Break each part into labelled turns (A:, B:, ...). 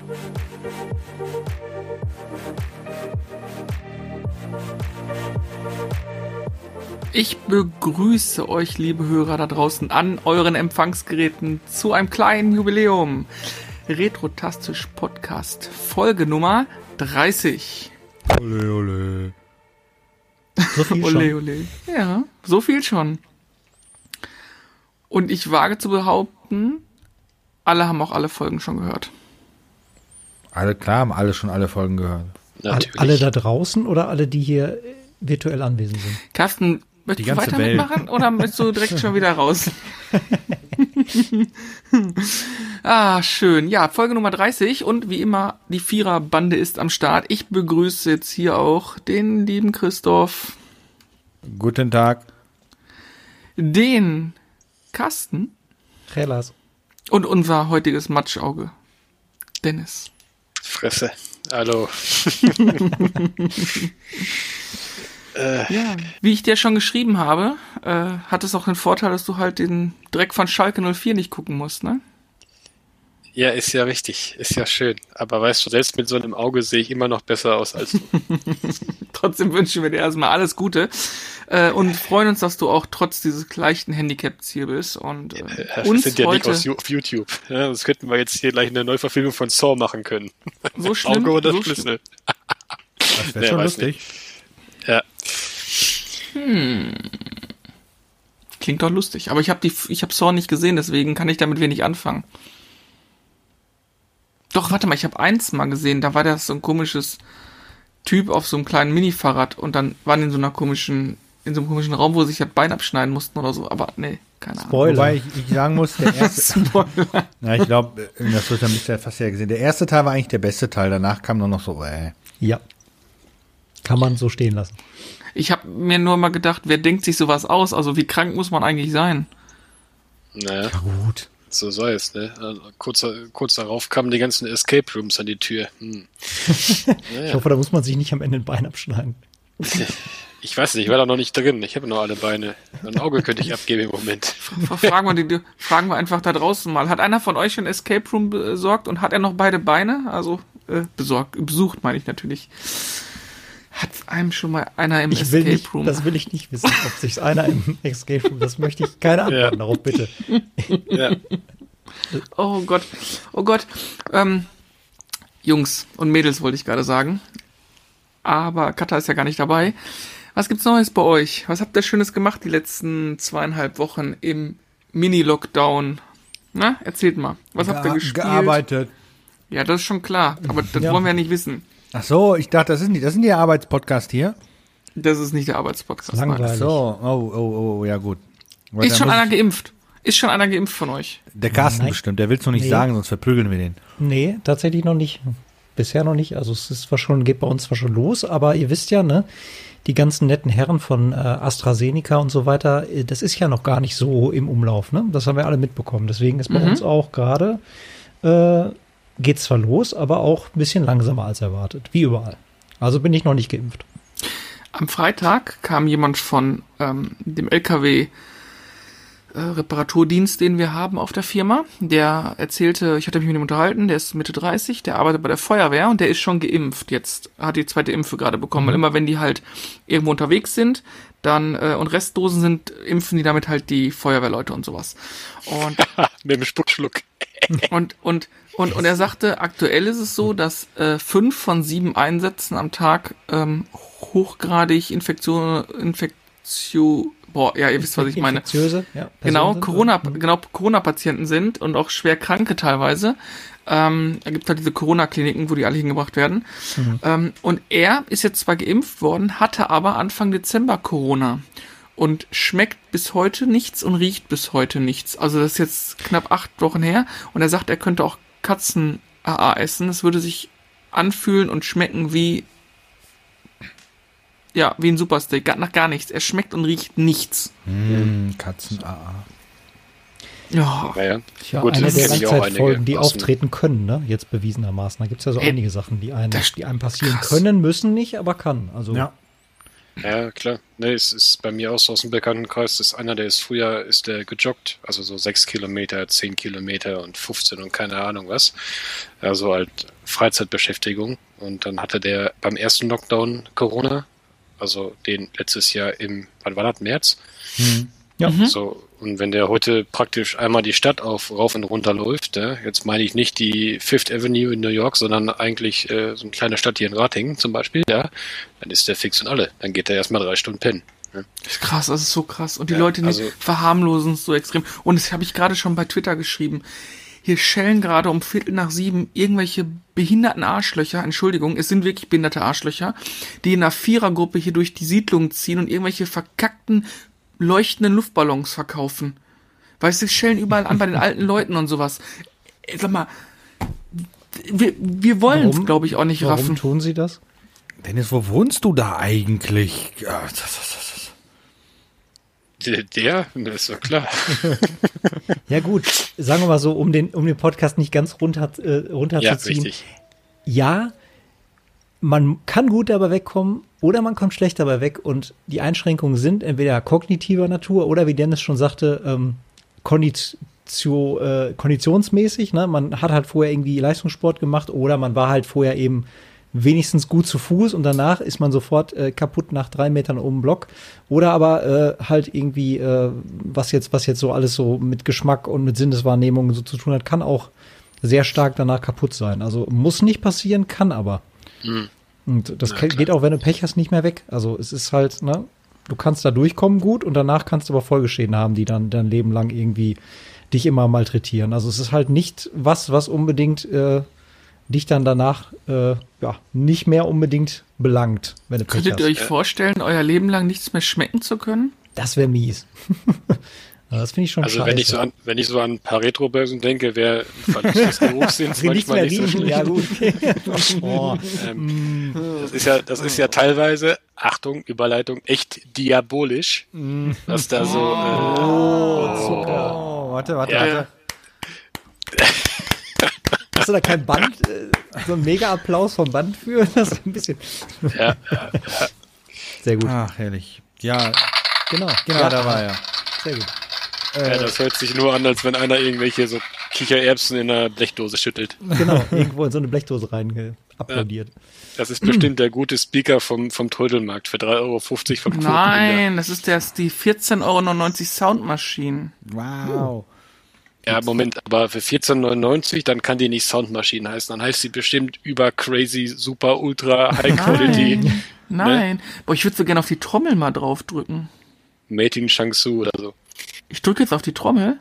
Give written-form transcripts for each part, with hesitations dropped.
A: Ich begrüße euch, liebe Hörer da draußen, an euren Empfangsgeräten zu einem kleinen Jubiläum. Retrotastisch Podcast, Folge Nummer 30.
B: Ole, ole.
C: So viel
A: Ole,
C: schon.
A: ole. Ja, so viel schon. Und ich wage zu behaupten, alle haben auch alle Folgen schon gehört.
B: Alle klar, haben alle schon alle Folgen gehört.
D: Natürlich.
C: Alle da draußen oder alle, die hier virtuell anwesend sind?
A: Carsten, möchtest
B: Die
A: du
B: ganze
A: weiter
B: Welt.
A: mitmachen oder möchtest du direkt schon wieder raus? Schön. Ja, Folge Nummer 30 und wie immer, die Viererbande ist am Start. Ich begrüße jetzt hier auch den lieben Christoph,
B: Guten Tag.
A: den Carsten
C: Relas.
A: und unser heutiges Matschauge, Dennis.
D: Fresse. Hallo.
A: Ja, wie ich dir schon geschrieben habe, hat es auch den Vorteil, dass du halt den Dreck von Schalke 04 nicht gucken musst, ne?
D: Ja, ist ja richtig. Ist ja schön. Aber weißt du, selbst mit so einem Auge sehe ich immer noch besser aus als du.
A: Trotzdem wünschen wir dir erstmal alles Gute und freuen uns, dass du auch trotz dieses leichten Handicaps hier bist. Und
D: Das
A: uns
D: sind ja
A: heute
D: nicht auf YouTube. Ja, das könnten wir jetzt hier gleich eine Neuverfilmung von Saw machen können.
A: so schlimm,
D: Auge oder
A: so
D: Schlüssel.
B: Das wäre
D: Nee,
B: schon
D: weiß
B: lustig.
D: Ja.
A: klingt doch lustig. Aber ich habe Saw nicht gesehen, deswegen kann ich damit wenig anfangen. Doch, warte mal, ich habe eins mal gesehen, da war das so ein komisches Typ auf so einem kleinen Mini-Fahrrad und dann waren in so einem komischen Raum, wo sie sich das Bein abschneiden mussten oder so, aber nee, keine Ahnung.
C: Spoiler.
B: Wobei ich sagen muss, der erste,
A: Spoiler.
B: na, ich glaube, das wird dann ja fast ja gesehen. Der erste Teil war eigentlich der beste Teil, danach kam nur noch so,
C: Ja. Kann man so stehen lassen.
A: Ich habe mir nur mal gedacht, wer denkt sich sowas aus? Also wie krank muss man eigentlich sein?
D: Naja,
C: Gut.
D: so sei es, ne? Also, kurz darauf kamen die ganzen Escape Rooms an die Tür.
C: Ich hoffe, da muss man sich nicht am Ende ein Bein abschneiden.
D: Ich weiß nicht, ich war da noch nicht drin. Ich habe noch alle Beine. Ein Auge könnte ich abgeben im Moment.
A: Fragen wir einfach da draußen mal. Hat einer von euch schon Escape Room besorgt und hat er noch beide Beine? Also besucht meine ich natürlich. Hat einem schon mal einer im Escape Room?
C: Das will ich nicht wissen, ob sich einer im Escape Room, das möchte ich keine Antworten darauf, bitte.
D: Ja.
A: Oh Gott. Jungs und Mädels wollte ich gerade sagen. Aber Katha ist ja gar nicht dabei. Was gibt's Neues bei euch? Was habt ihr Schönes gemacht die letzten 2,5 Wochen im Mini-Lockdown? Na, erzählt mal. Was habt ihr gespielt?
B: Gearbeitet.
A: Ja, das ist schon klar. Aber das
C: Ja.
A: wollen wir ja nicht wissen.
B: Ach so, ich dachte, das sind die Arbeitspodcast hier.
A: Das ist nicht der Arbeitspodcast. nein.
C: Langweilig.
B: So, oh, ja gut.
A: Ist schon
B: Da muss
A: einer geimpft? Ist schon einer geimpft von euch?
B: Der Carsten
C: Nein.
B: bestimmt, der will's noch nicht
C: Nee.
B: sagen, sonst verprügeln wir den.
C: Nee, tatsächlich noch nicht. Bisher noch nicht. Also es ist zwar schon, geht bei uns zwar schon los, aber ihr wisst ja, ne, die ganzen netten Herren von AstraZeneca und so weiter, das ist ja noch gar nicht so im Umlauf, ne? Das haben wir alle mitbekommen. Deswegen ist bei uns auch gerade, geht zwar los, aber auch ein bisschen langsamer als erwartet. Wie überall. Also bin ich noch nicht geimpft.
A: Am Freitag kam jemand von dem LKW Reparaturdienst, den wir haben auf der Firma. Der erzählte, ich hatte mich mit ihm unterhalten, der ist Mitte 30, der arbeitet bei der Feuerwehr und der ist schon geimpft jetzt, hat die zweite Impfe gerade bekommen, weil immer wenn die halt irgendwo unterwegs sind, dann und Restdosen sind, impfen die damit halt die Feuerwehrleute und sowas. Und
D: Mit dem Spuckschluck.
A: Und er sagte, aktuell ist es so, dass 5 von 7 Einsätzen am Tag hochgradig ihr wisst, was ich meine.
C: Infektiöse, ja,
A: Genau,
C: Personen sind.
A: Corona-Patienten sind und auch schwer Kranke teilweise. Da gibt es halt diese Corona-Kliniken, wo die alle hingebracht werden. Und er ist jetzt zwar geimpft worden, hatte aber Anfang Dezember Corona. Und schmeckt bis heute nichts und riecht bis heute nichts. Also das ist jetzt knapp 8 Wochen her. Und er sagt, er könnte auch Katzen-AA essen. Es würde sich anfühlen und schmecken wie ein Supersteak. Nach gar nichts. Er schmeckt und riecht nichts.
B: Katzen-AA.
A: Ja.
D: Naja.
C: Ja,
D: Gut,
C: eine
D: das
C: der
D: kenn ich auch
C: Langzeitfolgen, die
D: aus dem-
C: auftreten können, ne? Jetzt bewiesenermaßen. Da gibt es ja so
A: Ey,
C: einige Sachen, die einem passieren
A: krass.
C: können, müssen nicht, aber kann. Also
B: Ja.
D: Ja, klar. Nee, es ist bei mir auch so aus dem Bekanntenkreis. Das ist einer, ist der gejoggt. Also so 6 Kilometer, 10 Kilometer und 15 und keine Ahnung was. Also halt Freizeitbeschäftigung. Und dann hatte der beim ersten Lockdown Corona. Also den letztes Jahr wann war das, März?
C: Ja.
D: So, und wenn der heute praktisch einmal die Stadt rauf und runter läuft, jetzt meine ich nicht die Fifth Avenue in New York, sondern eigentlich so eine kleine Stadt hier in Ratingen zum Beispiel, dann ist der fix und alle. Dann geht er erstmal 3 Stunden pennen. Ne?
A: Das ist krass, das ist so krass. Und die
D: Ja,
A: Leute
D: also-
A: verharmlosen es so extrem. Und das habe ich gerade schon bei Twitter geschrieben. Hier schellen gerade um 6:15 irgendwelche behinderten Arschlöcher, Entschuldigung, es sind wirklich behinderte Arschlöcher, die in einer Vierergruppe hier durch die Siedlung ziehen und irgendwelche verkackten, leuchtenden Luftballons verkaufen. Weißt du, schellen überall an bei den alten Leuten und sowas. Sag mal, wir wollen es, glaube ich, auch nicht
C: Warum
A: raffen.
C: tun sie das?
B: Dennis, wo wohnst du da eigentlich? Ja,
D: Das ist doch klar.
C: Ja gut, sagen wir mal so, um den Podcast nicht ganz runterzuziehen.
D: Ja, richtig.
C: Ja, man kann gut dabei wegkommen oder man kommt schlecht dabei weg und die Einschränkungen sind entweder kognitiver Natur oder wie Dennis schon sagte, konditionsmäßig. Ne? Man hat halt vorher irgendwie Leistungssport gemacht oder man war halt vorher eben wenigstens gut zu Fuß und danach ist man sofort kaputt nach 3 Metern um den Block. Oder aber halt irgendwie, was jetzt so alles so mit Geschmack und mit Sinneswahrnehmung so zu tun hat, kann auch sehr stark danach kaputt sein. Also muss nicht passieren, kann aber. Und das geht auch, wenn du Pech hast, nicht mehr weg. Also es ist halt, ne, du kannst da durchkommen gut und danach kannst du aber Folgeschäden haben, die dann dein Leben lang irgendwie dich immer malträtieren. Also es ist halt nicht was unbedingt dich dann danach nicht mehr unbedingt belangt, wenn du Pech hast.
A: Könntet ihr euch vorstellen, euer Leben lang nichts mehr schmecken zu können?
C: Das wäre mies. Das finde ich schon
D: Also
C: scheiße.
D: wenn ich so an ein paar Retro-Börsen denke, wäre Verlust des Geruchssinns manchmal nicht so schlimm.
C: Ja, gut. Oh.
D: Das ist ja teilweise, Achtung, Überleitung, echt diabolisch, was da so.
B: Warte.
C: Hast du da kein Band, so ein Mega-Applaus vom Band für? Das ist ein bisschen.
D: Ja.
C: Sehr gut.
B: Ach, herrlich. Ja,
C: Genau.
B: ja, da war er.
C: Sehr gut.
D: Ja, das hört sich nur an, als wenn einer irgendwelche so Kichererbsen in einer Blechdose schüttelt.
C: Genau, irgendwo in so eine Blechdose rein applaudiert.
D: Das ist bestimmt der gute Speaker vom Trödelmarkt für 3,50 € vom Quotenhändler.
A: Nein, das ist die 14,99 € Soundmaschine.
B: Wow.
D: Ja, Moment, aber für 14,99 € dann kann die nicht Soundmaschine heißen. Dann heißt sie bestimmt über crazy, super, ultra, high quality.
A: Nein. Boah, ich würde so gerne auf die Trommel mal draufdrücken.
D: Made in Shangsu oder so.
A: Ich drücke jetzt auf die Trommel.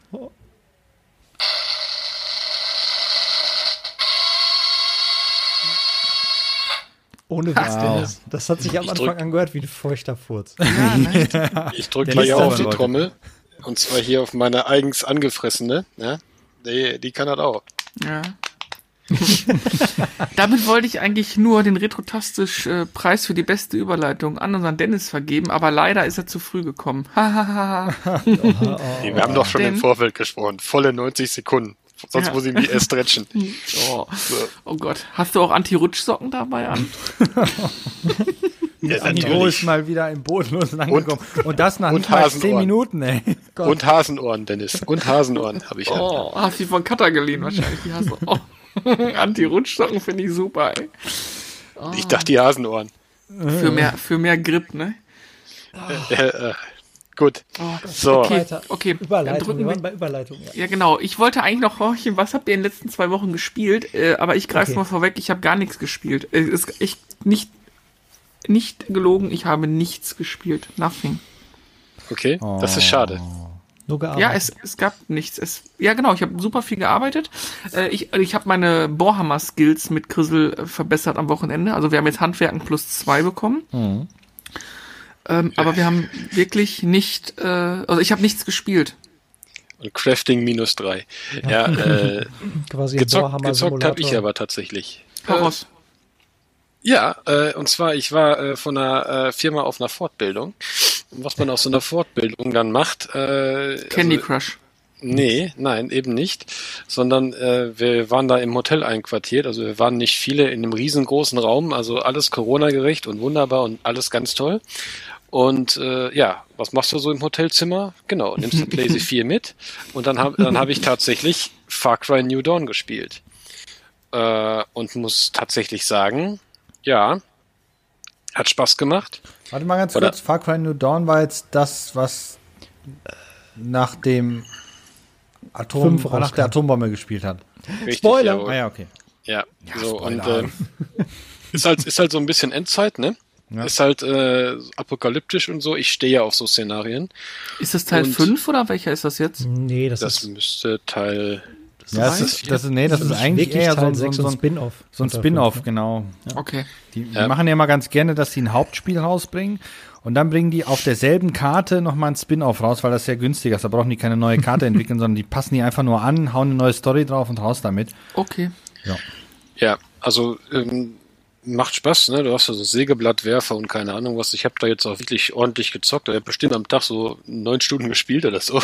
C: Ohne Witz, Dennis. Das hat sich am Anfang angehört wie ein feuchter Furz.
A: Ja, ne?
D: Ich drücke
B: Der
D: mal
B: ist
D: hier
B: dann
D: auf die
B: Leute.
D: Trommel. Und zwar hier auf meine eigens angefressene. Ja? Die kann das auch.
A: Ja. Damit wollte ich eigentlich nur den Retrotastisch Preis für die beste Überleitung an unseren Dennis vergeben, aber leider ist er zu früh gekommen. Hahaha.
D: Nee, wir haben doch schon im
A: Denn-
D: Vorfeld gesprochen. Volle 90 Sekunden. Sonst
A: Ja.
D: muss ich mich erst stretchen.
A: Oh Gott. Hast du auch Anti-Rutschsocken dabei an?
D: Ja,
B: Andro ist mal wieder im Bodenlosen angekommen. Und das nach
D: und
B: nicht mal 10
D: Hasenohren.
B: Minuten, ey.
D: Und Hasenohren, Dennis. Und Hasenohren habe ich an.
A: Oh, hast du von Cutter geliehen wahrscheinlich. Die hast du. Oh. Anti-Rutschsocken finde ich super, ey.
D: Ich dachte die Hasenohren.
A: Für mehr Grip, ne?
D: Gut. So.
A: Okay,
C: Weiter.
A: okay. Dann
C: Überleitung,
A: drücken
C: wir
A: wir.
C: waren bei Überleitung. Ja.
A: Ja, genau. Ich wollte eigentlich noch horchen, was habt ihr in den letzten 2 Wochen gespielt? Aber ich greife
C: Okay.
A: mal vorweg, ich habe gar nichts gespielt. Es ist echt nicht gelogen, ich habe nichts gespielt. Nothing.
D: Okay, das ist schade.
C: Nur gearbeitet.
A: Ja, es gab nichts. Ja, genau, ich habe super viel gearbeitet. Ich habe meine Bohrhammer-Skills mit Grissel verbessert am Wochenende. Also wir haben jetzt Handwerken +2 bekommen. Aber wir haben wirklich nicht, also ich habe nichts gespielt.
D: Und Crafting -3. Ja,
C: Quasi ein
D: gezockt habe
C: Bohrhammer-Simulator.
D: ich aber tatsächlich.
A: Hau raus.
D: Ja, und zwar, ich war von einer Firma auf einer Fortbildung. Und was man auf so einer Fortbildung dann macht,
A: Candy Crush.
D: Nein, eben nicht, sondern wir waren da im Hotel einquartiert, also wir waren nicht viele in einem riesengroßen Raum, also alles Corona-gerecht und wunderbar und alles ganz toll. Und was machst du so im Hotelzimmer? Genau, nimmst du PlayStation 4 mit und dann hab ich tatsächlich Far Cry New Dawn gespielt. Und muss tatsächlich sagen, ja, hat Spaß gemacht.
B: Warte mal ganz kurz, Far Cry New Dawn war jetzt das, was nach der Atombombe gespielt hat.
D: Richtig,
C: Spoiler!
D: Jawohl.
B: Ah ja, okay.
D: Ja, so
B: Spoiler.
D: und ist halt so ein bisschen Endzeit, ne?
B: Ja.
D: Ist halt apokalyptisch und so. Ich stehe ja auf so Szenarien.
A: Ist das Teil 5 oder welcher ist das jetzt?
C: Nee, das
D: Das
C: ist
D: müsste Teil.
B: Das ist eigentlich
C: wirklich
B: eher
C: Teil
B: so
C: 6 und
B: ein
C: Spin-off.
B: So ein Spin-off, genau.
A: Okay.
B: Die machen ja immer ganz gerne, dass sie ein Hauptspiel rausbringen und dann bringen die auf derselben Karte nochmal ein Spin-off raus, weil das sehr günstiger ist. Da brauchen die keine neue Karte entwickeln, sondern die passen die einfach nur an, hauen eine neue Story drauf und raus damit.
A: Okay.
D: Ja, also macht Spaß, ne? Du hast ja so Sägeblattwerfer und keine Ahnung was. Ich habe da jetzt auch wirklich ordentlich gezockt. Ich habe bestimmt am Tag so 9 Stunden gespielt oder so.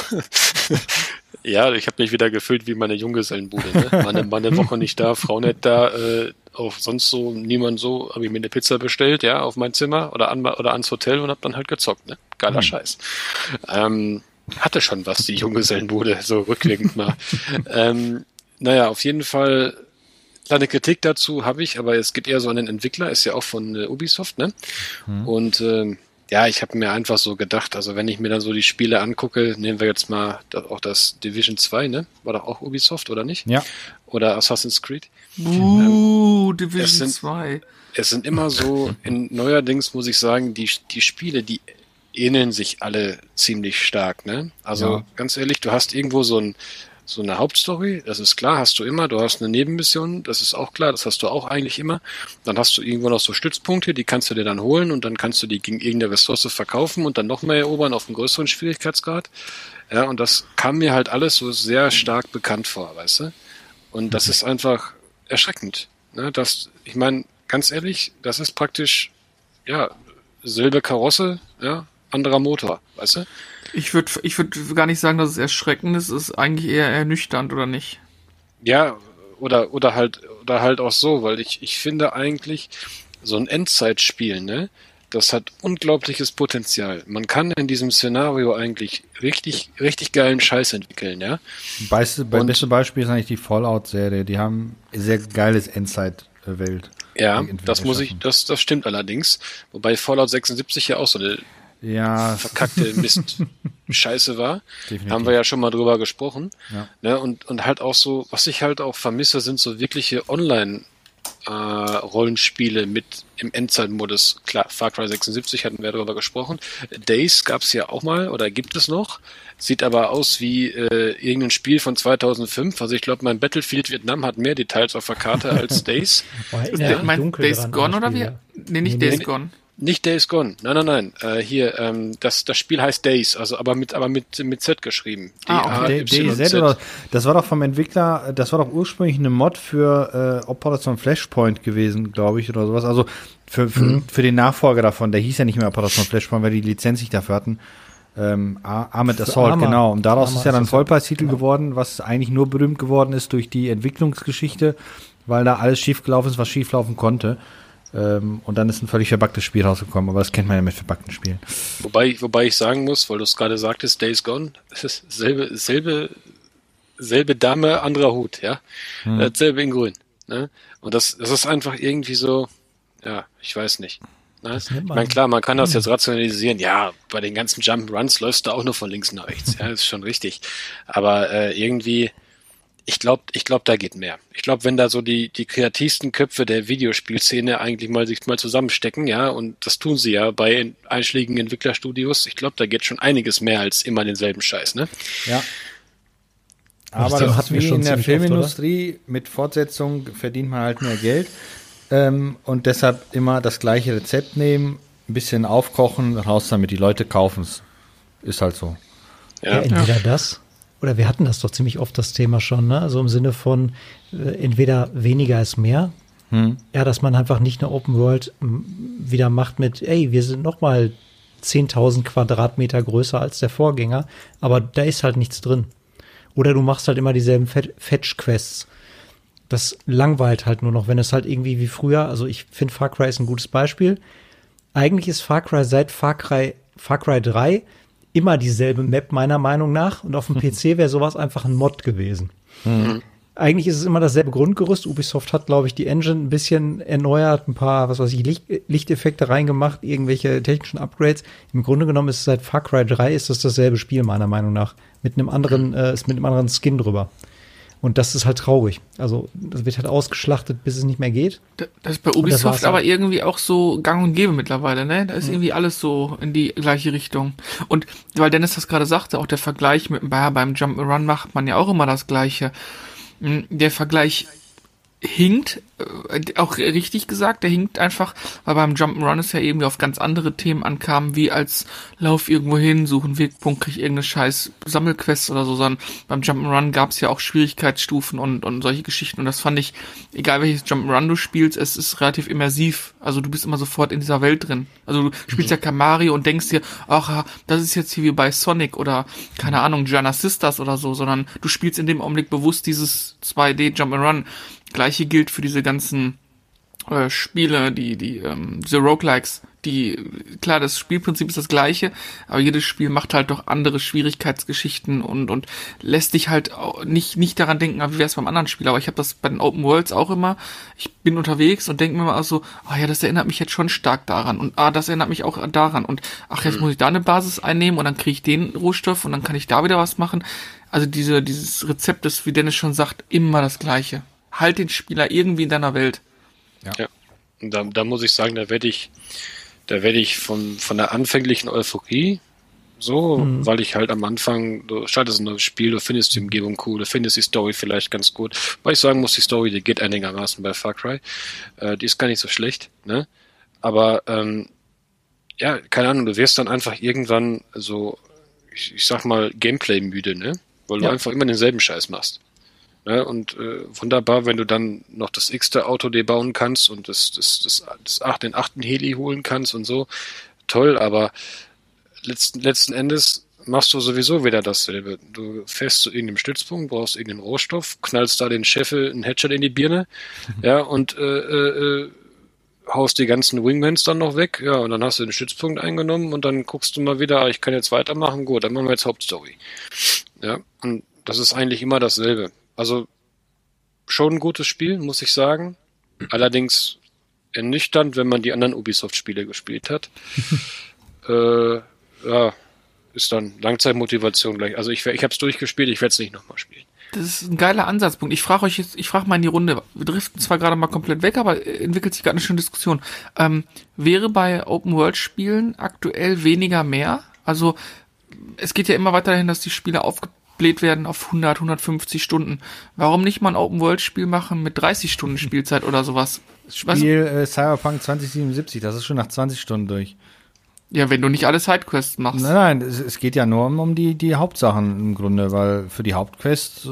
D: Ja, ich habe mich wieder gefühlt wie meine Junggesellenbude. Ne? Meine Woche nicht da, Frau nicht da, auch sonst so niemand so. Habe ich mir eine Pizza bestellt, ja, auf mein Zimmer oder ans Hotel und habe dann halt gezockt. Ne? Geiler Scheiß. Hatte schon was, die Junggesellenbude, so rückwirkend mal. Naja, auf jeden Fall. Kleine Kritik dazu habe ich, aber es geht eher so an den Entwickler, ist ja auch von Ubisoft, ne? Und ich habe mir einfach so gedacht, also wenn ich mir dann so die Spiele angucke, nehmen wir jetzt mal auch das Division 2, ne? War doch auch Ubisoft, oder nicht?
B: Ja.
D: Oder Assassin's Creed.
A: Division 2.
D: Es sind immer so, neuerdings muss ich sagen, die Spiele, die ähneln sich alle ziemlich stark, ne? Also ganz ehrlich, du hast irgendwo so eine Hauptstory, das ist klar, hast du immer. Du hast eine Nebenmission, das ist auch klar, das hast du auch eigentlich immer. Dann hast du irgendwo noch so Stützpunkte, die kannst du dir dann holen und dann kannst du die gegen irgendeine Ressource verkaufen und dann noch mehr erobern auf einen größeren Schwierigkeitsgrad. Ja, und das kam mir halt alles so sehr stark bekannt vor, weißt du? Und das ist einfach erschreckend. Ne? Ich meine, ganz ehrlich, das ist praktisch, selbe Karosse, ja, anderer Motor, weißt du?
A: Ich würd gar nicht sagen, dass es erschreckend ist. Es ist eigentlich eher ernüchternd, oder nicht?
D: Ja, oder halt auch so, weil ich finde eigentlich, so ein Endzeitspiel, ne, das hat unglaubliches Potenzial. Man kann in diesem Szenario eigentlich richtig, richtig geilen Scheiß entwickeln, ja.
B: Beste Beispiel ist eigentlich die Fallout-Serie. Die haben sehr geiles Endzeit-Welt.
D: Ja, das stimmt allerdings. Wobei Fallout 76 ja auch so eine verkackte Mist-Scheiße war. Definitiv. Haben wir ja schon mal drüber gesprochen. Ja. Ne, und halt auch so, was ich halt auch vermisse, sind so wirkliche Online-Rollenspiele mit im Endzeitmodus. Klar, Far Cry 76 hatten wir darüber gesprochen. Days gab es ja auch mal oder gibt es noch. Sieht aber aus wie irgendein Spiel von 2005. Also ich glaube, mein Battlefield Vietnam hat mehr Details auf der Karte als Days.
A: Meinst Days Gone oder wie? Nee, nicht Days Gone.
D: Nicht Days Gone. Nein. Das Spiel heißt Days, also aber mit Z geschrieben.
B: Okay. DayZ, das war doch vom Entwickler, das war doch ursprünglich eine Mod für Operation Flashpoint gewesen, glaube ich, oder sowas. Also für den Nachfolger davon, der hieß ja nicht mehr Operation Flashpoint, weil die Lizenz nicht dafür hatten. Armored Assault, genau. Und daraus ist ja dann ein Vollpreistitel geworden, was eigentlich nur berühmt geworden ist durch die Entwicklungsgeschichte, weil da alles schiefgelaufen ist, was schieflaufen konnte. Und dann ist ein völlig verbacktes Spiel rausgekommen, aber das kennt man ja mit verbackten Spielen.
D: Wobei ich sagen muss, weil du es gerade sagtest, Days Gone, es ist selbe Dame, anderer Hut, ja. Dasselbe in Grün. Ne? Und das ist einfach irgendwie so, ja, ich weiß nicht. Ne? Ich meine, klar, man kann das jetzt rationalisieren, ja, bei den ganzen Jump-Runs läufst du auch nur von links nach rechts, ja, das ist schon richtig. Aber irgendwie, ich glaube, da geht mehr. Ich glaube, wenn da so die kreativsten Köpfe der Videospielszene eigentlich sich mal zusammenstecken, ja, und das tun sie ja bei einschlägigen Entwicklerstudios, ich glaube, da geht schon einiges mehr als immer denselben Scheiß, ne?
B: Ja. Aber das ist wie in der Filmindustrie, mit Fortsetzung verdient man halt mehr Geld. Und deshalb immer das gleiche Rezept nehmen, ein bisschen aufkochen, raus damit, die Leute kaufen es. Ist halt so.
C: Ja, entweder das, oder wir hatten das doch ziemlich oft, das Thema schon, ne? Also im Sinne von entweder weniger ist mehr, ja, dass man einfach nicht eine Open World wieder macht mit, wir sind nochmal 10.000 Quadratmeter größer als der Vorgänger, aber da ist halt nichts drin. Oder du machst halt immer dieselben Fetch-Quests. Das langweilt halt nur noch, wenn es halt irgendwie wie früher, also ich finde Far Cry ist ein gutes Beispiel. Eigentlich ist Far Cry seit Far Cry 3 immer dieselbe Map meiner Meinung nach und auf dem PC wäre sowas einfach ein Mod gewesen. Eigentlich ist es immer dasselbe Grundgerüst. Ubisoft hat, glaube ich, die Engine ein bisschen erneuert, ein paar, Lichteffekte reingemacht, irgendwelche technischen Upgrades. Im Grunde genommen ist es seit Far Cry 3 ist das dasselbe Spiel, meiner Meinung nach. Mit einem anderen Skin drüber. Und das ist halt traurig. Also, das wird halt ausgeschlachtet, bis es nicht mehr geht.
A: Das ist bei Ubisoft aber irgendwie auch so gang und gäbe mittlerweile, ne? Da ist irgendwie alles so in die gleiche Richtung. Und weil Dennis das gerade sagte, auch der Vergleich mit beim Jump'n'Run macht man ja auch immer das Gleiche. Der Vergleich hinkt, auch richtig gesagt, der hinkt einfach, weil beim Jump'n'Run es ja irgendwie auf ganz andere Themen ankam, wie als lauf irgendwo hin, such einen Wegpunkt, krieg irgendeine scheiß Sammelquest oder so, sondern beim Jump'n'Run gab es ja auch Schwierigkeitsstufen und solche Geschichten und das fand ich, egal welches Jump'n'Run du spielst, es ist relativ immersiv, also du bist immer sofort in dieser Welt drin. Also du spielst ja kein Mario und denkst dir, ach, das ist jetzt hier wie bei Sonic oder, keine Ahnung, Gianna Sisters oder so, sondern du spielst in dem Augenblick bewusst dieses 2D Jump'n'Run. Gleiche gilt für diese ganzen Spiele, diese Roguelikes, klar, das Spielprinzip ist das gleiche, aber jedes Spiel macht halt doch andere Schwierigkeitsgeschichten und lässt dich halt auch nicht daran denken, wie wäre es beim anderen Spiel. Aber ich habe das bei den Open Worlds auch immer, ich bin unterwegs und denke mir mal so, ja, das erinnert mich jetzt schon stark daran und das erinnert mich auch daran und jetzt muss ich da eine Basis einnehmen und dann kriege ich den Rohstoff und dann kann ich da wieder was machen. Also dieses Rezept ist, wie Dennis schon sagt, immer das gleiche. Halt den Spieler irgendwie in deiner Welt.
D: Ja. Und da muss ich sagen, da werde ich von der anfänglichen Euphorie weil ich halt am Anfang, du startest ein neues Spiel, du findest die Umgebung cool, du findest die Story vielleicht ganz gut. Weil ich sagen muss, die Story, die geht einigermaßen bei Far Cry. Die ist gar nicht so schlecht, ne? Aber, keine Ahnung, du wirst dann einfach irgendwann so, ich sag mal, Gameplay müde, ne? Weil du einfach immer denselben Scheiß machst. Ne, und wunderbar, wenn du dann noch das x-te Auto dir bauen kannst und den 8. Heli holen kannst und so, toll, aber letzten Endes machst du sowieso wieder dasselbe. Du fährst zu irgendeinem Stützpunkt, brauchst irgendeinen Rohstoff, knallst da den Scheffel einen Headshot in die Birne, und haust die ganzen Wingmans dann noch weg, und dann hast du den Stützpunkt eingenommen und dann guckst du mal wieder, ich kann jetzt weitermachen, gut, dann machen wir jetzt Hauptstory. Ja, und das ist eigentlich immer dasselbe. Also schon ein gutes Spiel, muss ich sagen. Allerdings ernüchternd, wenn man die anderen Ubisoft-Spiele gespielt hat. Ist dann Langzeitmotivation gleich. Also ich habe es durchgespielt, ich werde es nicht nochmal spielen.
A: Das ist ein geiler Ansatzpunkt. Ich frage mal in die Runde. Wir driften zwar gerade mal komplett weg, aber entwickelt sich gerade eine schöne Diskussion. Wäre bei Open-World-Spielen aktuell weniger mehr? Also es geht ja immer weiter dahin, dass die Spiele aufgebläht werden auf 100, 150 Stunden. Warum nicht mal ein Open-World-Spiel machen mit 30 Stunden Spielzeit oder sowas?
B: Spiel Cyberpunk 2077, das ist schon nach 20 Stunden durch.
A: Ja, wenn du nicht alle Sidequests machst.
B: Nein, es geht ja nur um die Hauptsachen im Grunde, weil für die Hauptquests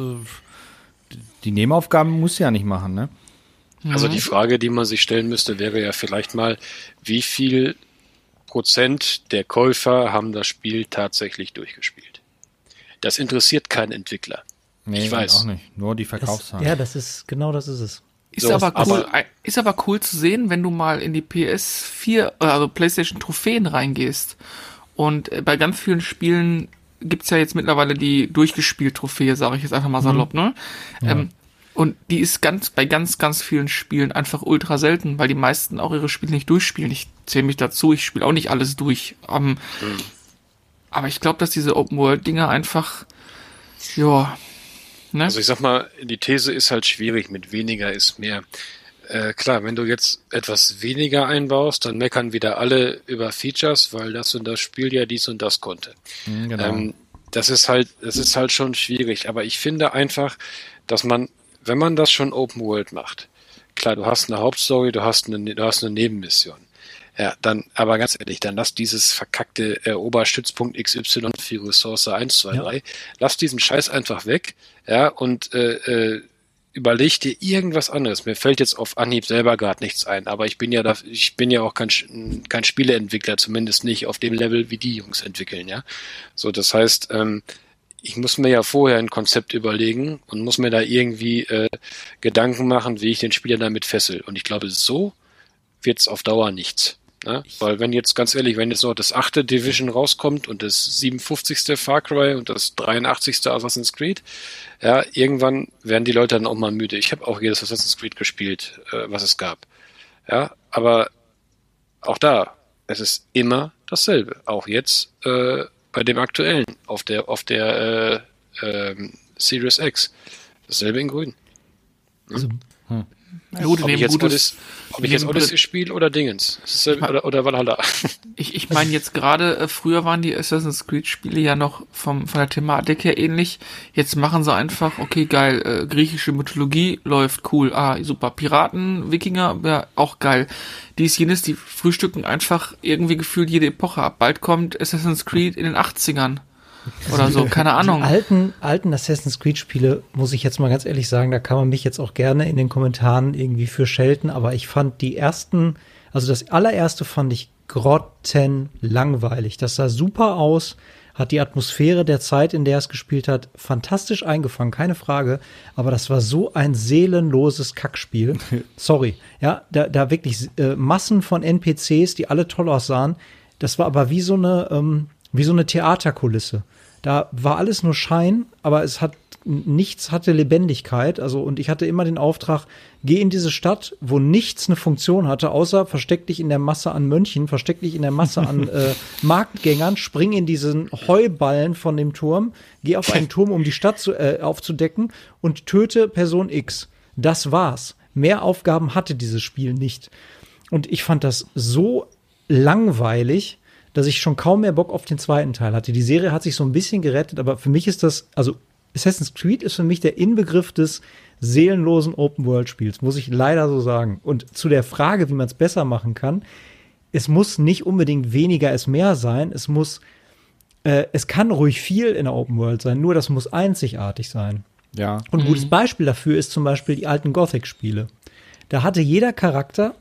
B: die Nebenaufgaben musst du ja nicht machen, ne?
D: Also die Frage, die man sich stellen müsste, wäre ja vielleicht mal, wie viel Prozent der Käufer haben das Spiel tatsächlich durchgespielt? Das interessiert keinen Entwickler.
B: Nee,
D: ich weiß.
B: Auch nicht. Nur die Verkaufszahlen.
C: Das ist es.
A: Ist aber cool zu sehen, wenn du mal in die PS4, also PlayStation Trophäen reingehst. Und bei ganz vielen Spielen gibt's ja jetzt mittlerweile die Durchgespielt-Trophäe, sage ich jetzt einfach mal salopp, ne? Ja. Und die ist bei ganz, ganz vielen Spielen einfach ultra selten, weil die meisten auch ihre Spiele nicht durchspielen. Ich zähle mich dazu, ich spiele auch nicht alles durch. Aber ich glaube, dass diese Open-World-Dinger einfach, ne?
D: Also ich sag mal, die These ist halt schwierig, mit weniger ist mehr. Klar, wenn du jetzt etwas weniger einbaust, dann meckern wieder alle über Features, weil das und das Spiel ja dies und das konnte. Genau. Das ist halt schon schwierig, aber ich finde einfach, dass man, wenn man das schon Open World macht, klar, du hast eine Hauptstory, du hast eine Nebenmission. Ja, dann, aber ganz ehrlich, dann lass dieses verkackte Oberstützpunkt XY für Ressource 1, 2, 3, lass diesen Scheiß einfach weg, und überleg dir irgendwas anderes. Mir fällt jetzt auf Anhieb selber gerade nichts ein, aber ich bin ja auch kein Spieleentwickler, zumindest nicht auf dem Level, wie die Jungs entwickeln, ja. So, das heißt, ich muss mir ja vorher ein Konzept überlegen und muss mir da irgendwie Gedanken machen, wie ich den Spieler damit fessel. Und ich glaube, so wird's auf Dauer nichts. Ne? Weil wenn jetzt, ganz ehrlich, wenn jetzt noch das 8. Division rauskommt und das 57. Far Cry und das 83. Assassin's Creed, ja, irgendwann werden die Leute dann auch mal müde. Ich habe auch jedes Assassin's Creed gespielt, was es gab. Ja, aber auch da, es ist immer dasselbe. Auch jetzt bei dem aktuellen, auf der Series X. Dasselbe in grün.
C: Also,
A: Ja, gut,
D: Ob ich jetzt Odyssey spiele oder Dingens. Oder Valhalla.
A: Ich meine jetzt gerade, früher waren die Assassin's Creed Spiele ja noch von der Thematik her ähnlich. Jetzt machen sie einfach, okay, geil, griechische Mythologie läuft, cool, super, Piraten, Wikinger, ja, auch geil. Dies, jenes, die frühstücken einfach irgendwie gefühlt jede Epoche ab. Bald kommt Assassin's Creed in den 80ern. Oder so, keine Ahnung.
C: Die alten Assassin's Creed Spiele, muss ich jetzt mal ganz ehrlich sagen, da kann man mich jetzt auch gerne in den Kommentaren irgendwie für schelten, aber ich fand die ersten, also das allererste fand ich grottenlangweilig. Das sah super aus, hat die Atmosphäre der Zeit, in der es gespielt hat, fantastisch eingefangen, keine Frage, aber das war so ein seelenloses Kackspiel. Sorry. Ja, da wirklich Massen von NPCs, die alle toll aussahen. Das war aber wie so eine Theaterkulisse. Da war alles nur Schein, aber nichts hatte Lebendigkeit. Also, und ich hatte immer den Auftrag, geh in diese Stadt, wo nichts eine Funktion hatte, außer versteck dich in der Masse an Mönchen, versteck dich in der Masse an Marktgängern, spring in diesen Heuballen von dem Turm, geh auf einen Turm, um die Stadt aufzudecken und töte Person X. Das war's. Mehr Aufgaben hatte dieses Spiel nicht. Und ich fand das so langweilig, dass ich schon kaum mehr Bock auf den zweiten Teil hatte. Die Serie hat sich so ein bisschen gerettet, aber für mich ist das, also Assassin's Creed ist für mich der Inbegriff des seelenlosen Open-World-Spiels, muss ich leider so sagen. Und zu der Frage, wie man es besser machen kann, es muss nicht unbedingt weniger ist mehr sein, es kann ruhig viel in der Open-World sein, nur das muss einzigartig sein.
B: Ja.
C: Und ein gutes Beispiel dafür ist zum Beispiel die alten Gothic-Spiele. Da hatte jeder Charakter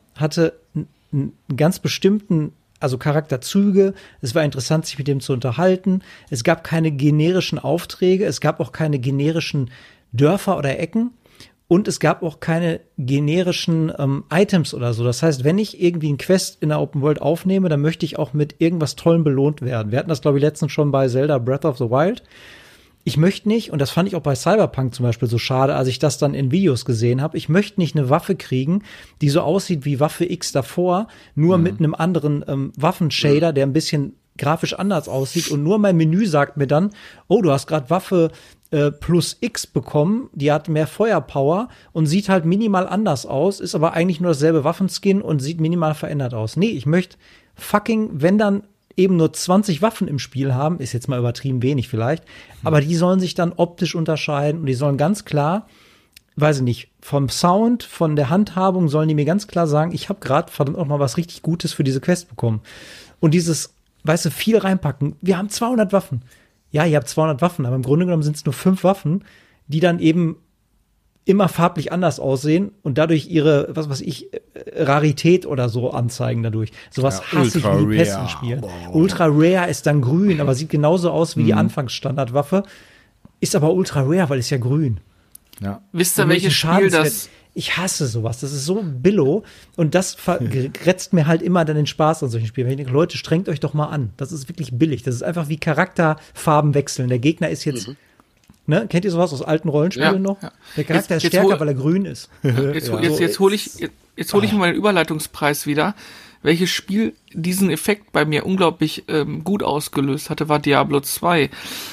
C: einen ganz bestimmten, also Charakterzüge, es war interessant, sich mit dem zu unterhalten, es gab keine generischen Aufträge, es gab auch keine generischen Dörfer oder Ecken und es gab auch keine generischen Items oder so. Das heißt, wenn ich irgendwie einen Quest in der Open World aufnehme, dann möchte ich auch mit irgendwas Tollem belohnt werden. Wir hatten das, glaube ich, letztens schon bei Zelda Breath of the Wild. Ich möchte nicht, und das fand ich auch bei Cyberpunk zum Beispiel so schade, als ich das dann in Videos gesehen habe, ich möchte nicht eine Waffe kriegen, die so aussieht wie Waffe X davor, nur mit einem anderen Waffenshader, der ein bisschen grafisch anders aussieht und nur mein Menü sagt mir dann, oh, du hast gerade Waffe plus X bekommen, die hat mehr Feuerpower und sieht halt minimal anders aus, ist aber eigentlich nur dasselbe Waffenskin und sieht minimal verändert aus. Nee, ich möchte fucking, wenn dann eben nur 20 Waffen im Spiel haben, ist jetzt mal übertrieben wenig vielleicht, aber die sollen sich dann optisch unterscheiden und die sollen ganz klar, weiß ich nicht, vom Sound, von der Handhabung sollen die mir ganz klar sagen, ich habe gerade verdammt auch mal was richtig Gutes für diese Quest bekommen. Und dieses, weißt du, viel reinpacken, wir haben 200 Waffen. Ja, ihr habt 200 Waffen, aber im Grunde genommen sind es nur 5 Waffen, die dann eben immer farblich anders aussehen und dadurch ihre, was weiß ich, Rarität oder so anzeigen dadurch. Sowas hasse ich wie die Pest in Spielen. Ultra Rare ist dann grün, aber sieht genauso aus wie die Anfangsstandardwaffe. Ist aber Ultra Rare, weil es ja grün.
B: Ja.
A: Wisst ihr, welches Spiel das...
C: Ich hasse sowas. Das ist so billo. Und das grätzt mir halt immer dann den Spaß an solchen Spielen. Wenn ich denke, Leute, strengt euch doch mal an. Das ist wirklich billig. Das ist einfach wie Charakterfarben wechseln. Der Gegner ist jetzt... Ne? Kennt ihr sowas aus alten Rollenspielen noch? Ja. Der Charakter ist stärker, weil er grün ist.
A: Jetzt hole ich mal den Überleitungspreis wieder. Welches Spiel diesen Effekt bei mir unglaublich gut ausgelöst hatte, war Diablo 2.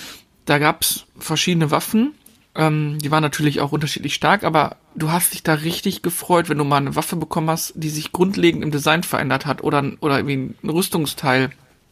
A: Da gab's verschiedene Waffen. Die waren natürlich auch unterschiedlich stark, aber du hast dich da richtig gefreut, wenn du mal eine Waffe bekommen hast, die sich grundlegend im Design verändert hat oder irgendwie ein Rüstungsteil.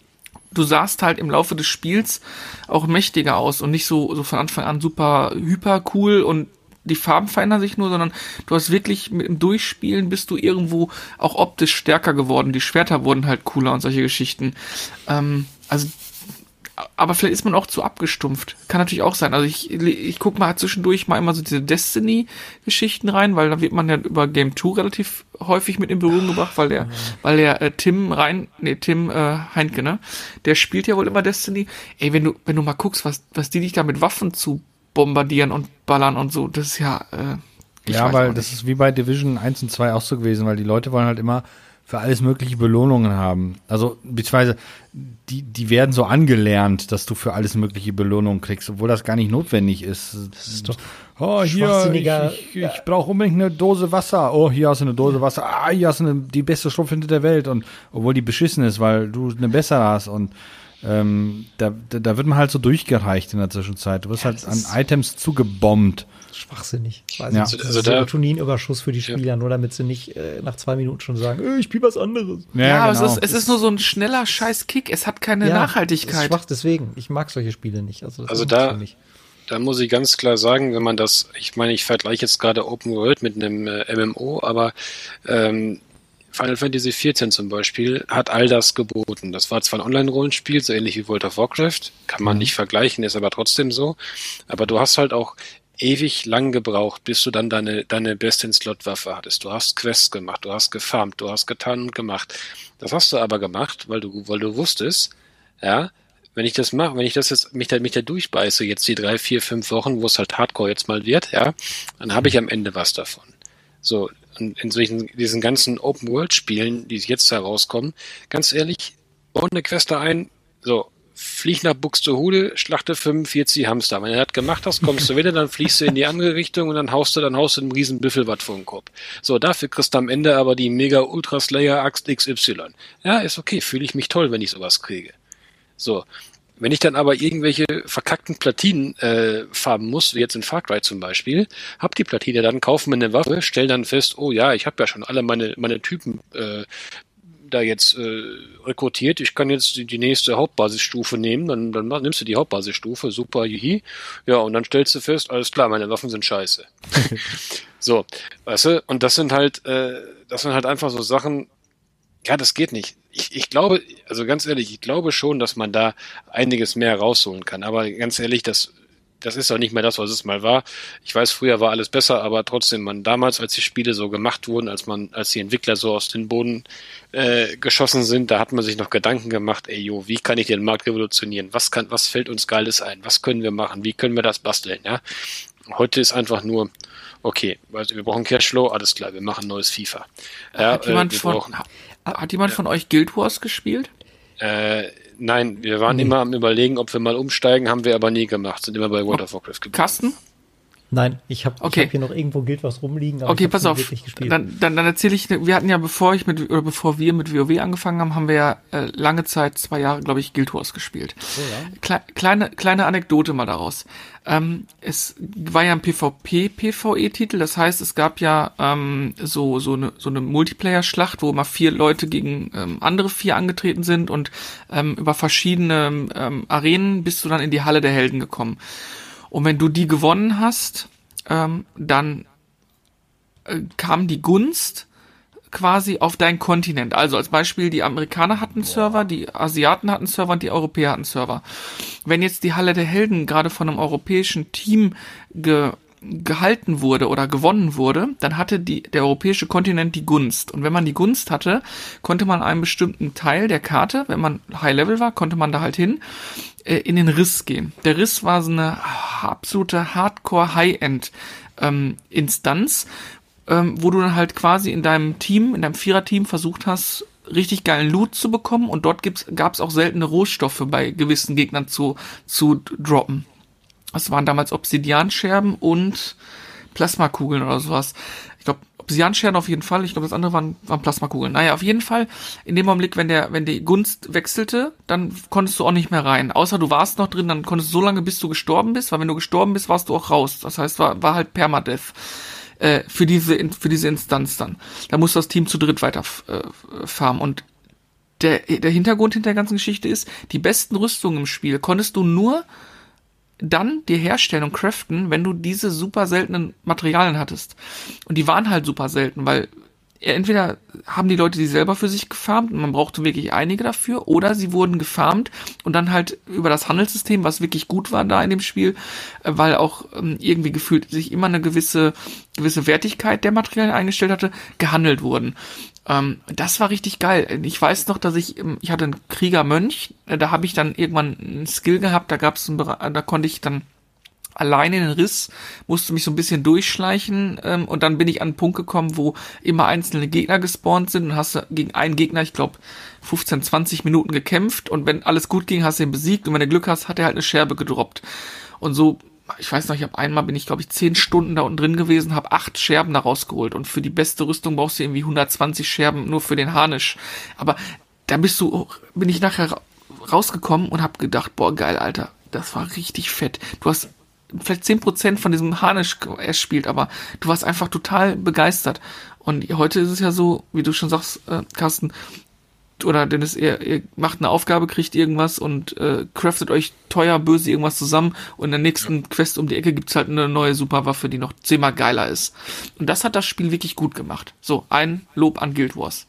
A: Du sahst halt im Laufe des Spiels auch mächtiger aus und nicht so von Anfang an super hyper cool und die Farben verändern sich nur, sondern du hast wirklich mit dem Durchspielen bist du irgendwo auch optisch stärker geworden. Die Schwerter wurden halt cooler und solche Geschichten. Also Aber vielleicht ist man auch zu abgestumpft. Kann natürlich auch sein. Also ich gucke mal zwischendurch mal immer so diese Destiny-Geschichten rein, weil da wird man ja über Game 2 relativ häufig mit in Berührung gebracht, weil der Tim Heinke, ne? Der spielt ja wohl immer Destiny. Ey, wenn du mal guckst, was die dich da mit Waffen zu bombardieren und ballern und so, das ist ja,
B: weil das ist wie bei Division 1 und 2 auch so gewesen, weil die Leute wollen halt immer für alles mögliche Belohnungen haben. Also, beziehungsweise, die werden so angelernt, dass du für alles mögliche Belohnungen kriegst, obwohl das gar nicht notwendig ist.
C: Das ist doch
B: hier, ich brauche unbedingt eine Dose Wasser. Oh, hier hast du eine Dose Wasser. Ah, hier hast du die beste Schrotflinte der Welt. Und obwohl die beschissen ist, weil du eine bessere hast. Und da wird man halt so durchgereicht in der Zwischenzeit. Du wirst halt an Items zugebombt.
C: Schwachsinnig.
D: Also
C: Serotoninüberschuss für die Spieler, nur damit sie nicht nach 2 Minuten schon sagen, ich spiele was anderes.
A: Ja, aber genau. es ist nur so ein schneller Scheiß-Kick. Es hat keine Nachhaltigkeit.
C: Es ist schwach, deswegen. Ich mag solche Spiele nicht. Also
D: da muss ich ganz klar sagen, wenn man das, ich meine, ich vergleiche jetzt gerade Open World mit einem MMO, aber Final Fantasy XIV zum Beispiel hat all das geboten. Das war zwar ein Online-Rollenspiel, so ähnlich wie World of Warcraft, kann man nicht vergleichen, ist aber trotzdem so. Aber du hast halt auch ewig lang gebraucht, bis du dann deine Best-in-Slot-Waffe hattest. Du hast Quests gemacht, du hast gefarmt, du hast getan und gemacht. Das hast du aber gemacht, weil du wusstest, ja, wenn ich das mache, wenn ich das jetzt mich da durchbeiße, jetzt die 3, 4, 5 Wochen, wo es halt Hardcore jetzt mal wird, ja, dann habe ich am Ende was davon. So, und in diesen ganzen Open-World-Spielen, die jetzt herauskommen, ganz ehrlich, bauen eine Quest da ein, so, flieg nach Buxtehude, schlachte 45 Hamster. Wenn du das gemacht hast, kommst du wieder, dann fliegst du in die andere Richtung und dann haust du einen riesen Büffelwatt vor den Kopf. So, dafür kriegst du am Ende aber die mega Ultra Slayer Axt XY. Ja, ist okay, fühle ich mich toll, wenn ich sowas kriege. So. Wenn ich dann aber irgendwelche verkackten Platinen farben muss, wie jetzt in Far Cry zum Beispiel, hab die Platine dann, kauf mir eine Waffe, stell dann fest, oh ja, ich habe ja schon alle meine Typen da jetzt rekrutiert, ich kann jetzt die nächste Hauptbasisstufe nehmen, dann nimmst du die Hauptbasisstufe, super, juhi, ja, und dann stellst du fest, alles klar, meine Waffen sind scheiße. So, weißt du, und das sind halt einfach so Sachen, ja, das geht nicht. Ich glaube, also ganz ehrlich, ich glaube schon, dass man da einiges mehr rausholen kann, aber ganz ehrlich, das ist doch nicht mehr das, was es mal war. Ich weiß, früher war alles besser, aber trotzdem, damals, als die Spiele so gemacht wurden, als die Entwickler so aus dem Boden geschossen sind, da hat man sich noch Gedanken gemacht, wie kann ich den Markt revolutionieren? Was fällt uns Geiles ein? Was können wir machen? Wie können wir das basteln? Ja? Heute ist einfach nur, okay, also wir brauchen Cashflow, alles klar, wir machen neues FIFA. Ja,
A: hat jemand von euch Guild Wars gespielt?
D: Nein, wir waren immer am Überlegen, ob wir mal umsteigen, haben wir aber nie gemacht, sind immer bei World of Warcraft geblieben.
A: Carsten?
C: Nein, ich hab hier noch irgendwo Guild Wars rumliegen, aber
A: okay,
C: ich
A: pass auf. Dann erzähle ich, wir hatten ja, bevor wir mit WoW angefangen haben, haben wir ja lange Zeit, 2 Jahre, glaube ich, Guild Wars gespielt. Oh, ja. Kleine Anekdote mal daraus. Es war ja ein PvP-PvE-Titel, das heißt, es gab ja so eine Multiplayer-Schlacht, wo immer 4 Leute gegen andere 4 angetreten sind und über verschiedene Arenen bist du dann in die Halle der Helden gekommen. Und wenn du die gewonnen hast, dann kam die Gunst quasi auf deinen Kontinent. Also als Beispiel, die Amerikaner hatten Server, die Asiaten hatten Server und die Europäer hatten Server. Wenn jetzt die Halle der Helden gerade von einem europäischen Team gehalten wurde oder gewonnen wurde, dann hatte der europäische Kontinent die Gunst. Und wenn man die Gunst hatte, konnte man einen bestimmten Teil der Karte, wenn man High Level war, konnte man da halt hin, in den Riss gehen. Der Riss war so eine absolute Hardcore High-End Instanz, wo du dann halt quasi in deinem Vierer-Team versucht hast, richtig geilen Loot zu bekommen, und dort gab's auch seltene Rohstoffe bei gewissen Gegnern zu droppen. Das waren damals Obsidianscherben und Plasmakugeln oder sowas. Ich glaube, Obsidianscherben auf jeden Fall. Ich glaube, das andere waren Plasmakugeln. Naja, auf jeden Fall, in dem Augenblick, wenn die Gunst wechselte, dann konntest du auch nicht mehr rein. Außer du warst noch drin, dann konntest du so lange, bis du gestorben bist, weil wenn du gestorben bist, warst du auch raus. Das heißt, war halt Permadeath für diese Instanz dann. Da musste das Team zu dritt weiter farmen. Und der Hintergrund hinter der ganzen Geschichte ist, die besten Rüstungen im Spiel konntest du nur dann dir herstellen und craften, wenn du diese super seltenen Materialien hattest. Und die waren halt super selten, weil entweder haben die Leute die selber für sich gefarmt und man brauchte wirklich einige dafür, oder sie wurden gefarmt und dann halt über das Handelssystem, was wirklich gut war da in dem Spiel, weil auch irgendwie gefühlt sich immer eine gewisse Wertigkeit der Materialien eingestellt hatte, gehandelt wurden. Das war richtig geil. Ich weiß noch, dass ich hatte einen Kriegermönch, da habe ich dann irgendwann einen Skill gehabt, da konnte ich dann alleine in den Riss, musste mich so ein bisschen durchschleichen und dann bin ich an einen Punkt gekommen, wo immer einzelne Gegner gespawnt sind und hast gegen einen Gegner, ich glaube, 15, 20 Minuten gekämpft und wenn alles gut ging, hast du ihn besiegt und wenn du Glück hast, hat er halt eine Scherbe gedroppt. Und so, ich weiß noch, bin ich glaube ich 10 Stunden da unten drin gewesen, habe 8 Scherben da rausgeholt und für die beste Rüstung brauchst du irgendwie 120 Scherben nur für den Harnisch. Aber da bin ich nachher rausgekommen und habe gedacht, boah, geil, Alter, das war richtig fett. Du hast vielleicht 10% von diesem Harnisch erspielt, aber du warst einfach total begeistert. Und heute ist es ja so, wie du schon sagst, Carsten, oder Dennis, ihr macht eine Aufgabe, kriegt irgendwas und craftet euch teuer, böse irgendwas zusammen und in der nächsten Quest um die Ecke gibt's halt eine neue Superwaffe, die noch 10-mal geiler ist. Und das hat das Spiel wirklich gut gemacht. So, ein Lob an Guild Wars.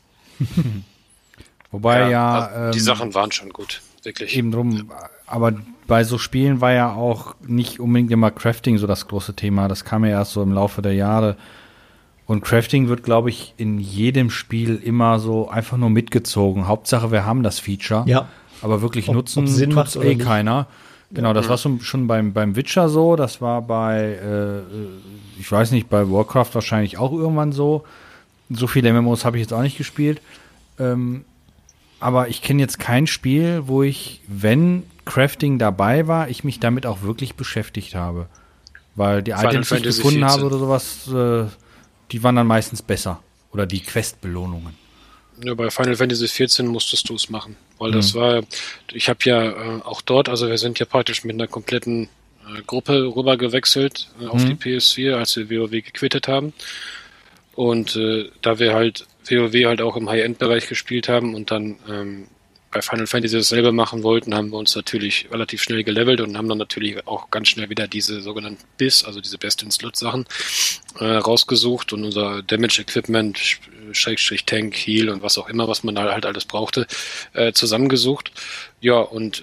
B: Wobei
D: die Sachen waren schon gut, wirklich.
B: Eben drum, aber bei so Spielen war ja auch nicht unbedingt immer Crafting so das große Thema. Das kam ja erst so im Laufe der Jahre. Und Crafting wird, glaube ich, in jedem Spiel immer so einfach nur mitgezogen. Hauptsache, wir haben das Feature.
C: Ja.
B: Aber wirklich nutzen
C: tut's
B: eh keiner. Genau, das war schon beim Witcher so. Das war bei, ich weiß nicht, bei Warcraft wahrscheinlich auch irgendwann so. So viele MMOs habe ich jetzt auch nicht gespielt. Aber ich kenne jetzt kein Spiel, wo ich, wenn Crafting dabei war, ich mich damit auch wirklich beschäftigt habe. Weil die Items, die ich gefunden habe oder sowas, die waren dann meistens besser. Oder die Quest-Belohnungen.
D: Ja, bei Final Fantasy XIV musstest du es machen. Weil das war, ich habe ja auch dort, also wir sind ja praktisch mit einer kompletten Gruppe rüber gewechselt auf die PS4, als wir WoW gequittet haben. Und da wir halt WoW halt auch im High-End-Bereich gespielt haben und dann bei Final Fantasy dasselbe machen wollten, haben wir uns natürlich relativ schnell gelevelt und haben dann natürlich auch ganz schnell wieder diese sogenannten BIS, also diese Best-in-Slot-Sachen, rausgesucht und unser Damage-Equipment, Schrägstrich Tank, Heal und was auch immer, was man halt alles brauchte, zusammengesucht. Ja, und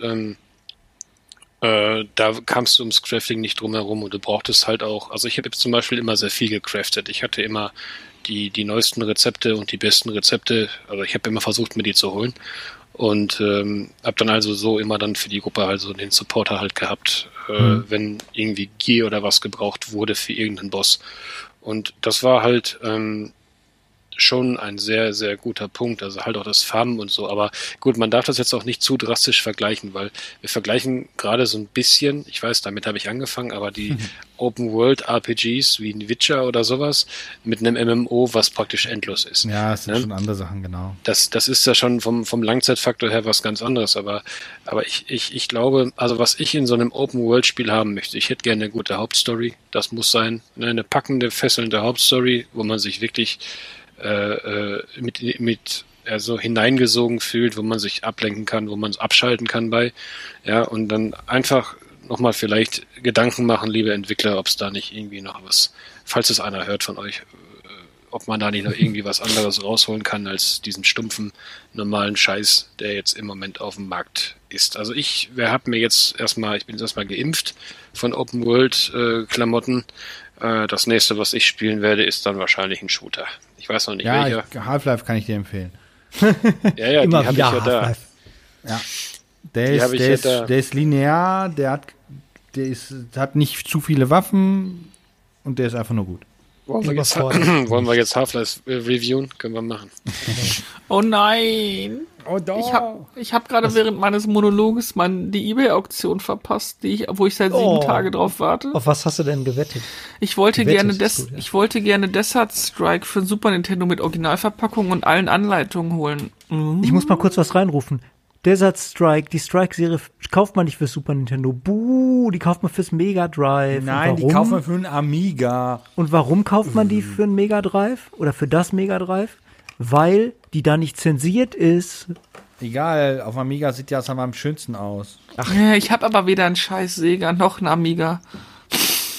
D: da kamst du ums Crafting nicht drum herum und du brauchtest halt auch, also ich habe jetzt zum Beispiel immer sehr viel gecraftet. Ich hatte immer die neuesten Rezepte und die besten Rezepte, also ich habe immer versucht, mir die zu holen. Und habe dann also so immer dann für die Gruppe halt so den Supporter halt gehabt, wenn irgendwie Gear oder was gebraucht wurde für irgendeinen Boss. Und das war halt schon ein sehr, sehr guter Punkt, also halt auch das Farmen und so, aber gut, man darf das jetzt auch nicht zu drastisch vergleichen, weil wir vergleichen gerade so ein bisschen, ich weiß, damit habe ich angefangen, aber die Open-World-RPGs wie ein Witcher oder sowas mit einem MMO, was praktisch endlos ist.
B: Ja, es sind schon andere Sachen, genau.
D: Das ist ja schon vom Langzeitfaktor her was ganz anderes, aber ich glaube, also was ich in so einem Open-World-Spiel haben möchte, ich hätte gerne eine gute Hauptstory, das muss sein, ne, eine packende, fesselnde Hauptstory, wo man sich wirklich mit so hineingesogen fühlt, wo man sich ablenken kann, wo man es abschalten kann bei, ja, und dann einfach nochmal vielleicht Gedanken machen, liebe Entwickler, ob es da nicht irgendwie noch was, falls es einer hört von euch, ob man da nicht noch irgendwie was anderes rausholen kann als diesen stumpfen, normalen Scheiß, der jetzt im Moment auf dem Markt ist. Also ich bin jetzt erstmal geimpft von Open World Klamotten. Das nächste, was ich spielen werde, ist dann wahrscheinlich ein Shooter. Ich weiß noch nicht welcher.
B: Half-Life kann ich dir empfehlen.
D: Ja, die habe ich ja da.
B: Ja. Der ist linear, der hat nicht zu viele Waffen und der ist einfach nur gut.
D: Wollen wir jetzt Half-Life reviewen? Können wir machen.
A: Oh nein!
B: Oh doch!
A: Ich hab gerade während meines Monologes die eBay-Auktion verpasst, wo ich seit 7 Tage drauf warte.
C: Auf was hast du denn gewettet?
A: Ich wollte gerne Desert Strike für Super Nintendo mit Originalverpackung und allen Anleitungen holen.
C: Ich muss mal kurz was reinrufen. Desert Strike, die Strike-Serie kauft man nicht für Super Nintendo. Die kauft man fürs Mega Drive.
B: Nein, die kauft man für einen Amiga.
C: Und warum kauft man die für einen Mega Drive? Oder für das Mega Drive? Weil die da nicht zensiert ist.
B: Egal, auf Amiga sieht das am schönsten aus.
A: Ach. Ich habe aber weder einen scheiß Sega noch einen Amiga.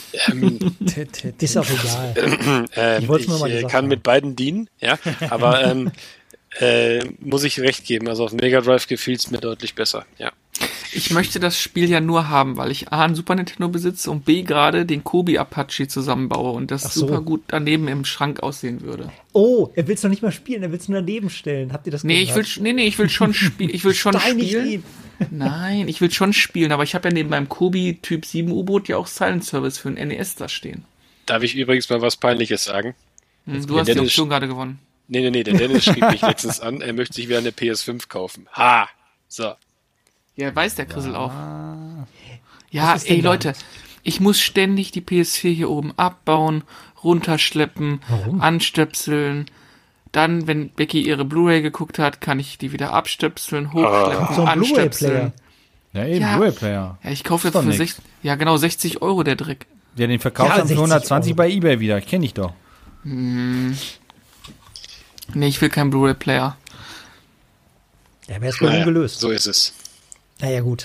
C: Ist auch egal.
D: Ich kann mit beiden dienen, ja, aber muss ich recht geben. Also auf Mega Drive gefiel es mir deutlich besser, ja.
A: Ich möchte das Spiel ja nur haben, weil ich A, ein Super Nintendo besitze und B, gerade den Kobi Apache zusammenbaue und das super gut daneben im Schrank aussehen würde.
C: Oh, er will es noch nicht mal spielen, er will es nur daneben stellen. Habt ihr das
A: gehört? Ich will schon spielen. Ich will schon spielen. Nein, ich will schon spielen, aber ich habe ja neben meinem Kobi Typ 7 U-Boot ja auch Silent Service für ein NES da stehen.
D: Darf ich übrigens mal was Peinliches sagen?
A: Du hast die Option gerade gewonnen.
D: Nee, der Dennis schrieb mich letztens an, er möchte sich wieder eine PS5 kaufen. Ha! So.
A: Ja, weiß der Krissel auch. Ja, ey Leute, ich muss ständig die PS4 hier oben abbauen, runterschleppen, anstöpseln. Dann, wenn Becky ihre Blu-ray geguckt hat, kann ich die wieder abstöpseln, hochschleppen,
C: so ein
A: anstöpseln.
B: Ja, eben, Blu-ray-Player.
A: Ja, ich kaufe jetzt für 60 Euro der Dreck.
B: Ja, den verkaufst du für 120 bei eBay wieder, kenn ich doch.
A: Nee, ich will keinen Blu-ray-Player.
C: Ja, wäre es wohl gelöst.
D: So ist es.
C: Naja, gut.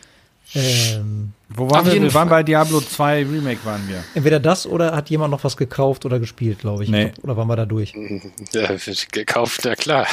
B: Wo waren wir? Wir waren bei Diablo 2 Remake, waren wir.
C: Entweder das oder hat jemand noch was gekauft oder gespielt, glaube ich.
B: Nee.
C: Oder waren wir da durch?
D: Ja, gekauft, na klar.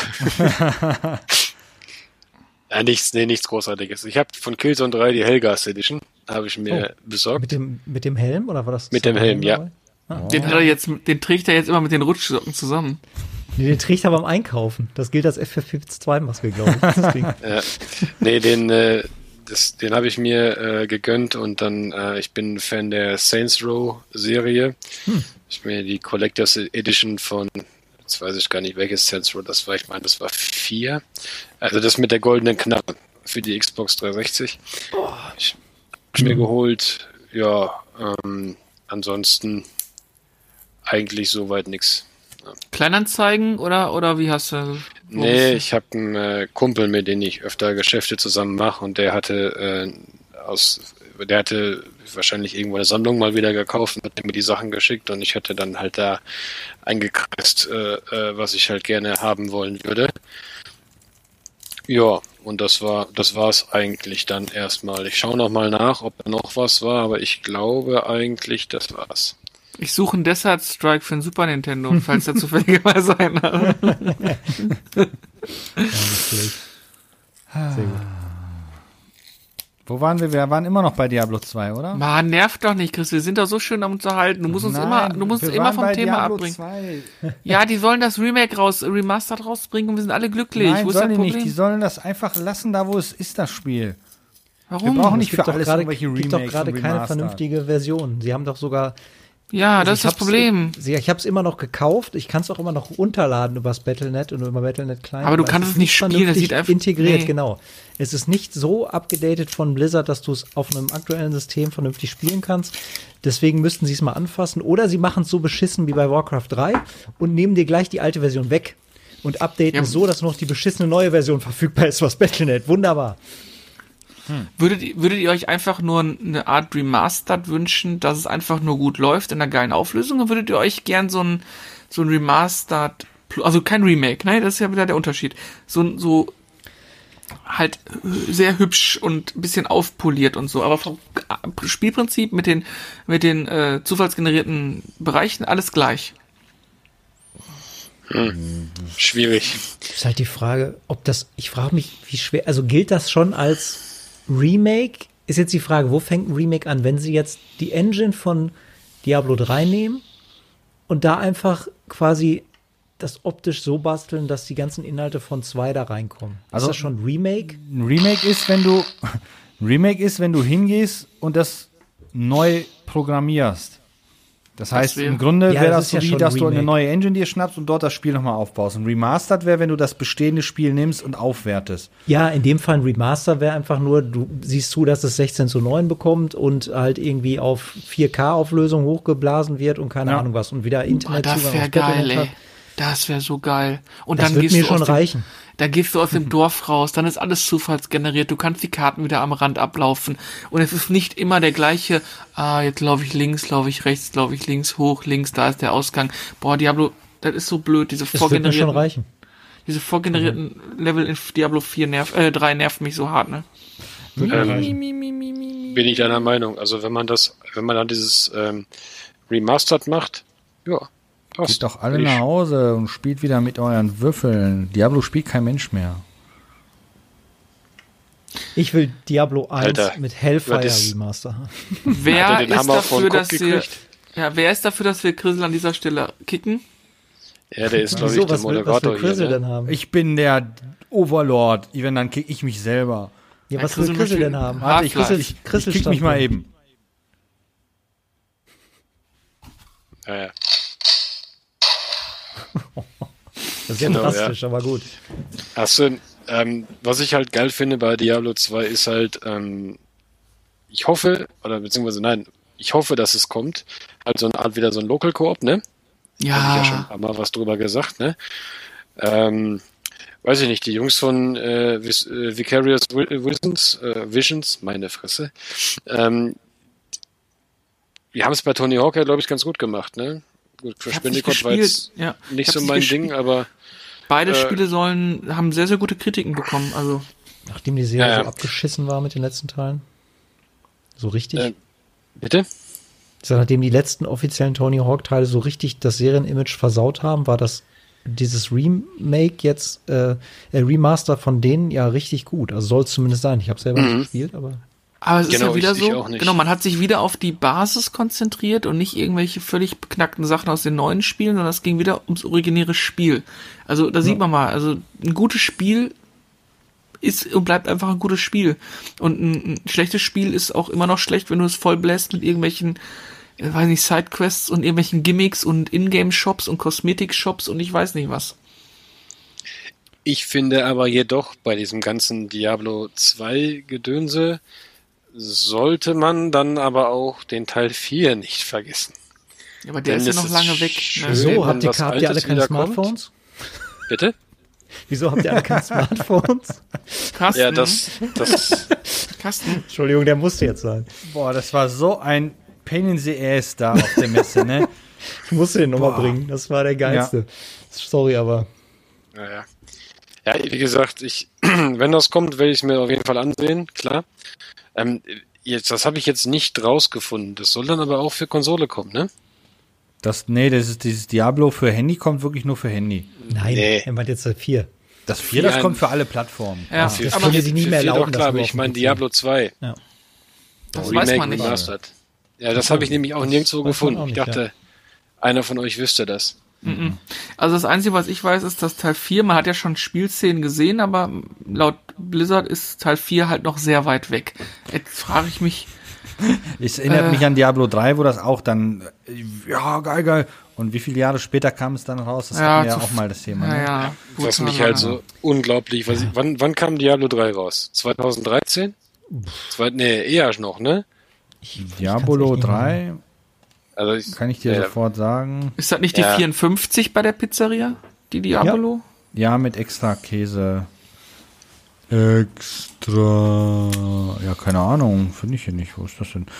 D: Ja, nichts Großartiges. Ich habe von Killzone 3 die Hellgas Edition, habe ich mir besorgt.
C: Mit dem Helm oder war das?
D: Mit dem Helm, ja.
A: Den trägt er jetzt immer mit den Rutschsocken zusammen.
C: Nee, den trägt er beim Einkaufen. Das gilt als FFP2-Maske, glaube ich.
D: Ja. Nee, den habe ich mir gegönnt und dann, ich bin Fan der Saints Row Serie. Ich mir die Collectors Edition von, jetzt weiß ich gar nicht, welches Saints Row das war, ich meine, das war 4. Also das mit der goldenen Knappe für die Xbox 360. Ich habe mir geholt, ja, ansonsten eigentlich soweit nix.
A: Kleinanzeigen oder wie hast du?
D: Nee, ich habe einen Kumpel, mit dem ich öfter Geschäfte zusammen mache und der hatte wahrscheinlich irgendwo eine Sammlung mal wieder gekauft und hat mir die Sachen geschickt und ich hatte dann halt da eingekreist, was ich halt gerne haben wollen würde. Ja, und das war's eigentlich dann erstmal. Ich schaue noch mal nach, ob da noch was war, aber ich glaube eigentlich, das war's.
A: Ich suche einen Desert Strike für ein Super Nintendo, falls der zufälligerweise einer hat.
C: Sehr gut.
B: Wo waren wir? Wir waren immer noch bei Diablo 2, oder?
A: Man, nervt doch nicht, Chris. Wir sind doch so schön am Unterhalten. Du musst uns immer vom Thema
B: Diablo
A: abbringen.
B: 2.
A: Ja, die sollen das Remake Remastered rausbringen und wir sind alle glücklich.
B: Nein,
A: wo ist das
B: sollen die
A: Problem?
B: nicht. Die sollen das einfach lassen, da wo es ist, das Spiel.
A: Warum?
B: Wir brauchen nicht für alles
C: irgendwelche
B: Remakes.
C: Es gibt doch gerade keine vernünftige Version. Sie haben doch sogar...
A: Ja, das ist das Problem.
C: Ich habe es immer noch gekauft. Ich kann es auch immer noch runterladen übers Battle.net und über Battle.net Client.
A: Aber du kannst es nicht spielen. Das sieht einfach
C: integriert, genau. Es ist nicht so abgedatet von Blizzard, dass du es auf einem aktuellen System vernünftig spielen kannst. Deswegen müssten sie es mal anfassen. Oder sie machen es so beschissen wie bei Warcraft 3 und nehmen dir gleich die alte Version weg und updaten es so, dass noch die beschissene neue Version verfügbar ist, was Battle.net. Wunderbar.
A: Würdet ihr euch einfach nur eine Art Remastered wünschen, dass es einfach nur gut läuft in einer geilen Auflösung? Oder würdet ihr euch gern so ein Remastered, also kein Remake, ne? Das ist ja wieder der Unterschied. So halt sehr hübsch und ein bisschen aufpoliert und so, aber vom Spielprinzip mit den zufallsgenerierten Bereichen alles gleich.
D: Schwierig.
C: Das ist halt die Frage, ich frage mich, wie schwer, also gilt das schon als Remake? Ist jetzt die Frage, wo fängt ein Remake an, wenn sie jetzt die Engine von Diablo 3 nehmen und da einfach quasi das optisch so basteln, dass die ganzen Inhalte von 2 da reinkommen. Also, ist das schon ein Remake?
B: Ein Remake ist, wenn du hingehst und das neu programmierst. Das heißt, im Grunde wäre das so wie, dass du eine neue Engine dir schnappst und dort das Spiel nochmal aufbaust. Ein Remastered wäre, wenn du das bestehende Spiel nimmst und aufwertest.
C: Ja, in dem Fall ein Remaster wäre einfach nur, du siehst zu, dass es 16:9 bekommt und halt irgendwie auf 4K-Auflösung hochgeblasen wird und keine Ahnung was und wieder Internetzugang.
A: Das wäre geil, ey. Das wäre so geil. Und
C: das
A: dann
C: wird mir schon reichen.
A: Dann gehst du aus dem Dorf raus, dann ist alles zufallsgeneriert, du kannst die Karten wieder am Rand ablaufen und es ist nicht immer der gleiche, jetzt laufe ich links, laufe ich rechts, laufe ich links, hoch, links, da ist der Ausgang. Boah, Diablo, das ist so blöd, diese vorgenerierten Level in Diablo 3 nervt mich so hart, ne?
D: bin ich deiner Meinung. Also wenn man dann dieses Remastered macht, ja, passt.
B: Geht doch alle nach Hause und spielt wieder mit euren Würfeln. Diablo spielt kein Mensch mehr.
C: Ich will Diablo 1
D: Alter,
C: mit Hellfire
D: das-
C: Remaster haben.
A: Wer ist
D: Hammer vor
A: dafür,
D: den
A: dass
D: Kopf
A: wir,
D: gekriegt?
A: wer ist dafür, dass wir Grizzle an dieser Stelle kicken?
D: Ja, der ist, glaube ich,
C: Wieso,
D: der
C: was will
D: Moderator hier.
C: Grizzle
D: Ne?
C: denn haben?
B: Ich bin der Overlord. Wenn, dann kick ich mich selber.
C: Ja, was
A: Grizzle
C: will Grizzle
A: möchte-
C: denn haben?
B: Warte, ich
A: Half-Life.
B: kick mich mal eben.
D: Ja.
C: Das ist ja
D: Genau,
C: drastisch, aber gut.
D: Hast du, was ich halt geil finde bei Diablo 2 ist halt, ich hoffe, ich hoffe, dass es kommt, halt so eine Art wieder so ein Local Koop, ne? Habe ich ja schon ein paar Mal was drüber gesagt, ne? Weiß ich nicht, die Jungs von Vicarious Visions, meine Fresse, wir haben es bei Tony Hawk ja, glaube ich, ganz gut gemacht, ne? Gut, für
A: Ich hab's nicht
D: Spendicott war jetzt
A: gespielt. Ja.
D: nicht
A: Ich
D: so
A: hab's
D: mein
A: nicht
D: Ding, aber
A: Beide Spiele haben sehr, sehr gute Kritiken bekommen. Also
C: Nachdem die Serie
D: Ja.
C: so abgeschissen war mit den letzten Teilen. So richtig.
D: bitte?
C: Ich sag, nachdem die letzten offiziellen Tony Hawk-Teile so richtig das Serienimage versaut haben, war dieses Remake jetzt, Remaster von denen ja richtig gut. Also soll es zumindest sein. Ich habe selber nicht gespielt, aber
A: es ist
D: Genau,
A: ja wieder
D: ich
A: so,
D: auch nicht.
A: genau, man hat sich wieder auf die Basis konzentriert und nicht irgendwelche völlig beknackten Sachen aus den neuen Spielen, sondern es ging wieder ums originäre Spiel. Also da sieht man mal, also ein gutes Spiel ist und bleibt einfach ein gutes Spiel. Und ein schlechtes Spiel ist auch immer noch schlecht, wenn du es voll bläst mit irgendwelchen, weiß nicht, Sidequests und irgendwelchen Gimmicks und Ingame-Shops und Kosmetik-Shops und ich weiß nicht was.
D: Ich finde aber jedoch bei diesem ganzen Diablo 2 Gedönse sollte man dann aber auch den Teil 4 nicht vergessen.
A: Ja, aber der
D: Denn
A: ist ja
D: es
A: noch
D: ist
A: lange weg.
D: schön.
A: Ne?
C: wieso?
D: wenn
C: Habt ihr
D: was
C: alle
D: Altes
C: keine
D: wiederkommt.
C: Smartphones?
D: Bitte?
C: Wieso habt ihr alle keine Smartphones?
A: Carsten,
D: Ja, das
A: Carsten,
C: Entschuldigung, der musste jetzt sein.
B: Boah, das war so ein Pain in the Ass da auf der Messe, ne?
C: Ich musste den nochmal bringen. Das war der geilste. Sorry, aber
D: naja. Ja, wie gesagt, wenn das kommt, werde ich es mir auf jeden Fall ansehen, klar. Das habe ich jetzt nicht rausgefunden. Das soll dann aber auch für Konsole kommen, ne?
B: Das ist dieses Diablo für Handy kommt wirklich nur für Handy.
C: nein,
D: Nee.
C: er meint jetzt 4.
B: Das 4, das kommt für alle Plattformen.
A: ja,
C: Das
A: aber
C: können sie nicht mehr
D: Für vier
C: erlauben.
D: doch klar,
C: dass
D: aber
C: du
D: ich
C: auf
D: meine
C: dem PC
D: Diablo 2.
C: Ja.
A: das weiß man nicht.
D: Remastered. Ja, das habe ich nämlich auch nirgendwo
C: Weiß man
D: gefunden.
C: auch
D: Ich
C: nicht,
D: dachte, einer von euch wüsste das.
A: Also das Einzige, was ich weiß, ist, dass Teil 4, man hat ja schon Spielszenen gesehen, aber laut Blizzard ist Teil 4 halt noch sehr weit weg. Jetzt frage ich mich,
B: Es erinnert mich an Diablo 3, wo das auch dann, ja, geil. Und wie viele Jahre später kam es dann raus? Das hatten wir ja auch mal das Thema. Ne?
A: naja, gut,
D: Was mich halt so unglaublich, wann kam Diablo 3 raus? 2013? Eher noch, ne?
B: Diablo
C: Ich kann's echt nicht
B: 3,
D: Also
B: kann ich dir sofort sagen.
A: ist das nicht die
D: Ja.
A: 54 bei der Pizzeria? Die Diabolo?
B: Ja, mit extra Käse. Extra. Ja, keine Ahnung. Finde ich hier nicht. Wo ist das denn?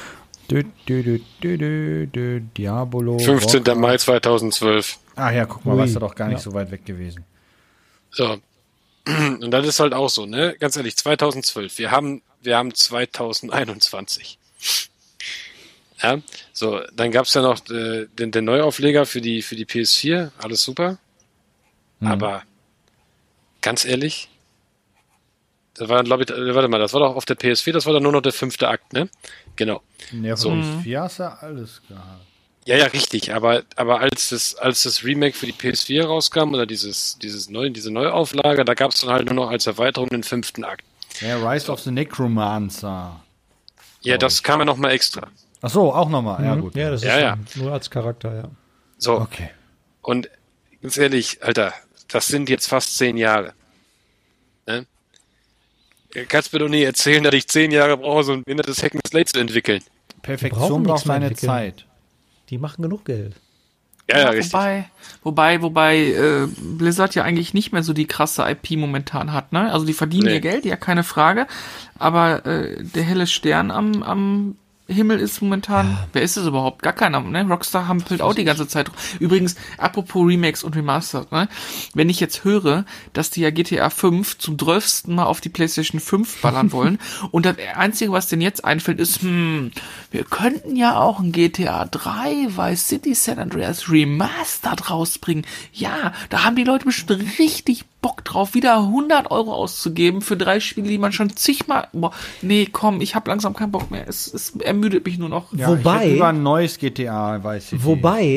B: Diabolo.
D: 15.
B: Walker.
D: Mai 2012.
B: Ach ja, guck mal,
C: Ui.
B: warst du doch gar nicht
C: Ja.
B: so weit weg gewesen.
D: So. Und das ist halt auch so, ne? Ganz ehrlich, 2012. Wir haben 2021. Ja, so, dann gab's ja noch den Neuaufleger für die PS4, alles super. Aber ganz ehrlich, das war, glaube ich, warte mal, das war doch auf der PS4, das war dann nur noch der 5. Akt, ne? Genau.
B: Ja,
D: So.
B: von PS4 hast du alles gehabt.
D: Ja, richtig, aber als das Remake für die PS4 rauskam oder diese Neuauflage, da gab's dann halt nur noch als Erweiterung den 5. Akt.
B: Ja, Rise of the Necromancer.
D: Ja, das kam ja noch mal extra.
B: Ach so, auch nochmal. Ja, gut.
C: Ja, das ist
D: Ja,
C: nur als Charakter, ja.
D: So,
B: Okay.
D: und ganz ehrlich, Alter, das sind jetzt fast 10 Jahre. Ne? Kannst mir doch nie erzählen, dass ich 10 Jahre brauche, so ein behindertes Hack and Slate zu entwickeln.
B: Perfektion
C: brauchen
B: braucht
C: nichts mehr
B: seine
C: entwickeln.
B: Zeit.
C: Die machen genug Geld.
D: Ja, richtig.
A: Wobei Blizzard ja eigentlich nicht mehr so die krasse IP momentan hat, ne? Also die verdienen
D: Nee.
A: ihr Geld, ja keine Frage, aber der helle Stern Himmel ist momentan. Wer ist es überhaupt? Gar keiner, ne? Rockstar hampelt auch die ganze Zeit. Übrigens, apropos Remakes und Remastered, ne? Wenn ich jetzt höre, dass die ja GTA 5 zum 12. Mal auf die PlayStation 5 ballern wollen und das Einzige, was denen jetzt einfällt, ist, wir könnten ja auch ein GTA 3 Vice City San Andreas Remastered rausbringen. Ja, da haben die Leute bestimmt richtig Bock drauf, wieder 100 € auszugeben für 3 Spiele, die man schon zigmal... Boah, nee, komm, ich habe langsam keinen Bock mehr. Es ermüdet mich nur noch.
B: Ja,
C: wobei,
B: ich über ein neues GTA, weiß ich.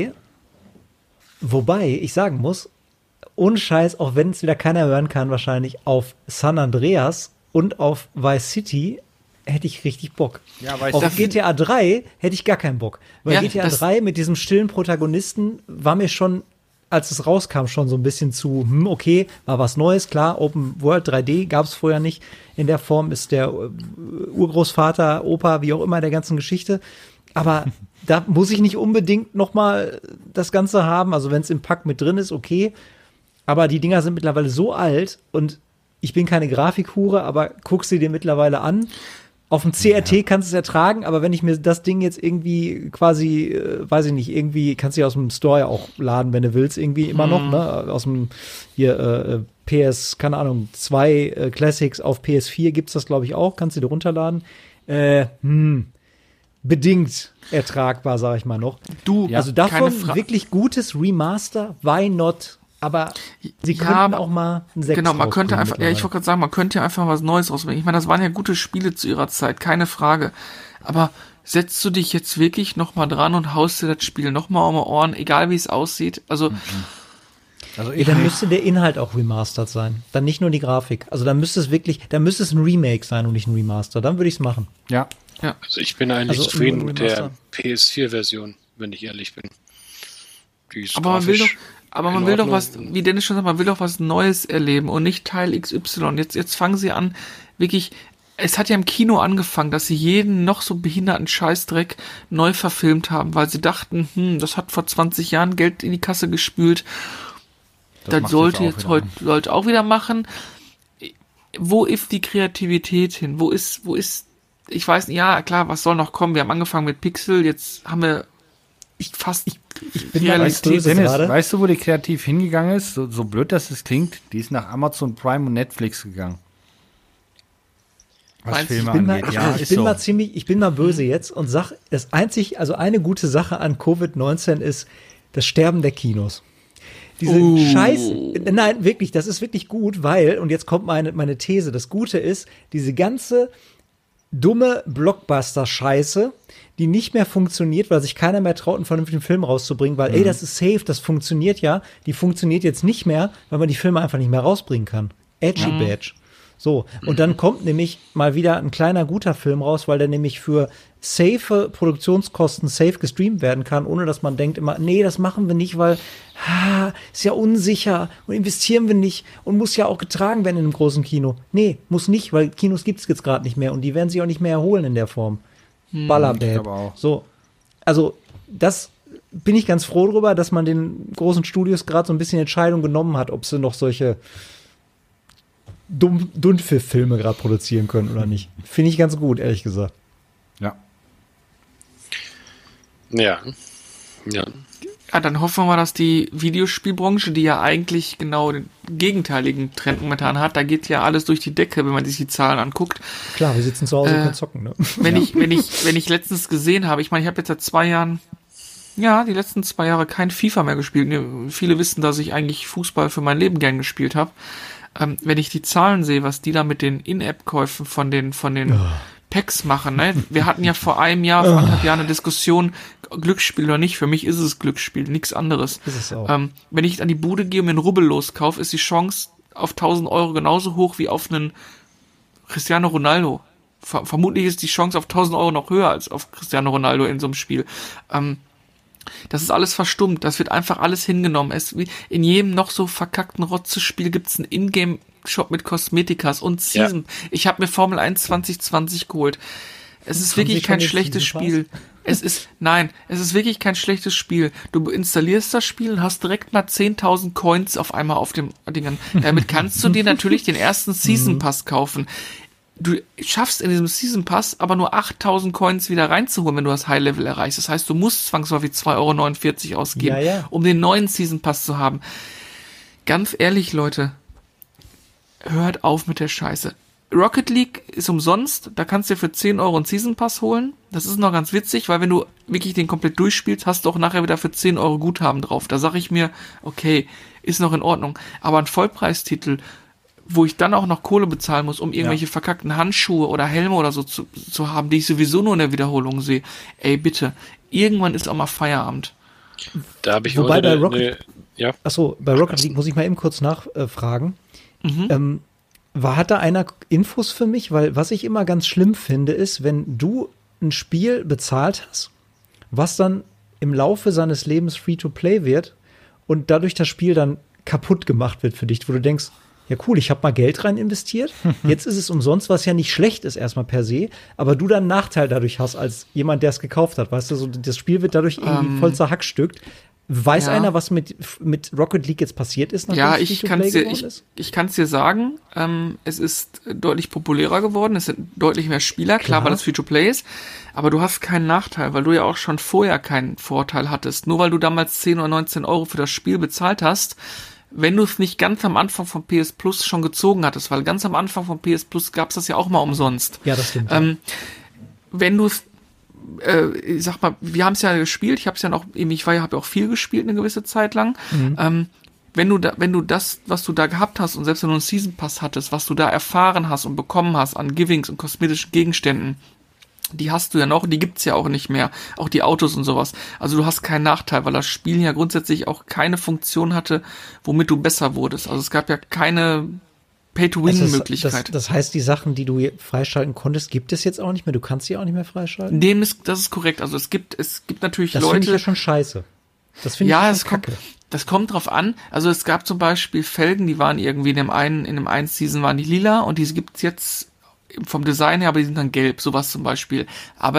C: Wobei ich sagen muss, ohne Scheiß, auch wenn es wieder keiner hören kann, wahrscheinlich auf San Andreas und auf Vice City hätte ich richtig Bock.
B: Ja,
C: auf GTA 3 hätte ich gar keinen Bock. Weil GTA 3 mit diesem stillen Protagonisten war mir schon, als es rauskam, schon so ein bisschen zu, okay, war was Neues, klar, Open World 3D gab es vorher nicht in der Form, ist der Urgroßvater, Opa, wie auch immer, der ganzen Geschichte. Aber da muss ich nicht unbedingt noch mal das Ganze haben, also wenn es im Pack mit drin ist, okay. Aber die Dinger sind mittlerweile so alt und ich bin keine Grafikhure, aber guck sie dir mittlerweile an. Auf dem CRT kannst du es ertragen, aber wenn ich mir das Ding jetzt irgendwie quasi, weiß ich nicht, irgendwie kannst du ja aus dem Store ja auch laden, wenn du willst, irgendwie immer noch, ne? Aus dem hier PS, keine Ahnung, 2 Classics auf PS4 gibt's das, glaube ich, auch, kannst du dir runterladen. Bedingt ertragbar, sag ich mal noch. Also davon wirklich gutes Remaster, why not? Aber sie könnten auch mal ein 6
A: Genau, man könnte einfach, ich wollte gerade sagen, man könnte ja einfach was Neues rausbringen. Ich meine, das waren ja gute Spiele zu ihrer Zeit, keine Frage. Aber setzt du dich jetzt wirklich noch mal dran und haust dir das Spiel noch mal um die Ohren, egal wie es aussieht? Also
C: dann müsste der Inhalt auch remastered sein. Dann nicht nur die Grafik. Also dann müsste es ein Remake sein und nicht ein Remaster. Dann würde ich es machen.
B: Ja.
D: Also ich bin eigentlich zufrieden mit der PS4-Version, wenn ich ehrlich bin. Die ist
A: Aber man will doch was, wie Dennis schon sagt, man will doch was Neues erleben und nicht Teil XY. Jetzt fangen sie an, wirklich, es hat ja im Kino angefangen, dass sie jeden noch so behinderten Scheißdreck neu verfilmt haben, weil sie dachten, das hat vor 20 Jahren Geld in die Kasse gespült. Das sollte jetzt heute auch wieder machen. Wo ist die Kreativität hin? Wo ist, ich weiß nicht, ja, klar, was soll noch kommen? Wir haben angefangen mit Pixel, jetzt haben wir ich bin
B: Realität. Dennis, weißt du, wo die kreativ hingegangen ist? So blöd, dass es klingt, die ist nach Amazon Prime und Netflix gegangen. Was Filme angeht.
C: Ich bin mal böse jetzt und sag, eine gute Sache an Covid-19 ist das Sterben der Kinos. Nein, wirklich, das ist wirklich gut, weil, und jetzt kommt meine These, das Gute ist, diese ganze dumme Blockbuster-Scheiße, die nicht mehr funktioniert, weil sich keiner mehr traut, einen vernünftigen Film rauszubringen, weil, das ist safe, das funktioniert ja, die funktioniert jetzt nicht mehr, weil man die Filme einfach nicht mehr rausbringen kann. Edgy Badge. So, und dann kommt nämlich mal wieder ein kleiner, guter Film raus, weil der nämlich für safe Produktionskosten safe gestreamt werden kann, ohne dass man denkt immer, nee, das machen wir nicht, weil ist ja unsicher und investieren wir nicht und muss ja auch getragen werden in einem großen Kino. Nee, muss nicht, weil Kinos gibt's jetzt gerade nicht mehr und die werden sich auch nicht mehr erholen in der Form. Ballerbab. So, also das bin ich ganz froh drüber, dass man den großen Studios gerade so ein bisschen Entscheidung genommen hat, ob sie noch solche Dummpfiff-Filme gerade produzieren können oder nicht. Finde ich ganz gut, ehrlich gesagt.
D: Ja.
A: Ja, dann hoffen wir mal, dass die Videospielbranche, die ja eigentlich genau den gegenteiligen Trend momentan hat, da geht ja alles durch die Decke, wenn man sich die Zahlen anguckt.
C: Klar, wir sitzen zu Hause und können zocken, ne?
A: Wenn ich letztens gesehen habe, ich meine, ich habe jetzt seit 2 Jahren, die letzten 2 Jahre kein FIFA mehr gespielt. Viele wissen, dass ich eigentlich Fußball für mein Leben gern gespielt habe. Wenn ich die Zahlen sehe, was die da mit den In-App-Käufen von den Packs machen, ne? Wir hatten ja vor einem Jahr, vor 1,5 Jahren eine Diskussion, Glücksspiel oder nicht. Für mich ist es Glücksspiel, nichts anderes.
C: Ist es auch.
A: Wenn ich an die Bude gehe und mir einen Rubbel loskaufe, ist die Chance auf 1.000 € genauso hoch wie auf einen Cristiano Ronaldo. Vermutlich ist die Chance auf 1.000 € noch höher als auf Cristiano Ronaldo in so einem Spiel. Das ist alles verstummt, das wird einfach alles hingenommen. In jedem noch so verkackten Rotzespiel gibt's einen Ingame-Shop mit Kosmetikas und Season. Ja. Ich habe mir Formel 1 2020 geholt. Es ist wirklich kein schlechtes Spiel. Es ist wirklich kein schlechtes Spiel. Du installierst das Spiel und hast direkt mal 10.000 Coins auf einmal auf dem Dingern. Damit kannst du dir natürlich den ersten Season Pass kaufen. du schaffst in diesem Season Pass aber nur 8.000 Coins wieder reinzuholen, wenn du das High Level erreichst. Das heißt, du musst zwangsläufig 2,49 € ausgeben, um den neuen Season Pass zu haben. Ganz ehrlich, Leute, hört auf mit der Scheiße. Rocket League ist umsonst, da kannst du dir für 10 € einen Season Pass holen. Das ist noch ganz witzig, weil wenn du wirklich den komplett durchspielst, hast du auch nachher wieder für 10 € Guthaben drauf. Da sage ich mir, okay, ist noch in Ordnung. Aber ein Vollpreistitel, wo ich dann auch noch Kohle bezahlen muss, um irgendwelche verkackten Handschuhe oder Helme oder so zu haben, die ich sowieso nur in der Wiederholung sehe. Ey, bitte, irgendwann ist auch mal Feierabend.
D: Da habe ich
C: Wobei bei Rocket, bei Rocket League muss ich mal eben kurz nachfragen. Hat da einer Infos für mich? Weil was ich immer ganz schlimm finde, ist, wenn du ein Spiel bezahlt hast, was dann im Laufe seines Lebens Free-to-Play wird und dadurch das Spiel dann kaputt gemacht wird für dich, wo du denkst, ja cool, ich habe mal Geld rein investiert, jetzt ist es umsonst, was ja nicht schlecht ist erstmal per se, aber du dann einen Nachteil dadurch hast, als jemand, der es gekauft hat, weißt du, so das Spiel wird dadurch irgendwie voll zerhackstückt. Weiß einer, was mit Rocket League jetzt passiert ist?
A: Ja, ich kann es dir sagen, es ist deutlich populärer geworden, es sind deutlich mehr Spieler, klar, weil das Free-to-Play ist, aber du hast keinen Nachteil, weil du ja auch schon vorher keinen Vorteil hattest. Nur weil du damals 10 oder 19 € für das Spiel bezahlt hast, wenn du es nicht ganz am Anfang von PS Plus schon gezogen hattest, weil ganz am Anfang von PS Plus gab es das ja auch mal umsonst.
C: Ja, das stimmt.
A: Wenn du es ich sag mal, wir haben es ja gespielt, ich habe es ja noch, habe auch viel gespielt eine gewisse Zeit lang. Wenn du das, was du da gehabt hast und selbst wenn du einen Season Pass hattest, was du da erfahren hast und bekommen hast an Givings und kosmetischen Gegenständen, die hast du ja noch und die gibt's ja auch nicht mehr. Auch die Autos und sowas. Also du hast keinen Nachteil, weil das Spiel ja grundsätzlich auch keine Funktion hatte, womit du besser wurdest. Also es gab ja keine Pay-to-Win-Möglichkeit.
C: Das heißt, die Sachen, die du freischalten konntest, gibt es jetzt auch nicht mehr? Du kannst sie auch nicht mehr freischalten?
A: Das ist korrekt. Also es gibt natürlich Leute.
C: Das finde ich ja schon scheiße. Das finde ich schon kacke.
A: Das kommt drauf an. Also es gab zum Beispiel Felgen, die waren irgendwie in dem einen Season waren die lila und die gibt's jetzt vom Design her, aber die sind dann gelb, sowas zum Beispiel. Aber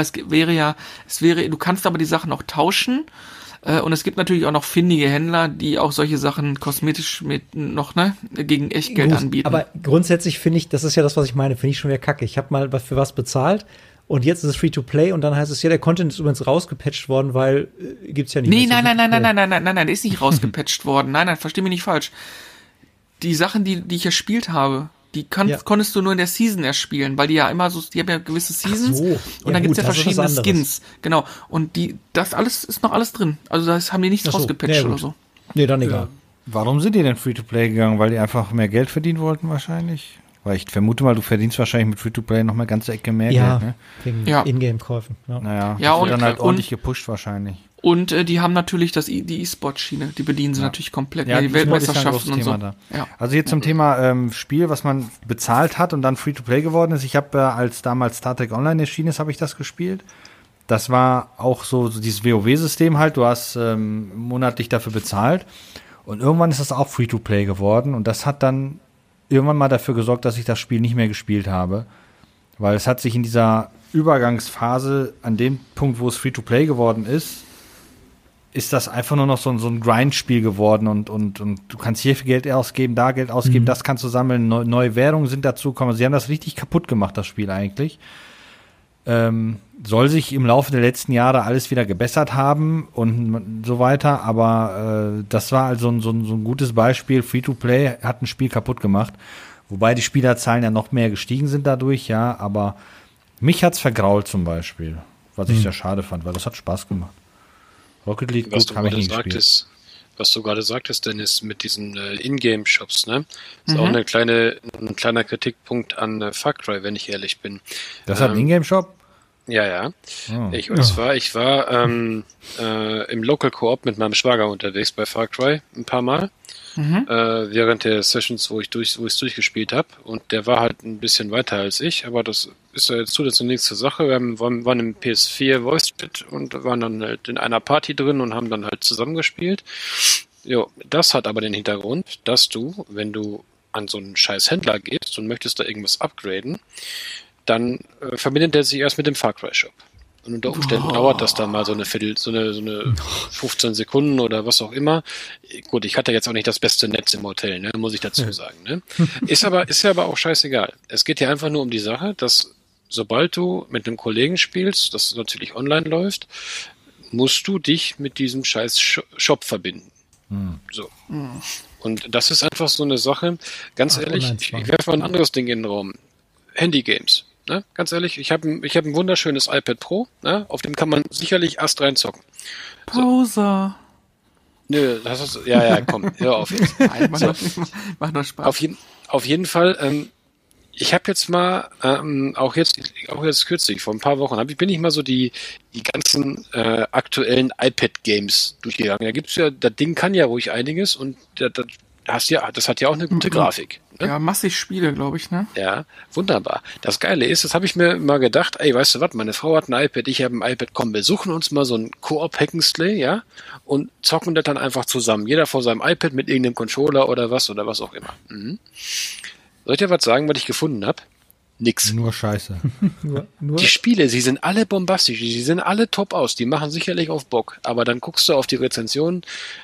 A: du kannst aber die Sachen auch tauschen. Und es gibt natürlich auch noch findige Händler, die auch solche Sachen kosmetisch gegen Echtgeld anbieten.
C: Aber grundsätzlich finde ich, das ist ja das, was ich meine, finde ich schon wieder kacke. Ich habe mal für was bezahlt und jetzt ist es Free-to-Play und dann heißt es, ja, der Content ist übrigens rausgepatcht worden, weil gibt's ja nicht mehr.
A: Nein, der ist nicht rausgepatcht worden. Nein, versteh mich nicht falsch. Die Sachen, die ich erspielt habe, die konntest du nur in der Season erspielen, weil die ja immer so, die haben ja gewisse Seasons und dann gibt's ja verschiedene Skins. Genau. Und das alles ist noch alles drin. Also das haben die nicht rausgepatcht oder so.
C: Nee, dann egal.
B: Warum sind die denn Free-to-Play gegangen? Weil die einfach mehr Geld verdienen wollten wahrscheinlich? Weil ich vermute mal, du verdienst wahrscheinlich mit Free-to-Play noch mal ganze Ecke mehr Geld, ne?
C: Wegen Ingame-Käufen.
B: Naja, das wird dann halt ordentlich gepusht wahrscheinlich.
A: Und die haben natürlich die E-Sport-Schiene, die bedienen sie natürlich komplett, die Weltmeisterschaften und so.
B: Ja. Also jetzt zum Thema Spiel, was man bezahlt hat und dann Free-to-Play geworden ist. Ich habe als damals Star Trek Online erschienen ist, habe ich das gespielt. Das war auch so dieses WoW-System halt. Du hast monatlich dafür bezahlt und irgendwann ist das auch Free-to-Play geworden und das hat dann irgendwann mal dafür gesorgt, dass ich das Spiel nicht mehr gespielt habe, weil es hat sich in dieser Übergangsphase an dem Punkt, wo es Free-to-Play geworden ist das einfach nur noch so ein Grind-Spiel geworden und du kannst hier viel Geld ausgeben, da Geld ausgeben, das kannst du sammeln, neue Währungen sind dazu gekommen. Sie haben das richtig kaputt gemacht, das Spiel eigentlich. Soll sich im Laufe der letzten Jahre alles wieder gebessert haben und so weiter, aber das war also so ein gutes Beispiel. Free-to-Play hat ein Spiel kaputt gemacht, wobei die Spielerzahlen ja noch mehr gestiegen sind dadurch, ja, aber mich hat's vergrault zum Beispiel, was ich sehr schade fand, weil das hat Spaß gemacht. Rocket League,
D: was du gerade sagtest, Dennis, mit diesen Ingame-Shops, ne? Ist auch ein kleiner Kritikpunkt an Far Cry, wenn ich ehrlich bin.
B: Das hat einen Ingame-Shop?
D: Ja. Oh. Ich war im Local Co-op mit meinem Schwager unterwegs bei Far Cry ein paar Mal. Während der Sessions, wo ich es durchgespielt habe. Und der war halt ein bisschen weiter als ich, aber das ist ja jetzt zusätzlich nächste Sache. Wir waren im PS4 Voice Chat und waren dann halt in einer Party drin und haben dann halt zusammengespielt. Jo, das hat aber den Hintergrund, dass du, wenn du an so einen scheiß Händler gehst und möchtest da irgendwas upgraden, dann verbindet er sich erst mit dem Far Cry Shop. Und unter Umständen dauert das dann mal so eine 15 Sekunden oder was auch immer. Gut, ich hatte jetzt auch nicht das beste Netz im Hotel, ne, muss ich dazu sagen. Ne? Ist ja aber auch scheißegal. Es geht ja einfach nur um die Sache, dass sobald du mit einem Kollegen spielst, das natürlich online läuft, musst du dich mit diesem scheiß Shop verbinden. So. Und das ist einfach so eine Sache, ganz ehrlich, ich werfe mal ein anderes Ding in den Raum. Handygames. Ne? Ganz ehrlich, ich hab ein wunderschönes iPad Pro, ne? Auf dem kann man sicherlich Ast reinzocken.
A: Pausa.
D: Nö, das ist, ja, komm, hör auf jetzt.
A: Nein, mach nur Spaß.
D: Auf jeden Fall, ich habe jetzt mal, auch jetzt kürzlich, vor ein paar Wochen, bin ich mal so die ganzen aktuellen iPad-Games durchgegangen. Da gibt's ja, das Ding kann ja ruhig einiges und das hat ja auch eine gute Grafik. Ne?
A: Ja, massig Spiele, glaube ich, ne?
D: Ja, wunderbar. Das Geile ist, das habe ich mir mal gedacht, ey, weißt du was, meine Frau hat ein iPad, ich habe ein iPad, komm, wir suchen uns mal so ein Koop-Hack'n'Slay, ja, und zocken das dann einfach zusammen. Jeder vor seinem iPad mit irgendeinem Controller oder was auch immer. Soll ich dir was sagen, was ich gefunden habe? Nix.
B: Nur Scheiße.
C: Nur
D: Die Spiele, sie sind alle bombastisch, sie sehen alle top aus, die machen sicherlich auf Bock, aber dann guckst du auf die Rezensionen,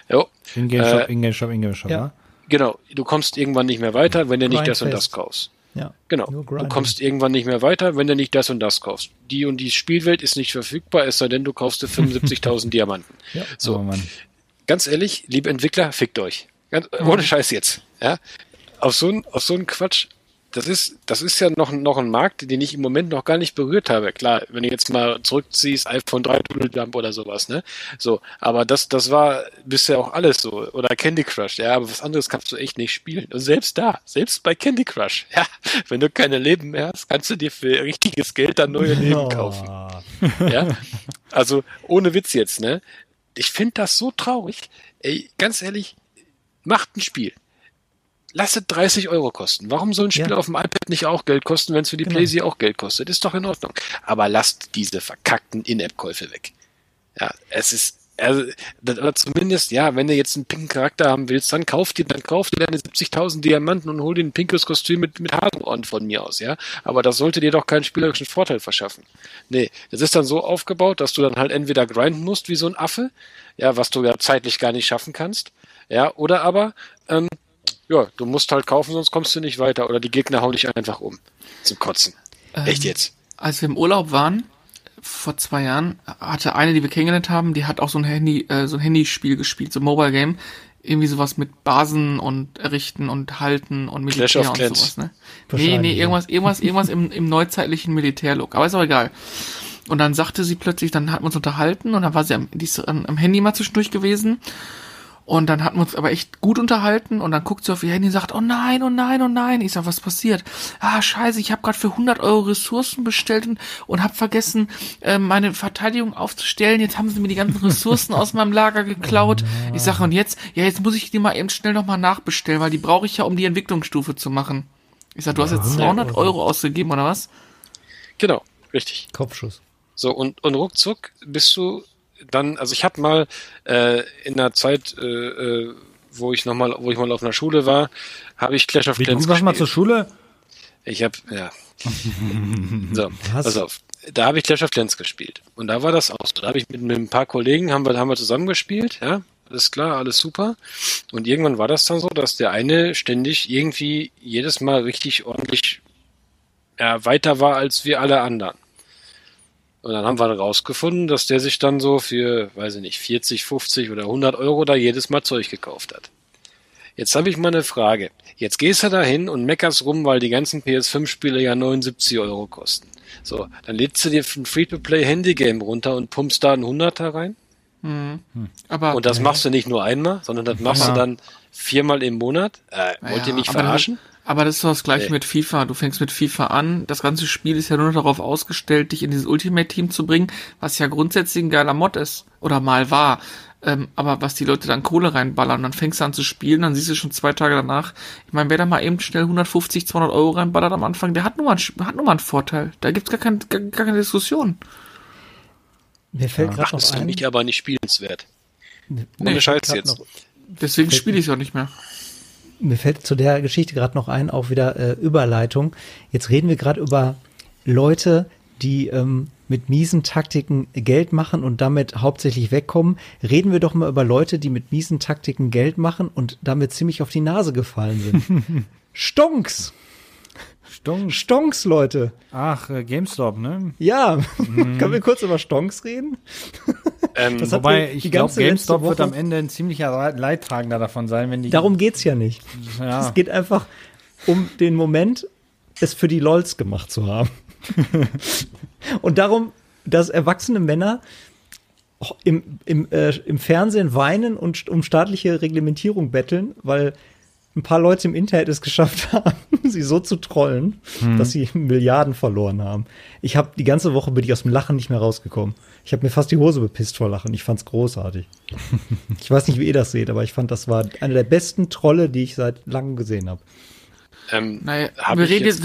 B: Ingame Shop,
C: ja.
B: ja.
D: Genau, du kommst irgendwann nicht mehr weiter, wenn du nicht das und das kaufst.
C: Ja.
D: Genau, du kommst irgendwann nicht mehr weiter, wenn du nicht das und das kaufst. Die und die Spielwelt ist nicht verfügbar, es sei denn, du kaufst dir 75.000 Diamanten.
C: Ja.
D: So,
B: Oh, Mann.
D: ganz ehrlich, liebe Entwickler, fickt euch. Ohne Scheiß jetzt. Ja? Auf so einen Quatsch, das ist ja noch ein Markt, den ich im Moment noch gar nicht berührt habe. Klar, wenn du jetzt mal zurückziehst, iPhone 3 Doodle Jump oder sowas, ne? So, aber das war bisher auch alles so. Oder Candy Crush, ja, aber was anderes kannst du echt nicht spielen. Und selbst bei Candy Crush, ja, wenn du keine Leben mehr hast, kannst du dir für richtiges Geld dann neue Leben kaufen. Ja? Also, ohne Witz jetzt, ne? Ich finde das so traurig. Ey, ganz ehrlich, macht ein Spiel. Lasst 30 € kosten. Warum soll ein Spiel auf dem iPad nicht auch Geld kosten, wenn es für die PlayStation auch Geld kostet? Ist doch in Ordnung. Aber lasst diese verkackten In-App-Käufe weg. Ja, oder zumindest, ja, wenn du jetzt einen pinken Charakter haben willst, dann kauf dir deine 70.000 Diamanten und hol dir ein pinkes Kostüm mit Hasenohren von mir aus, ja. Aber das sollte dir doch keinen spielerischen Vorteil verschaffen. Nee, das ist dann so aufgebaut, dass du dann halt entweder grinden musst wie so ein Affe, ja, was du ja zeitlich gar nicht schaffen kannst, ja, oder aber, ja, du musst halt kaufen, sonst kommst du nicht weiter. Oder die Gegner hauen dich einfach um. Zum Kotzen. Echt jetzt?
A: Als wir im Urlaub waren, vor 2 Jahren, hatte eine, die wir kennengelernt haben, die hat auch so ein Handyspiel gespielt, so ein Mobile Game. Irgendwie sowas mit Basen und Errichten und Halten und Militär und sowas, ne? Nee, irgendwas im neuzeitlichen Militärlook. Aber ist auch egal. Und dann sagte sie plötzlich, dann hatten wir uns unterhalten und dann war sie am Handy mal zwischendurch gewesen. Und dann hatten wir uns aber echt gut unterhalten und dann guckt sie auf ihr Handy und sagt, oh nein, oh nein, oh nein. Ich sag, was passiert? Scheiße, ich habe gerade für 100 € Ressourcen bestellt und habe vergessen, meine Verteidigung aufzustellen. Jetzt haben sie mir die ganzen Ressourcen aus meinem Lager geklaut. Ich sag, und jetzt muss ich die mal eben schnell nochmal nachbestellen, weil die brauche ich ja, um die Entwicklungsstufe zu machen. Ich sag, du hast jetzt 200 € ausgegeben, oder was?
D: Genau, richtig.
C: Kopfschuss.
D: So, und ruckzuck bist du dann, also ich habe mal in der Zeit, wo ich mal auf einer Schule war, habe ich Clash of Clans gespielt.
B: Du warst mal zur Schule?
D: Ich habe, ja. So, pass auf. Da habe ich Clash of Clans gespielt. Und da war das auch so. Da habe ich mit ein paar Kollegen, haben wir zusammen gespielt, ja. Alles klar, alles super. Und irgendwann war das dann so, dass der eine ständig irgendwie jedes Mal richtig ordentlich weiter war als wir alle anderen. Und dann haben wir rausgefunden, dass der sich dann so für, weiß ich nicht, 40, 50 oder 100 € da jedes Mal Zeug gekauft hat. Jetzt habe ich mal eine Frage. Jetzt gehst du da hin und meckerst rum, weil die ganzen PS5-Spiele ja 79 € kosten. So, dann lädst du dir ein Free-to-Play-Handy-Game runter und pumpst da einen 100er rein.
A: Aber
D: und das machst du nicht nur einmal, sondern das machst du dann 4-mal im Monat. Wollt ihr mich verarschen?
A: Aber das ist doch das Gleiche mit FIFA. Du fängst mit FIFA an. Das ganze Spiel ist ja nur darauf ausgestellt, dich in dieses Ultimate-Team zu bringen, was ja grundsätzlich ein geiler Mod ist. Oder mal war. Aber was die Leute dann Kohle reinballern, dann fängst du an zu spielen, dann siehst du schon 2 Tage danach. Ich meine, wer da mal eben schnell 150, 200 € reinballert am Anfang, der hat nur mal einen Vorteil. Da gibt's gar keine Diskussion.
C: Mir fällt gerade noch
D: ein. Das ist für mich aber nicht spielenswert.
C: Ohne
D: Scheiß jetzt.
A: Deswegen spiele ich es auch nicht mehr.
C: Mir fällt zu der Geschichte gerade noch ein, auch wieder Überleitung. Jetzt reden wir gerade über Leute, die mit miesen Taktiken Geld machen und damit hauptsächlich wegkommen, reden wir doch mal über Leute, die mit miesen Taktiken Geld machen und damit ziemlich auf die Nase gefallen sind. Stonks! Stonks, Leute.
B: Ach, GameStop, ne?
C: Ja, können wir kurz über Stonks reden?
B: Wobei, ich glaube, GameStop wird am Ende ein ziemlicher Leidtragender davon sein, wenn die...
C: Darum geht's ja nicht.
B: Ja.
C: Es geht einfach um den Moment, es für die LOLs gemacht zu haben. Und darum, dass erwachsene Männer im Fernsehen weinen und um staatliche Reglementierung betteln, weil ein paar Leute im Internet es geschafft haben, sie so zu trollen, dass sie Milliarden verloren haben. Die ganze Woche bin ich aus dem Lachen nicht mehr rausgekommen. Ich habe mir fast die Hose bepisst vor Lachen. Ich fand's großartig. Ich weiß nicht, wie ihr das seht, aber ich fand, das war eine der besten Trolle, die ich seit langem gesehen habe.
A: Wir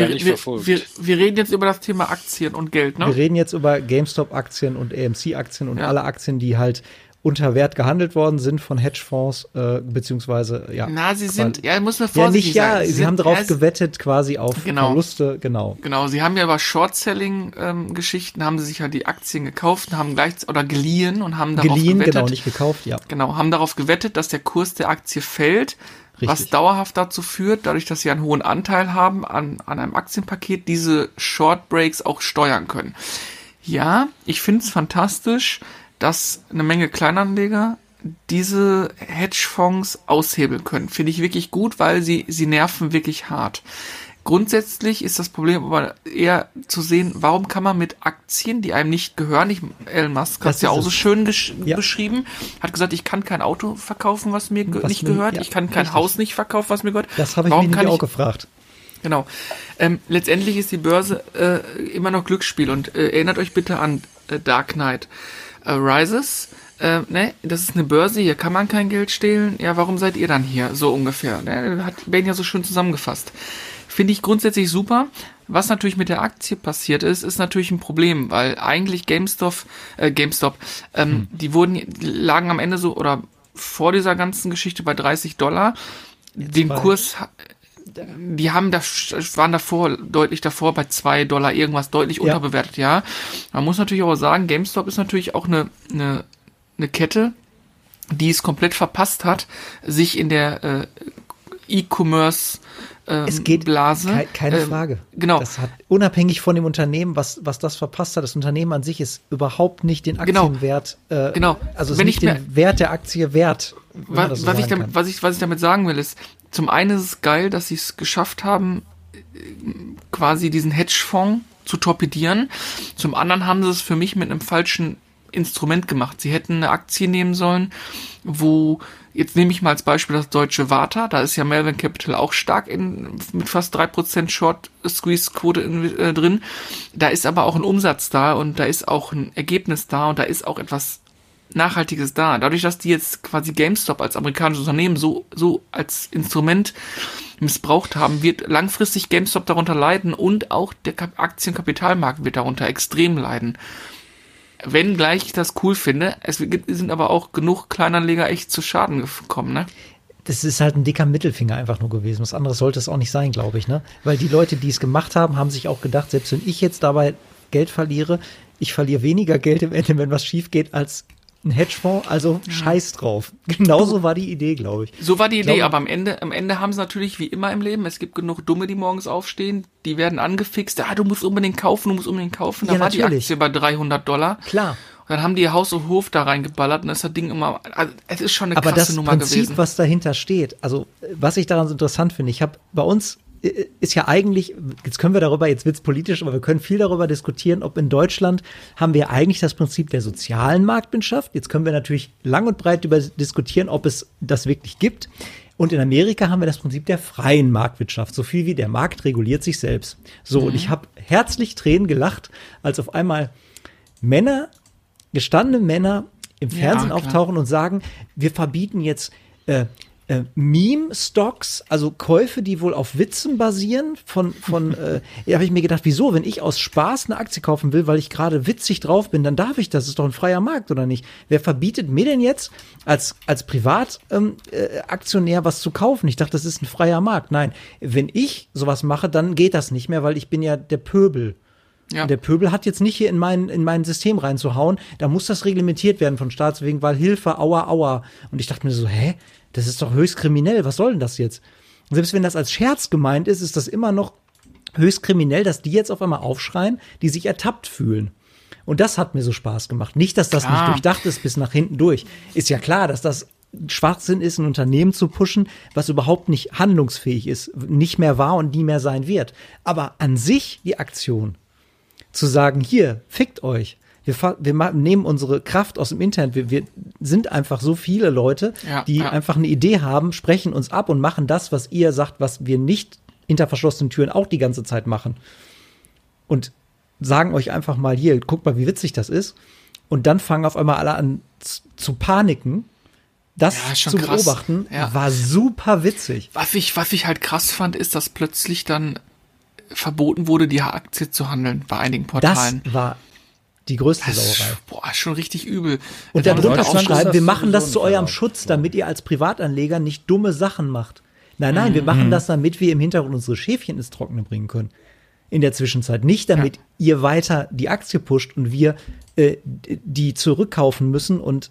A: reden jetzt über das Thema Aktien und Geld, ne?
C: Wir reden jetzt über GameStop-Aktien und AMC-Aktien und alle Aktien, die halt unter Wert gehandelt worden sind von Hedgefonds, beziehungsweise, ja.
A: Na, sie sind, muss man vorsichtig sein.
C: Sie haben darauf gewettet, quasi auf Verluste, genau.
A: Genau, sie haben ja über Short-Selling-Geschichten, haben sie sich halt die Aktien gekauft, haben geliehen und haben darauf gewettet.
C: Genau, nicht gekauft, ja.
A: Genau, haben darauf gewettet, dass der Kurs der Aktie fällt, richtig. Was dauerhaft dazu führt, dadurch, dass sie einen hohen Anteil haben an einem Aktienpaket, diese Short Breaks auch steuern können. Ja, ich finde es fantastisch, dass eine Menge Kleinanleger diese Hedgefonds aushebeln können. Finde ich wirklich gut, weil sie nerven wirklich hart. Grundsätzlich ist das Problem aber eher zu sehen, warum kann man mit Aktien, die einem nicht gehören, Elon Musk hat es ja auch so schön beschrieben, hat gesagt, ich kann kein Auto verkaufen, was mir nicht gehört, ich kann kein Haus nicht verkaufen, was mir gehört.
C: Das habe ich mich nämlich auch gefragt.
A: Genau. Letztendlich ist die Börse immer noch Glücksspiel und erinnert euch bitte an Dark Knight Rises. Das ist eine Börse, hier kann man kein Geld stehlen. Ja, warum seid ihr dann hier? So ungefähr. Hat Ben ja so schön zusammengefasst. Finde ich grundsätzlich super. Was natürlich mit der Aktie passiert ist natürlich ein Problem, weil eigentlich GameStop, die lagen am Ende so, oder vor dieser ganzen Geschichte bei $30. Den Kurs, die waren deutlich davor bei $2 irgendwas, deutlich unterbewertet, ja. Man muss natürlich auch sagen, GameStop ist natürlich auch eine Kette, die es komplett verpasst hat, sich in der E-Commerce
C: es geht
A: Blase.
C: Keine Frage.
A: Genau.
C: Das hat unabhängig von dem Unternehmen, was das verpasst hat, das Unternehmen an sich ist überhaupt nicht den Aktienwert, also ist nicht den Wert der Aktie wert.
A: Was ich damit sagen will, ist, zum einen ist es geil, dass sie es geschafft haben, quasi diesen Hedgefonds zu torpedieren. Zum anderen haben sie es für mich mit einem falschen Instrument gemacht. Sie hätten eine Aktie nehmen sollen, jetzt nehme ich mal als Beispiel das deutsche Warta, da ist ja Melvin Capital auch stark mit fast 3% Short-Squeeze-Quote drin. Da ist aber auch ein Umsatz da und da ist auch ein Ergebnis da und da ist auch etwas Nachhaltiges da. Dadurch, dass die jetzt quasi GameStop als amerikanisches Unternehmen so als Instrument missbraucht haben, wird langfristig GameStop darunter leiden und auch der Aktienkapitalmarkt wird darunter extrem leiden. Wenngleich ich das cool finde, sind aber auch genug Kleinanleger echt zu Schaden gekommen, ne?
C: Das ist halt ein dicker Mittelfinger einfach nur gewesen. Was anderes sollte es auch nicht sein, glaube ich, ne? Weil die Leute, die es gemacht haben, haben sich auch gedacht, selbst wenn ich jetzt dabei Geld verliere, ich verliere weniger Geld im Ende, wenn was schief geht, als ein Hedgefonds, also scheiß drauf. Genauso war die Idee, glaube ich.
A: So war die Idee, aber am Ende haben sie natürlich wie immer im Leben, es gibt genug Dumme, die morgens aufstehen, die werden angefixt, du musst unbedingt kaufen. Da war die Aktie bei $300.
C: Klar.
A: Und dann haben die Haus und Hof da reingeballert und das Ding immer, also es ist schon eine krasse Nummer gewesen.
C: Aber das Prinzip, was dahinter steht, also was ich daran so interessant finde, bei uns ist ja eigentlich, jetzt wird's politisch, aber wir können viel darüber diskutieren, ob in Deutschland haben wir eigentlich das Prinzip der sozialen Marktwirtschaft. Jetzt können wir natürlich lang und breit darüber diskutieren, ob es das wirklich gibt. Und in Amerika haben wir das Prinzip der freien Marktwirtschaft. So viel wie der Markt reguliert sich selbst. So, und ich habe herzlich Tränen gelacht, als auf einmal gestandene Männer im Fernsehen auftauchen und sagen, wir verbieten jetzt Meme-Stocks, also Käufe, die wohl auf Witzen basieren, habe ich mir gedacht, wieso, wenn ich aus Spaß eine Aktie kaufen will, weil ich gerade witzig drauf bin, dann darf ich das, ist doch ein freier Markt, oder nicht? Wer verbietet mir denn jetzt, als Privataktionär was zu kaufen? Ich dachte, das ist ein freier Markt. Nein, wenn ich sowas mache, dann geht das nicht mehr, weil ich bin ja der Pöbel.
A: Ja.
C: Und der Pöbel hat jetzt nicht hier in mein System reinzuhauen. Da muss das reglementiert werden von Staatswegen, weil Hilfe, aua. Und ich dachte mir so, das ist doch höchst kriminell. Was soll denn das jetzt? Und selbst wenn das als Scherz gemeint ist, ist das immer noch höchst kriminell, dass die jetzt auf einmal aufschreien, die sich ertappt fühlen. Und das hat mir so Spaß gemacht. Nicht, dass das nicht durchdacht ist bis nach hinten durch. Ist ja klar, dass das Schwachsinn ist, ein Unternehmen zu pushen, was überhaupt nicht handlungsfähig ist, nicht mehr war und nie mehr sein wird. Aber an sich die Aktion, zu sagen, hier, fickt euch. Wir nehmen unsere Kraft aus dem Internet. Wir sind einfach so viele Leute, die einfach eine Idee haben, sprechen uns ab und machen das, was ihr sagt, was wir nicht hinter verschlossenen Türen auch die ganze Zeit machen. Und sagen euch einfach mal, hier, guckt mal, wie witzig das ist. Und dann fangen auf einmal alle an zu paniken. Das zu beobachten, war super witzig.
A: Was ich halt krass fand, ist, dass plötzlich dann verboten wurde, die Aktie zu handeln bei einigen Portalen.
C: Das war die größte Sauerei.
A: Boah, schon richtig übel.
C: Und da drunter auch schreiben, wir machen das zu eurem Schutz, damit ihr als Privatanleger nicht dumme Sachen macht. Nein, wir machen das, damit wir im Hintergrund unsere Schäfchen ins Trockene bringen können. In der Zwischenzeit. Nicht, damit ihr weiter die Aktie pusht und wir die zurückkaufen müssen und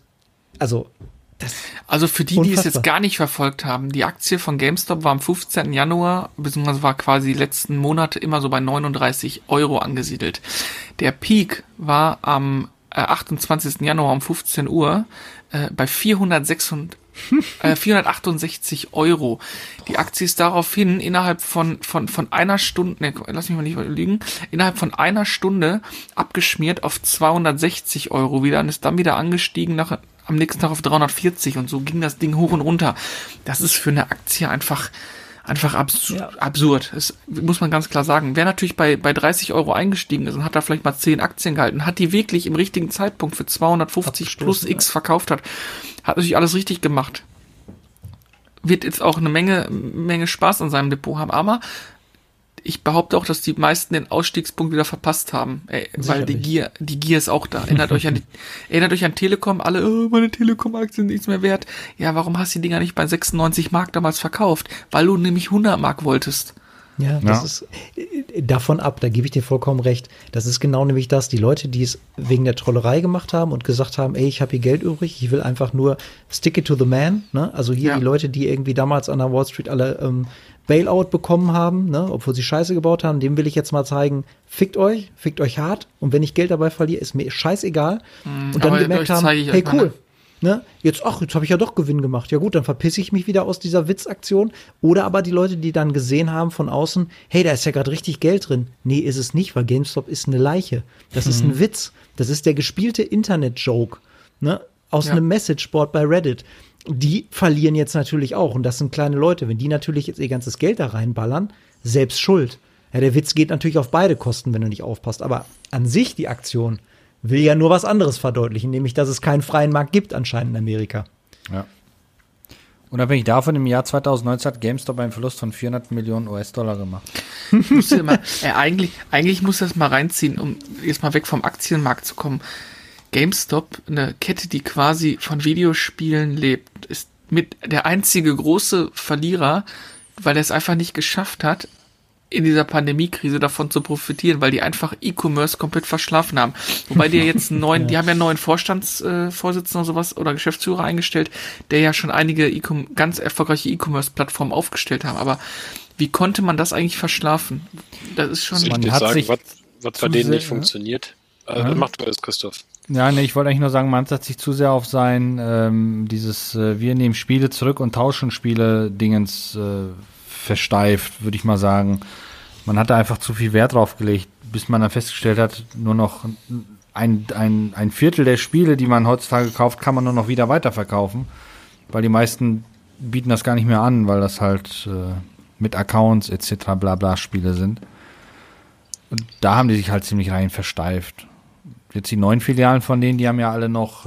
A: also für die es jetzt gar nicht verfolgt haben, die Aktie von GameStop war am 15. Januar, beziehungsweise war quasi die letzten Monate immer so bei 39 € angesiedelt. Der Peak war am 28. Januar um 15 Uhr bei 468 €. Die Aktie ist daraufhin innerhalb von einer Stunde, lass mich mal nicht liegen, innerhalb von einer Stunde abgeschmiert auf 260 € wieder und ist dann wieder angestiegen am nächsten Tag auf 340 und so ging das Ding hoch und runter. Das ist für eine Aktie einfach absurd. Das muss man ganz klar sagen. Wer natürlich bei 30 € eingestiegen ist und hat da vielleicht mal 10 Aktien gehalten, hat die wirklich im richtigen Zeitpunkt für 250 plus X verkauft hat natürlich alles richtig gemacht. Wird jetzt auch eine Menge Spaß an seinem Depot haben, aber ich behaupte auch, dass die meisten den Ausstiegspunkt wieder verpasst haben, weil die Gier ist auch da. Erinnert euch an Telekom, alle, meine Telekom-Aktien sind nichts mehr wert. Ja, warum hast du die Dinger nicht bei 96 Mark damals verkauft? Weil du nämlich 100 Mark wolltest.
C: Ja, das ist davon ab, da gebe ich dir vollkommen recht. Das ist genau nämlich das, die Leute, die es wegen der Trollerei gemacht haben und gesagt haben, ich habe hier Geld übrig, ich will einfach nur stick it to the man, ne? Also hier die Leute, die irgendwie damals an der Wall Street alle Bailout bekommen haben, ne? Obwohl sie Scheiße gebaut haben, dem will ich jetzt mal zeigen, fickt euch hart und wenn ich Geld dabei verliere, ist mir scheißegal. Und dann gemerkt haben, hey cool, ne? Jetzt habe ich ja doch Gewinn gemacht. Ja gut, dann verpisse ich mich wieder aus dieser Witzaktion. Oder aber die Leute, die dann gesehen haben von außen, hey, da ist ja gerade richtig Geld drin. Nee, ist es nicht, weil GameStop ist eine Leiche. Das ist ein Witz. Das ist der gespielte Internet-Joke, ne? Aus einem Message-Board bei Reddit. Die verlieren jetzt natürlich auch. Und das sind kleine Leute. Wenn die natürlich jetzt ihr ganzes Geld da reinballern, selbst schuld. Ja, der Witz geht natürlich auf beide Kosten, wenn du nicht aufpasst. Aber an sich die Aktion will ja nur was anderes verdeutlichen, nämlich, dass es keinen freien Markt gibt anscheinend in Amerika.
B: Ja. Unabhängig davon, im Jahr 2019 hat GameStop einen Verlust von 400 Millionen US-Dollar gemacht.
A: Eigentlich muss das mal reinziehen, um jetzt mal weg vom Aktienmarkt zu kommen. GameStop, eine Kette, die quasi von Videospielen lebt, ist mit der einzige große Verlierer, weil er es einfach nicht geschafft hat, in dieser Pandemiekrise davon zu profitieren, weil die einfach E-Commerce komplett verschlafen haben. Wobei die jetzt die haben ja einen neuen Vorstandsvorsitzenden oder sowas oder Geschäftsführer eingestellt, der ja schon einige ganz erfolgreiche E-Commerce-Plattformen aufgestellt haben. Aber wie konnte man das eigentlich verschlafen? Das ist schon...
D: Man hat sich was bei denen nicht funktioniert. Macht du das, Christoph.
B: Ja, ich wollte eigentlich nur sagen, man hat sich zu sehr auf sein wir nehmen Spiele zurück und tauschen Spiele-Dingens versteift, würde ich mal sagen. Man hat da einfach zu viel Wert drauf gelegt, bis man dann festgestellt hat, nur noch ein Viertel der Spiele, die man heutzutage kauft, kann man nur noch wieder weiterverkaufen, weil die meisten bieten das gar nicht mehr an, weil das halt mit Accounts etc. bla bla Spiele sind. Und da haben die sich halt ziemlich rein versteift. Jetzt die neuen Filialen von denen, die haben ja alle noch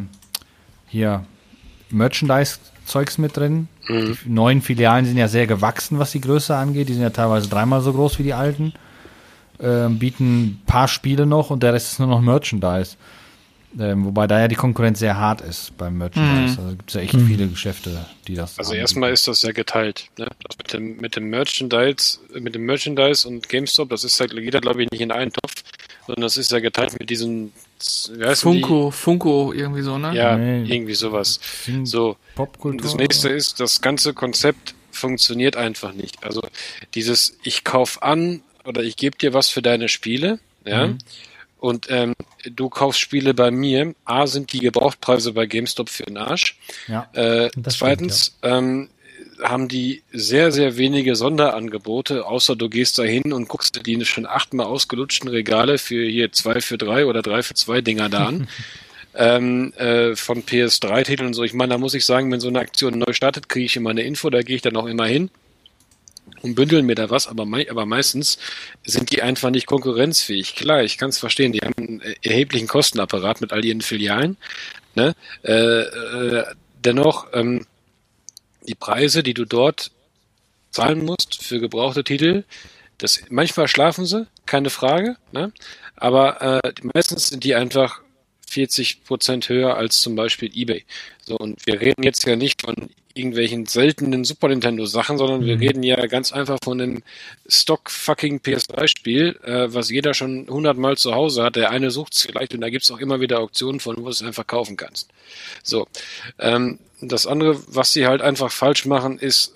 B: hier Merchandise-Zeugs mit drin. Die neuen Filialen sind ja sehr gewachsen, was die Größe angeht. Die sind ja teilweise 3-mal so groß wie die alten. Bieten ein paar Spiele noch und der Rest ist nur noch Merchandise. Wobei da ja die Konkurrenz sehr hart ist beim Merchandise. Also gibt es ja echt viele Geschäfte, die das
D: Also erstmal ist das ja geteilt. Ne? Das mit dem Merchandise und GameStop, das ist halt, geht da glaube ich nicht in einen Topf, sondern das ist ja geteilt mit diesen
A: Funko irgendwie so, ne?
D: Ja, irgendwie sowas. So. Und das nächste ist, das ganze Konzept funktioniert einfach nicht. Also dieses, ich kauf an oder ich gebe dir was für deine Spiele, ja, und du kaufst Spiele bei mir. A, sind die Gebrauchtpreise bei GameStop für den Arsch.
B: Ja.
D: Zweitens, haben die sehr, sehr wenige Sonderangebote, außer du gehst da hin und guckst dir die schon 8-mal ausgelutschten Regale für hier 2 für 3 oder 3 für 2 Dinger da an. Von PS3-Titeln und so. Ich meine, da muss ich sagen, wenn so eine Aktion neu startet, kriege ich immer eine Info, da gehe ich dann auch immer hin und bündeln mir da was, aber meistens sind die einfach nicht konkurrenzfähig. Klar, ich kann es verstehen, die haben einen erheblichen Kostenapparat mit all ihren Filialen. Ne? Dennoch, die Preise, die du dort zahlen musst für gebrauchte Titel, manchmal schlafen sie, keine Frage, ne? Aber meistens sind die einfach 40% höher als zum Beispiel eBay. So, und wir reden jetzt ja nicht von irgendwelchen seltenen Super Nintendo Sachen, sondern wir reden ja ganz einfach von einem Stock-fucking PS3-Spiel, was jeder schon 100-mal zu Hause hat. Der eine sucht es vielleicht und da gibt es auch immer wieder Auktionen von, wo du es einfach kaufen kannst. So, das andere, was sie halt einfach falsch machen, ist,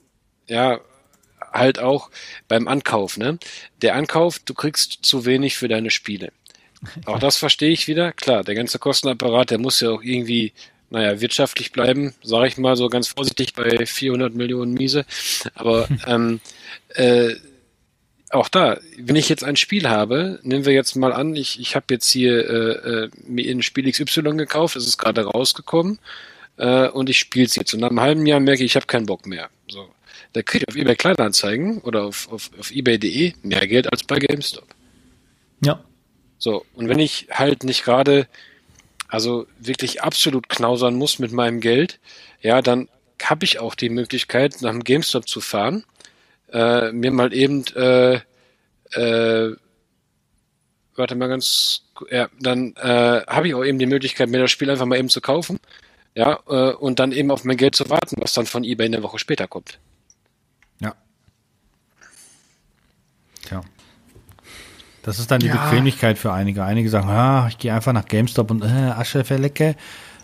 D: halt auch beim Ankauf, ne? Der Ankauf, du kriegst zu wenig für deine Spiele. Auch das verstehe ich wieder. Klar, der ganze Kostenapparat, der muss ja auch irgendwie, wirtschaftlich bleiben, sage ich mal so ganz vorsichtig bei 400 Millionen Miese. Aber auch da, wenn ich jetzt ein Spiel habe, nehmen wir jetzt mal an, ich habe jetzt hier mir ein Spiel XY gekauft, es ist gerade rausgekommen und ich spiele es jetzt. Und nach einem halben Jahr merke ich habe keinen Bock mehr. So, da kriege ich auf eBay Kleinanzeigen oder auf eBay.de mehr Geld als bei GameStop.
C: Ja.
D: So, und wenn ich halt nicht gerade, also wirklich absolut knausern muss mit meinem Geld, ja, dann habe ich auch die Möglichkeit, nach dem GameStop zu fahren, mir mal eben, dann habe ich auch eben die Möglichkeit, mir das Spiel einfach mal eben zu kaufen, ja, und dann eben auf mein Geld zu warten, was dann von eBay eine Woche später kommt.
B: Ja. Tja. Das ist dann die Bequemlichkeit für einige. Einige sagen, ich gehe einfach nach GameStop und Asche verlecke.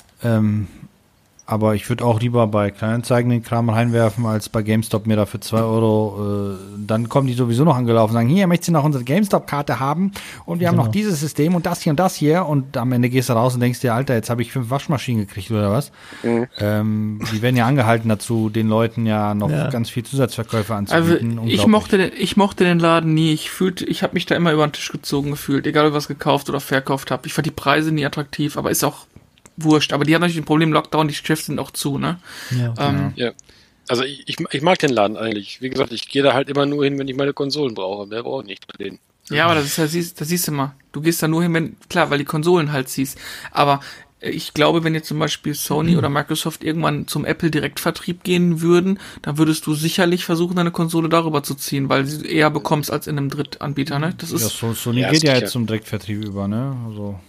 B: Aber ich würde auch lieber bei Kleinanzeigen den Kram reinwerfen, als bei GameStop mir dafür 2 Euro, dann kommen die sowieso noch angelaufen und sagen, hier, möchtest du noch unsere GameStop-Karte haben? Und wir haben noch dieses System und das hier. Und am Ende gehst du raus und denkst dir, Alter, jetzt habe ich 5 Waschmaschinen gekriegt oder was? Die werden ja angehalten dazu, den Leuten ja noch ganz viel Zusatzverkäufe anzubieten.
A: Also ich mochte den Laden nie. Ich habe mich da immer über den Tisch gezogen gefühlt, egal ob ich was gekauft oder verkauft habe. Ich fand die Preise nie attraktiv, aber ist auch wurscht, aber die haben natürlich ein Problem, Lockdown, die Geschäfte sind auch zu, ne?
D: Ja. Also ich mag den Laden eigentlich. Wie gesagt, ich gehe da halt immer nur hin, wenn ich meine Konsolen brauche. Mehr brauche ich nicht bei denen.
A: Ja, aber das siehst du mal. Du gehst da nur hin, weil die Konsolen halt ziehst. Aber ich glaube, wenn jetzt zum Beispiel Sony oder Microsoft irgendwann zum Apple-Direktvertrieb gehen würden, dann würdest du sicherlich versuchen, deine Konsole darüber zu ziehen, weil sie eher bekommst als in einem Drittanbieter, ne? Das ist
B: Sony geht ja jetzt zum Direktvertrieb über, ne? Also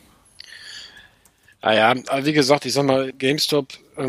D: aber wie gesagt, ich sag mal, GameStop,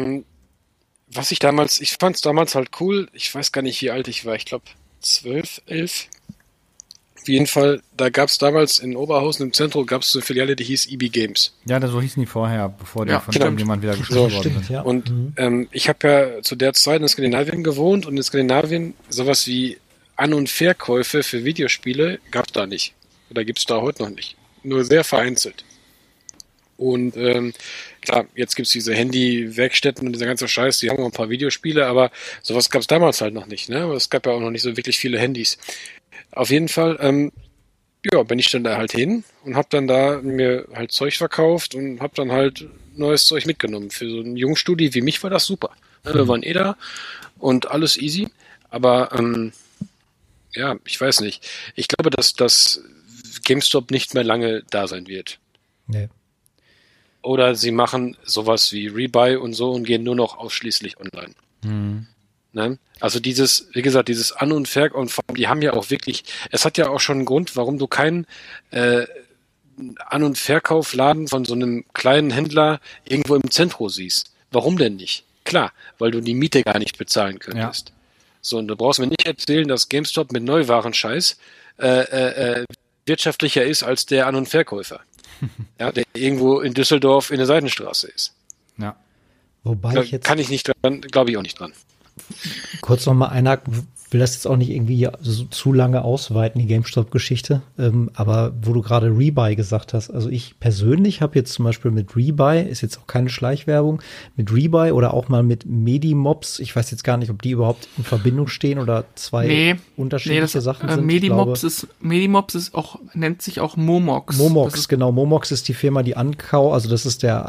D: ich fand es damals halt cool, ich weiß gar nicht, wie alt ich war, ich glaube 12, 11. Auf jeden Fall, da gab es damals in Oberhausen im Zentrum, gab es eine Filiale, die hieß EB Games.
B: Ja, so hießen die vorher, bevor die von irgendjemand wieder geschlossen worden sind.
C: Ja.
D: Und ich habe ja zu der Zeit in Skandinavien gewohnt und in Skandinavien sowas wie An- und Verkäufe für Videospiele gab es da nicht. Oder gibt es da heute noch nicht. Nur sehr vereinzelt. Und klar, jetzt gibt's diese Handy-Werkstätten und dieser ganze Scheiß, die haben auch ein paar Videospiele, aber sowas gab's damals halt noch nicht, ne? Aber es gab ja auch noch nicht so wirklich viele Handys. Auf jeden Fall, bin ich dann da halt hin und hab dann da mir halt Zeug verkauft und hab dann halt neues Zeug mitgenommen. Für so einen Jungstudi wie mich war das super. Wir waren da und alles easy, aber ich weiß nicht. Ich glaube, dass das GameStop nicht mehr lange da sein wird.
C: Nee.
D: Oder sie machen sowas wie Rebuy und so und gehen nur noch ausschließlich online. Ne? Also dieses An- und Verkauf, und die haben ja auch wirklich, es hat ja auch schon einen Grund, warum du keinen einen An- und Verkaufladen von so einem kleinen Händler irgendwo im Zentrum siehst. Warum denn nicht? Klar, weil du die Miete gar nicht bezahlen könntest. Ja. So, und du brauchst mir nicht erzählen, dass GameStop mit Neuwarenscheiß wirtschaftlicher ist als der An- und Verkäufer. Ja, der irgendwo in Düsseldorf in der Seitenstraße ist.
B: Ja.
C: Wobei ich jetzt.
D: Kann ich nicht dran, glaube ich auch nicht dran.
C: Kurz nochmal einhaken, will das jetzt auch nicht irgendwie so zu lange ausweiten, die GameStop-Geschichte, aber wo du gerade Rebuy gesagt hast, also ich persönlich habe jetzt zum Beispiel mit Rebuy, ist jetzt auch keine Schleichwerbung, mit Rebuy oder auch mal mit Medimobs, ich weiß jetzt gar nicht, ob die überhaupt in Verbindung stehen oder zwei unterschiedliche Sachen sind.
A: Medimobs ist auch, nennt sich auch Momox.
C: Genau, Momox ist die Firma, die also das ist der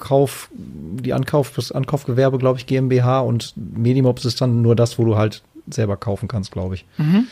C: das Ankaufgewerbe, glaube ich, GmbH, und Medimobs ist dann nur das, wo du halt selber kaufen kannst, glaube ich.
A: Mhm.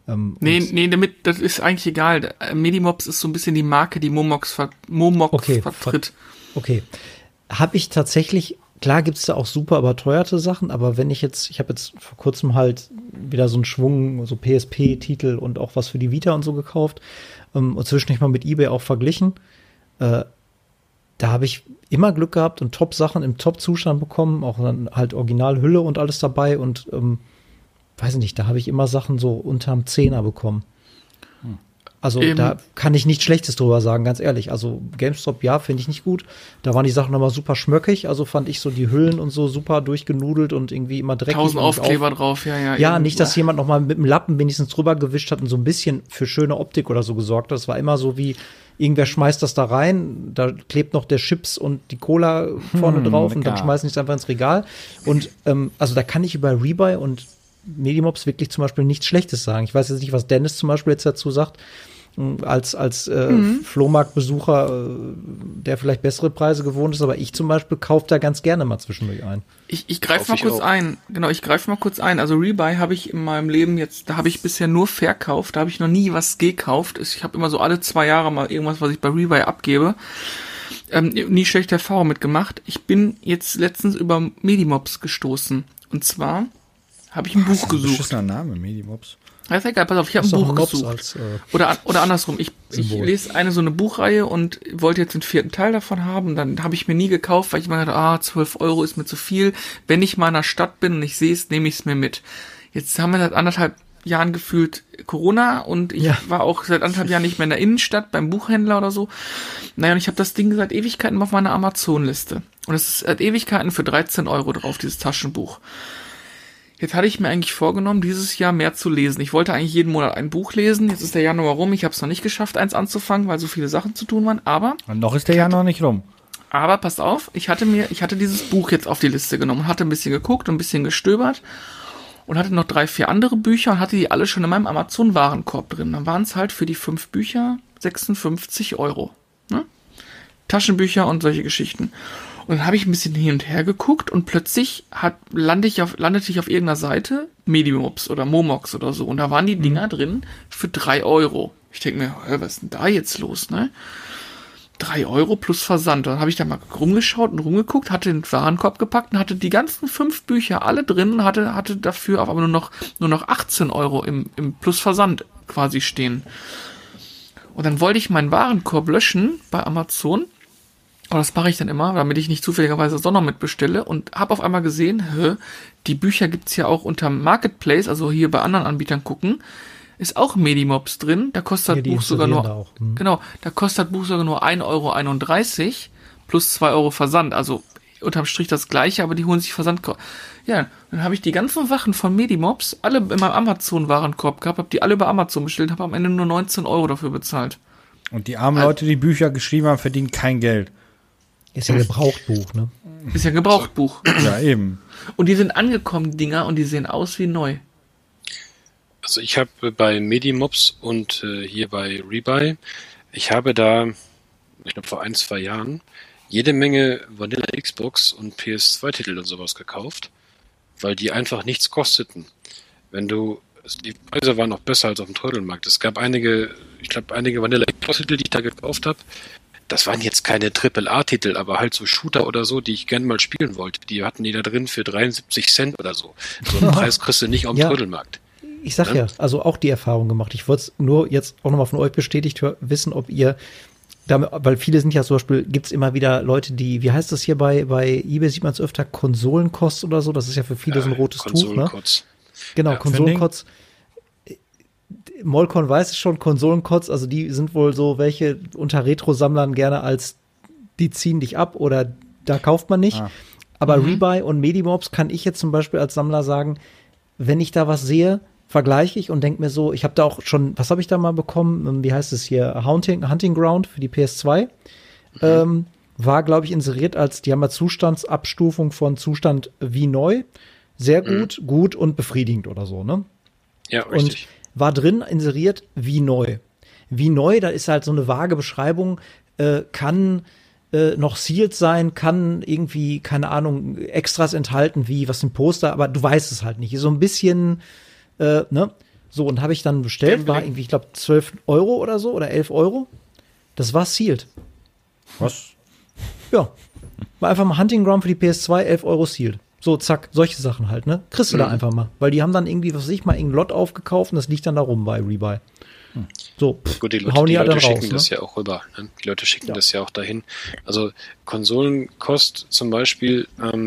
A: Das ist eigentlich egal. Medimobs ist so ein bisschen die Marke, die Momox vertritt.
C: Okay. Habe ich tatsächlich, klar gibt's da auch super überteuerte Sachen, aber ich habe jetzt vor kurzem halt wieder so einen Schwung, so PSP-Titel und auch was für die Vita und so gekauft und zwischendurch mal mit eBay auch verglichen. Da habe ich immer Glück gehabt und Top-Sachen im Top-Zustand bekommen, auch dann halt Originalhülle und alles dabei und weiß nicht, da habe ich immer Sachen so unterm Zehner bekommen. Also da kann ich nichts Schlechtes drüber sagen, ganz ehrlich. Also GameStop, ja, finde ich nicht gut. Da waren die Sachen nochmal super schmöckig, also fand ich so die Hüllen und so super durchgenudelt und irgendwie immer dreckig.
A: 1000 Aufkleber drauf, ja.
C: Ja, nicht, dass jemand nochmal mit dem Lappen wenigstens drüber gewischt hat und so ein bisschen für schöne Optik oder so gesorgt hat. Das war immer so wie, irgendwer schmeißt das da rein, da klebt noch der Chips und die Cola vorne drauf und dann schmeißen die es einfach ins Regal. Und also da kann ich über Rebuy und Medimobs wirklich zum Beispiel nichts Schlechtes sagen. Ich weiß jetzt nicht, was Dennis zum Beispiel jetzt dazu sagt, als Flohmarktbesucher, der vielleicht bessere Preise gewohnt ist, aber ich zum Beispiel kaufe da ganz gerne mal zwischendurch ein.
A: Ich greife mal kurz ein. Genau, ich greife mal kurz ein. Also Rebuy habe ich in meinem Leben da habe ich bisher nur verkauft, da habe ich noch nie was gekauft. Ich habe immer so alle 2 Jahre mal irgendwas, was ich bei Rebuy abgebe. Nie schlechte Erfahrung mitgemacht. Ich bin jetzt letztens über Medimobs gestoßen. Und zwar habe ich ein Buch gesucht. Das ist ein beschissener
B: Name, Medimobs.
A: Ja, ist egal, pass auf, ich habe ein Buch gesucht. Oder andersrum, ich lese so eine Buchreihe und wollte jetzt den 4. Teil davon haben. Dann habe ich mir nie gekauft, weil ich mir dachte, 12 € ist mir zu viel. Wenn ich mal in der Stadt bin und ich sehe es, nehme ich es mir mit. Jetzt haben wir seit 1,5 Jahren gefühlt Corona und ich war auch seit 1,5 Jahren nicht mehr in der Innenstadt beim Buchhändler oder so. Naja, und ich habe das Ding seit Ewigkeiten auf meiner Amazon-Liste. Und es ist seit Ewigkeiten für 13 € drauf, dieses Taschenbuch. Jetzt hatte ich mir eigentlich vorgenommen, dieses Jahr mehr zu lesen. Ich wollte eigentlich jeden Monat ein Buch lesen. Jetzt ist der Januar rum. Ich habe es noch nicht geschafft, eins anzufangen, weil so viele Sachen zu tun waren. Aber
B: und noch ist der Januar nicht rum.
A: Aber passt auf, ich hatte dieses Buch jetzt auf die Liste genommen, hatte ein bisschen geguckt und ein bisschen gestöbert und hatte noch 3, 4 andere Bücher und hatte die alle schon in meinem Amazon-Warenkorb drin. Dann waren es halt für die 5 Bücher 56 €. Ne? Taschenbücher und solche Geschichten. Und dann habe ich ein bisschen hin und her geguckt und plötzlich landete ich auf irgendeiner Seite, Medimobs oder Momox oder so, und da waren die Dinger drin für 3 €. Ich denke mir, was ist denn da jetzt los, ne? 3 € plus Versand. Dann habe ich da mal rumgeschaut und rumgeguckt, hatte den Warenkorb gepackt und hatte die ganzen 5 Bücher alle drin und hatte dafür aber nur noch 18 € im plus Versand quasi stehen. Und dann wollte ich meinen Warenkorb löschen bei Amazon. Aber das mache ich dann immer, damit ich nicht zufälligerweise das auch noch mitbestelle, und habe auf einmal gesehen, die Bücher gibt's ja auch unter Marketplace, also hier bei anderen Anbietern gucken, ist auch Medimobs drin, da kostet das Buch sogar nur, da kostet das Buch sogar nur 1,31 € plus 2 € Versand, also unterm Strich das gleiche, aber die holen sich Versand. Ja, dann habe ich die ganzen Sachen von Medimobs alle in meinem Amazon-Warenkorb gehabt, habe die alle über Amazon bestellt, habe am Ende nur 19 € dafür bezahlt.
B: Und die armen Leute, die Bücher geschrieben haben, verdienen kein Geld.
C: Ist ja ein Gebrauchtbuch, ne?
A: Ist ja ein Gebrauchtbuch.
B: Ja, eben.
A: Und die sind angekommen, die Dinger, und die sehen aus wie neu.
D: Also ich habe bei Medimobs und hier bei Rebuy, ich habe da, ich glaube vor 1, 2 Jahren, jede Menge Vanilla Xbox und PS2-Titel und sowas gekauft, weil die einfach nichts kosteten. Die Preise waren noch besser als auf dem Trödelmarkt. Es gab einige Vanilla Xbox-Titel, die ich da gekauft habe. Das waren jetzt keine AAA-Titel, aber halt so Shooter oder so, die ich gerne mal spielen wollte. Die hatten die da drin für 73 Cent oder so. So einen Preis kriegst du nicht auf dem Trödelmarkt.
C: Ich sag ja, also auch die Erfahrung gemacht. Ich wollte es nur jetzt auch nochmal von euch bestätigt wissen, ob ihr weil viele sind ja zum Beispiel, gibt's immer wieder Leute, die, wie heißt das hier bei eBay, sieht man es öfter, Konsolenkost oder so, das ist ja für viele so ein rotes Tuch, ne? Genau, Konsolenkotz. Molcon weiß es schon, Konsolenkotz, also die sind wohl so welche unter Retro-Sammlern gerne als die ziehen dich ab oder da kauft man nicht. Aber Rebuy und Medimobs kann ich jetzt zum Beispiel als Sammler sagen, wenn ich da was sehe, vergleiche ich und denke mir so, ich habe da auch schon, was habe ich da mal bekommen? Wie heißt es hier? Hunting Ground für die PS2. War, glaube ich, inseriert als, die haben ja Zustandsabstufung von Zustand wie neu. Sehr gut, gut und befriedigend oder so, ne?
D: Ja, richtig.
C: Und war drin inseriert wie neu. Wie neu, da ist halt so eine vage Beschreibung, kann noch sealed sein, kann irgendwie, keine Ahnung, Extras enthalten, wie was ein Poster, aber du weißt es halt nicht. So ein bisschen, ne? So, und habe ich dann bestellt, war irgendwie, ich glaube, 12 Euro oder so, oder 11 Euro. Das war sealed.
B: Was?
C: Ja. War einfach mal Hunting Ground für die PS2, 11 Euro sealed. So, zack, solche Sachen halt, ne? Kriegst du da einfach mal. Weil die haben dann irgendwie, was weiß ich, mal irgendein Lot aufgekauft und das liegt dann da rum bei Rebuy. So,
D: gut, die Leute schicken das ja auch rüber. Ne? Die Leute schicken das ja auch dahin. Also Konsolenkost zum Beispiel,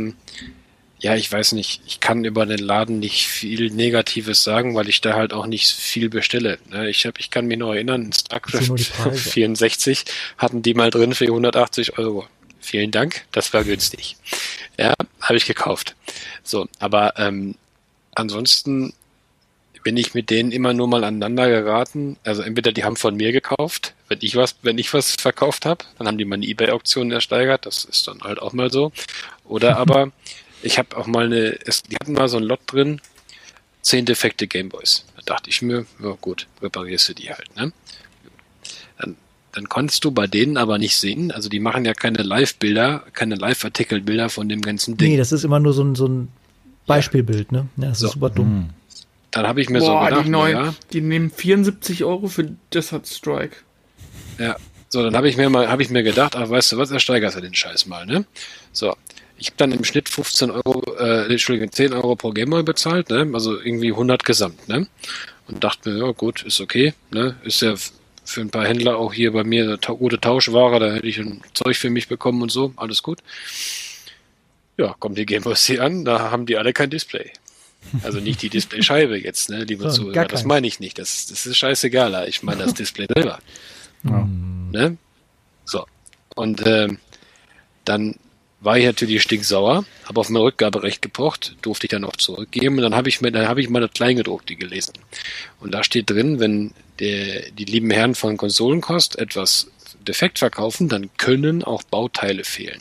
D: ja, ich weiß nicht, ich kann über den Laden nicht viel Negatives sagen, weil ich da halt auch nicht viel bestelle. Ne? Ich kann mich noch erinnern, StarCraft 64 hatten die mal drin für 180 Euro. Vielen Dank, das war günstig. Ja, habe ich gekauft. So, aber ansonsten bin ich mit denen immer nur mal aneinander geraten. Also entweder die haben von mir gekauft, wenn ich was verkauft habe, dann haben die meine eBay-Auktion ersteigert, das ist dann halt auch mal so. Oder aber ich habe auch mal die hatten mal so ein Lot drin, 10 defekte Gameboys. Da dachte ich mir, ja gut, reparierst du die halt, ne? Dann konntest du bei denen aber nicht sehen, also die machen ja keine Live-Bilder, keine Live-Artikelbilder von dem ganzen Ding.
C: Nee, das ist immer nur so ein Beispielbild, ne? Ja, das ist super dumm.
D: Dann habe ich mir so gedacht,
A: die nehmen 74 Euro für Desert Strike.
D: Ja, so, dann habe ich mir gedacht, weißt du was, ersteigerst du den Scheiß mal, ne? So, ich habe dann im Schnitt 10 Euro pro Gameboy bezahlt, ne? Also irgendwie 100 gesamt, ne? Und dachte mir, ja gut, ist okay, ne? Ist ja für ein paar Händler auch hier bei mir eine gute Tauschware, da hätte ich ein Zeug für mich bekommen und so, alles gut. Ja, kommen die Gameboys hier an, da haben die alle kein Display. Also nicht die Displayscheibe jetzt, ne, liebe Zuhörer, das meine ich nicht, das ist scheißegal, ich meine das Display selber.
B: Ja.
D: Ne? So, und dann war ich natürlich stinksauer, habe auf mein Rückgaberecht gepocht, durfte ich dann auch zurückgeben und dann habe ich mal das Kleingedruckte gelesen. Und da steht drin, wenn die lieben Herren von Konsolenkost etwas defekt verkaufen, dann können auch Bauteile fehlen.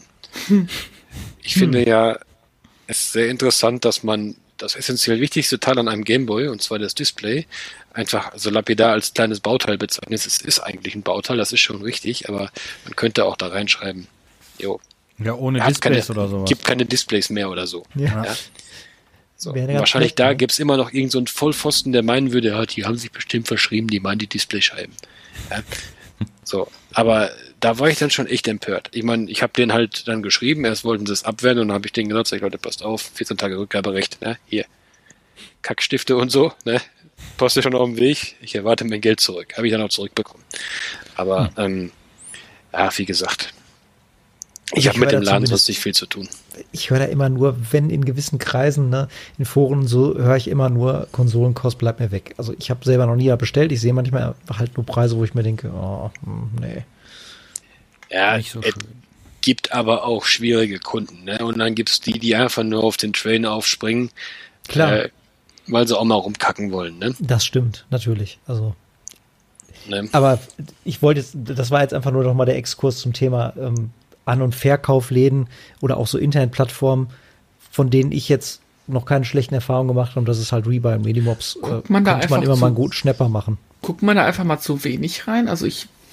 D: Ich finde ja, es ist sehr interessant, dass man das essentiell wichtigste Teil an einem Gameboy, und zwar das Display, einfach so lapidar als kleines Bauteil bezeichnet. Es ist eigentlich ein Bauteil, das ist schon richtig, aber man könnte auch da reinschreiben, jo.
B: Ja, ohne Displays oder sowas.
D: Gibt keine Displays mehr oder so.
C: Ja.
D: Ja. So. Wahrscheinlich da gibt es immer noch irgend so einen Vollpfosten, der meinen würde, ja, die haben sich bestimmt verschrieben, die meinen die Displayscheiben. Ja. So, aber da war ich dann schon echt empört. Ich meine, ich habe denen halt dann geschrieben, erst wollten sie es abwehren und dann habe ich denen gesagt, Leute, passt auf, 14 Tage Rückgaberecht, ne? Hier, Kackstifte und so, ne? Poste schon auf dem Weg, ich erwarte mein Geld zurück. Habe ich dann auch zurückbekommen. Aber, ja, wie gesagt, ich habe mit dem Laden sonst nicht viel zu tun.
C: Ich höre da immer nur, wenn in gewissen Kreisen, ne, in Foren so, höre ich immer nur, Konsolenkost bleibt mir weg. Also ich habe selber noch nie bestellt. Ich sehe manchmal halt nur Preise, wo ich mir denke, oh, nee.
D: Ja, nicht so schön. Gibt aber auch schwierige Kunden, ne? Und dann gibt's die einfach nur auf den Train aufspringen,
C: klar,
D: weil sie auch mal rumkacken wollen, ne?
C: Das stimmt, natürlich. Also,
D: ne?
C: Aber ich wollte jetzt, das war jetzt einfach nur noch mal der Exkurs zum Thema An- und Verkaufläden oder auch so Internetplattformen, von denen ich jetzt noch keine schlechten Erfahrungen gemacht habe. Und das ist halt Rebuy und Medimobs. Könnte man immer mal einen guten Schnäpper machen.
A: Guckt man da einfach mal zu wenig rein? Also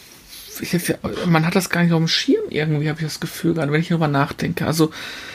A: man hat das gar nicht auf dem Schirm irgendwie, habe ich das Gefühl, gerade wenn ich darüber nachdenke. Also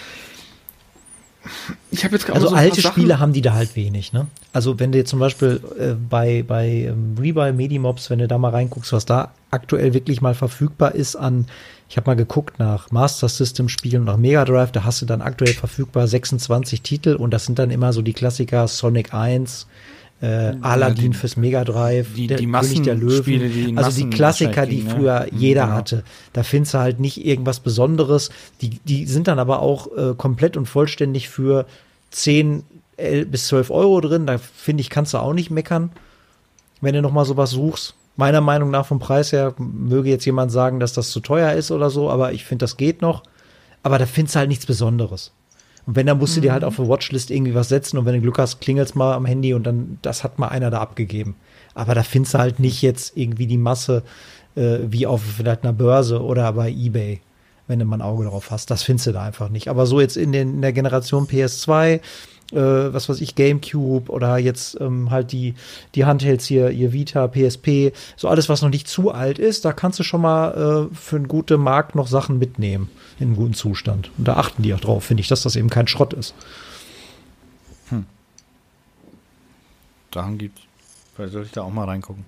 A: ich habe jetzt gerade
C: so alte Spiele haben die da halt wenig, ne? Also wenn du jetzt zum Beispiel bei Rebuy, Medimobs, wenn du da mal reinguckst, was da aktuell wirklich mal verfügbar ist ich habe mal geguckt nach Master System Spielen und nach Mega Drive, da hast du dann aktuell verfügbar 26 Titel und das sind dann immer so die Klassiker Sonic 1, Aladdin fürs Mega Drive,
B: die
C: der König der
B: Massenspiele,
C: Löwen, also die Klassiker, die früher jeder hatte. Da findest du halt nicht irgendwas Besonderes. Die sind dann aber auch komplett und vollständig für 10 bis 12 Euro drin. Da finde ich, kannst du auch nicht meckern, wenn du noch mal sowas suchst. Meiner Meinung nach vom Preis her möge jetzt jemand sagen, dass das zu teuer ist oder so, aber ich finde, das geht noch. Aber da findest du halt nichts Besonderes. Und wenn, dann musst du dir halt auf eine Watchlist irgendwie was setzen und wenn du Glück hast, klingelt's mal am Handy und dann, das hat mal einer da abgegeben. Aber da findest du halt nicht jetzt irgendwie die Masse wie auf vielleicht einer Börse oder bei eBay, wenn du mal ein Auge drauf hast. Das findest du da einfach nicht. Aber so jetzt in der Generation PS2, was weiß ich, GameCube oder jetzt halt die Handhelds hier, ihr Vita, PSP, so alles, was noch nicht zu alt ist, da kannst du schon mal für einen guten Markt noch Sachen mitnehmen in einem guten Zustand. Und da achten die auch drauf, finde ich, dass das eben kein Schrott ist.
B: Sachen gibt's. Vielleicht sollte ich da auch mal reingucken.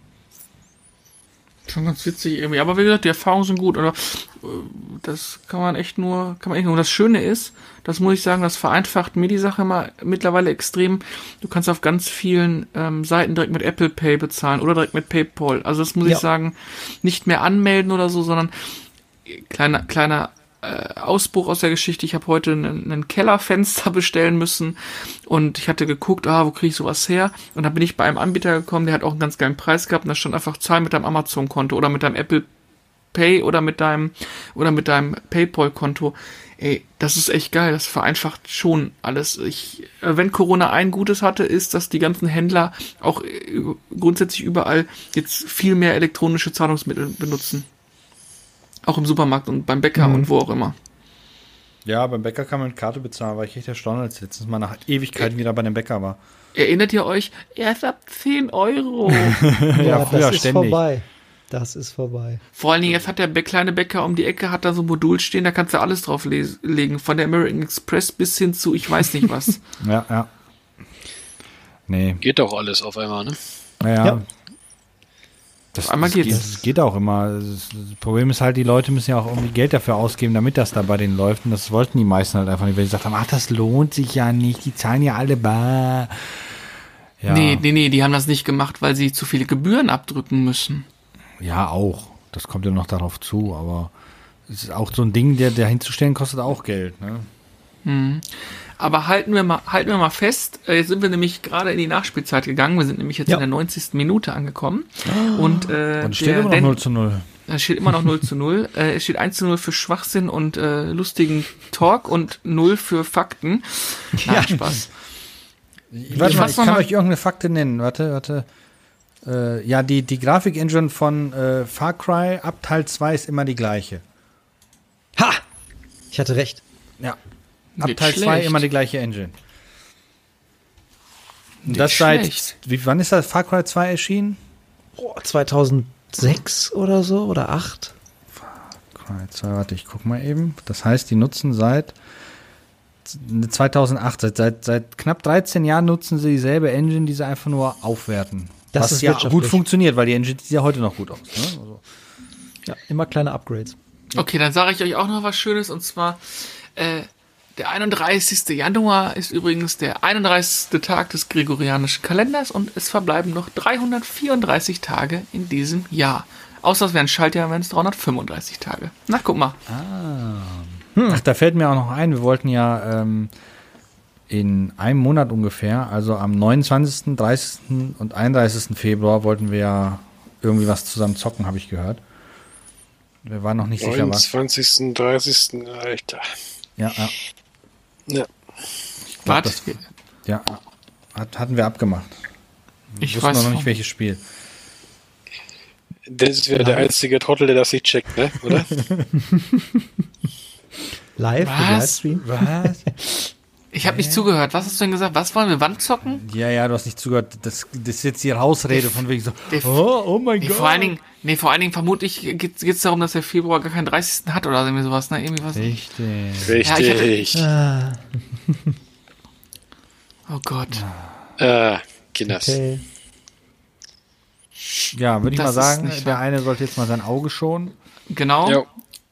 A: Schon ganz witzig irgendwie. Aber wie gesagt, die Erfahrungen sind gut. Oder das kann man echt nur. Und das Schöne ist, das muss ich sagen, das vereinfacht mir die Sache immer mittlerweile extrem. Du kannst auf ganz vielen Seiten direkt mit Apple Pay bezahlen oder direkt mit PayPal. Also das muss ich sagen, nicht mehr anmelden oder so, sondern kleiner Ausbruch aus der Geschichte. Ich habe heute ein Kellerfenster bestellen müssen und ich hatte geguckt, wo kriege ich sowas her? Und dann bin ich bei einem Anbieter gekommen, der hat auch einen ganz geilen Preis gehabt und da stand einfach Zahl mit deinem Amazon-Konto oder mit deinem Apple Pay oder mit deinem PayPal-Konto. Ey, das ist echt geil, das vereinfacht schon alles. Wenn Corona ein Gutes hatte, ist, dass die ganzen Händler auch grundsätzlich überall jetzt viel mehr elektronische Zahlungsmittel benutzen. Auch im Supermarkt und beim Bäcker und wo auch immer.
B: Ja, beim Bäcker kann man mit Karte bezahlen, weil ich echt erstaunt, als ich letztens mal nach Ewigkeiten wieder bei dem Bäcker war.
A: Erinnert ihr euch? Erst ab 10 Euro.
C: Ja,
B: früher
C: das ist
B: ständig.
C: vorbei. Das ist vorbei.
A: Vor allen Dingen, jetzt hat der kleine Bäcker um die Ecke, hat da so ein Modul stehen, da kannst du alles drauf legen. Von der American Express bis hin zu ich weiß nicht was.
B: Ja. Nee.
D: Geht doch alles auf einmal, ne?
B: Naja.
C: Ja.
B: Das geht auch immer. Das Problem ist halt, die Leute müssen ja auch irgendwie Geld dafür ausgeben, damit das da bei denen läuft. Und das wollten die meisten halt einfach nicht, weil sie gesagt haben, das lohnt sich ja nicht, die zahlen ja alle bar. Ja.
A: Nee, die haben das nicht gemacht, weil sie zu viele Gebühren abdrücken müssen.
B: Ja, auch. Das kommt ja noch darauf zu, aber es ist auch so ein Ding, der hinzustellen, kostet auch Geld, ne?
A: Mhm. Aber halten wir mal fest, jetzt sind wir nämlich gerade in die Nachspielzeit gegangen, wir sind nämlich jetzt in der 90. Minute angekommen. Und
B: es steht immer noch 0:0.
A: Es steht immer noch 0:0. Es steht 1:0 für Schwachsinn und lustigen Talk und 0 für Fakten. Ja, Spaß.
B: Warte mal, ich kann euch irgendeine Fakte nennen. Warte. Ja, die Grafik-Engine von Far Cry ab Teil 2 ist immer die gleiche.
C: Ha! Ich hatte recht.
B: Ja. Ab
A: Nicht
B: Teil 2
A: schlecht.
B: immer die gleiche Engine.
A: Nicht
B: Das
A: schlecht.
B: wann ist das Far Cry 2 erschienen?
C: 2006 oder so oder 8?
B: Far Cry 2, warte, ich guck mal eben. Das heißt, die nutzen seit 2008, seit knapp 13 Jahren nutzen sie dieselbe Engine, die sie einfach nur aufwerten.
C: Das
B: was
C: ist
B: ja
C: wirtschaftlich.
B: gut funktioniert, weil die Engine sieht ja heute noch gut aus. Ne? Also.
C: Ja, immer kleine Upgrades.
A: Okay, dann sage ich euch auch noch was Schönes und zwar der 31. Januar ist übrigens der 31. Tag des gregorianischen Kalenders und es verbleiben noch 334 Tage in diesem Jahr. Außer es wären Schaltjahr, wären es 335 Tage. Na, guck mal.
B: Ach, da fällt mir auch noch ein, wir wollten ja in einem Monat ungefähr, also am 29., 30. und 31. Februar wollten wir ja irgendwie was zusammen zocken, habe ich gehört. Wir waren noch nicht sicher, was.
D: 29., 30. Alter.
B: Ja.
D: Ja.
A: Warte,
B: Ja, hatten wir abgemacht. Wir
A: ich
B: wussten
A: weiß
B: noch nicht, welches Spiel.
D: Das wäre der einzige Trottel, der das nicht checkt, ne? Oder?
C: Live,
A: Was?
C: Livestream.
B: Was?
A: Ich habe nicht zugehört. Was hast du denn gesagt? Was wollen wir? Wand zocken?
B: Ja, du hast nicht zugehört. Das ist jetzt die Hausrede von wegen so,
A: Der-
B: oh mein
A: Nee,
B: Gott.
A: vor allen Dingen vermutlich geht's darum, dass der Februar gar keinen 30. hat oder irgendwie sowas, ne? Irgendwie was.
B: Richtig.
D: Richtig.
A: Oh Gott.
D: Kinders.
C: Okay.
B: Ja, würde ich
A: Das
B: mal
A: ist
B: sagen,
A: nicht
B: der
A: wahr.
B: eine sollte jetzt mal sein Auge schonen.
A: Genau.
D: Jo.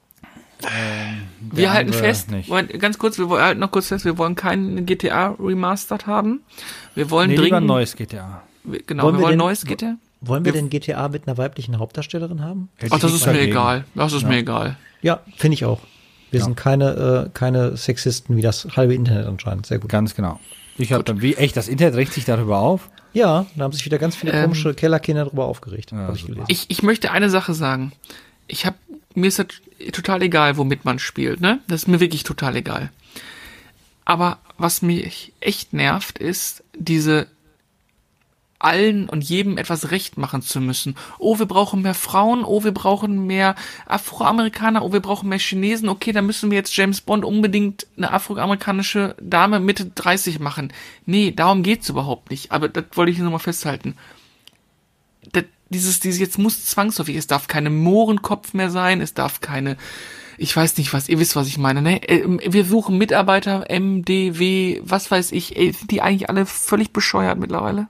A: Wir halten
B: andere
A: fest,
B: nicht.
A: ganz kurz, wir halten noch kurz fest, wir wollen keinen GTA Remastered haben. Wir wollen
B: Nee, lieber ein
A: dringend,
B: neues GTA.
A: Genau, wir wollen neues GTA.
C: Wollen wir denn GTA mit einer weiblichen Hauptdarstellerin haben?
A: Ach, das ist mir egal. Das ist mir egal.
C: Ja, finde ich auch. Wir sind keine Sexisten wie das halbe Internet anscheinend. Sehr gut.
B: Ganz genau. Das Internet regt sich darüber auf?
C: Ja, da haben sich wieder ganz viele komische Kellerkinder darüber aufgeregt, habe ich gelesen.
A: Ich möchte eine Sache sagen. Mir ist das total egal, womit man spielt, ne? Das ist mir wirklich total egal. Aber was mich echt nervt, ist diese allen und jedem etwas recht machen zu müssen. Oh, wir brauchen mehr Frauen, oh, wir brauchen mehr Afroamerikaner, oh, wir brauchen mehr Chinesen, okay, dann müssen wir jetzt James Bond unbedingt eine afroamerikanische Dame Mitte 30 machen. Nee, darum geht's überhaupt nicht. Aber das wollte ich nur mal festhalten. Dieses jetzt muss zwangsläufig, es darf keine Mohrenkopf mehr sein, es darf keine, ich weiß nicht was, ihr wisst, was ich meine, ne? Wir suchen Mitarbeiter, MDW, was weiß ich, sind die eigentlich alle völlig bescheuert mittlerweile?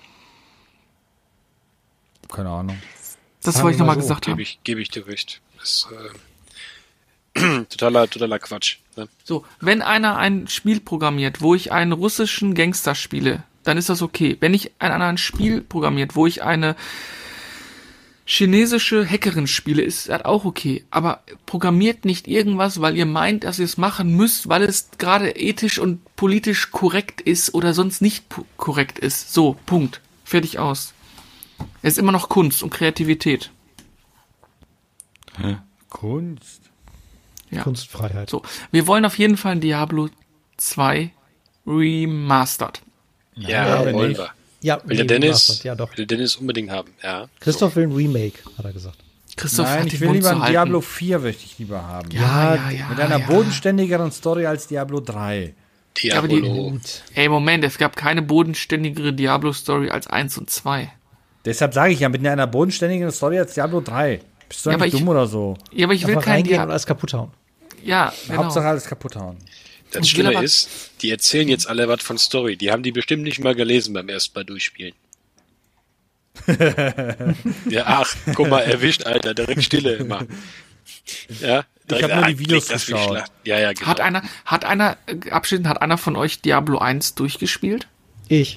B: Keine Ahnung.
A: Das wollte ich nochmal gesagt haben.
D: Gebe ich dir recht. Das ist totaler Quatsch. Ne?
A: So, wenn einer ein Spiel programmiert, wo ich einen russischen Gangster spiele, dann ist das okay. Wenn ich ein Spiel programmiert, wo ich eine chinesische Hackerin spiele, ist das auch okay. Aber programmiert nicht irgendwas, weil ihr meint, dass ihr es machen müsst, weil es gerade ethisch und politisch korrekt ist oder sonst nicht korrekt ist. So, Punkt. Fertig aus. Es ist immer noch Kunst und Kreativität.
B: Kunst?
A: Ja.
C: Kunstfreiheit.
A: So, wir wollen auf jeden Fall Diablo 2 remastered.
D: Ja, wollen wir.
C: Ja,
D: will der Dennis
C: unbedingt
D: haben. Ja.
C: Christoph will ein Remake, hat er gesagt.
A: Christoph
B: Nein,
A: hat
B: ich
A: den
B: will
A: Mund
B: lieber
A: zu
B: ein
A: halten.
B: Diablo 4 möchte ich lieber haben.
A: Ja.
B: Mit einer bodenständigeren Story als Diablo 3.
D: Diablo.
A: Ey, Moment, es gab keine bodenständigere Diablo-Story als 1 und 2.
B: Deshalb sage ich ja, mit einer bodenständigeren Story als Diablo 3. Bist du eigentlich dumm oder so?
A: Ja, aber ich will kein
C: Diablo und alles kaputt hauen.
A: Ja, genau.
B: Hauptsache alles kaputt hauen.
D: Das Schlimme ist, die erzählen jetzt alle was von Story. Die haben die bestimmt nicht mal gelesen beim ersten Mal durchspielen. Ja, ach, guck mal, erwischt, Alter, direkt Stille immer. Ja,
B: ich habe nur die Videos geschaut.
D: Ja, genau.
A: Hat einer von euch Diablo 1 durchgespielt?
C: Ich.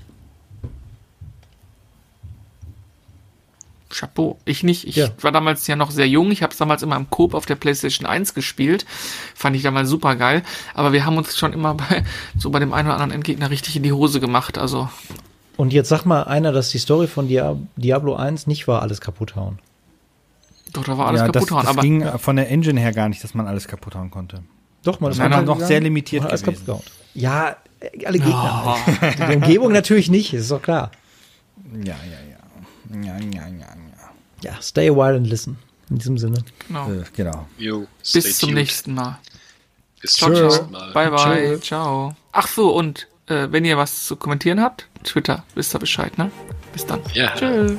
A: Chapeau. Ich nicht. Ich war damals ja noch sehr jung. Ich habe es damals immer im Coop auf der PlayStation 1 gespielt. Fand ich damals super geil. Aber wir haben uns schon immer bei dem einen oder anderen Endgegner richtig in die Hose gemacht. Also.
C: Und jetzt sag mal einer, dass die Story von Diablo 1 nicht war, alles kaputt hauen.
A: Doch, da war alles kaputt hauen.
B: Das ging von der Engine her gar nicht, dass man alles kaputt hauen konnte.
C: Doch, man ist
B: noch sehr limitiert
C: alles
B: gewesen.
C: Kaputt. Ja, alle Gegner. Oh. Die Umgebung natürlich nicht, ist doch klar.
B: Ja.
C: Ja, stay a while and listen. In diesem Sinne.
B: Genau.
D: Jo,
A: bis zum nächsten Mal.
D: Bis zum nächsten Mal.
A: Bye. Ciao. Ach so, und wenn ihr was zu kommentieren habt, Twitter, wisst ihr Bescheid, ne? Bis dann.
D: Ja.
A: Tschö.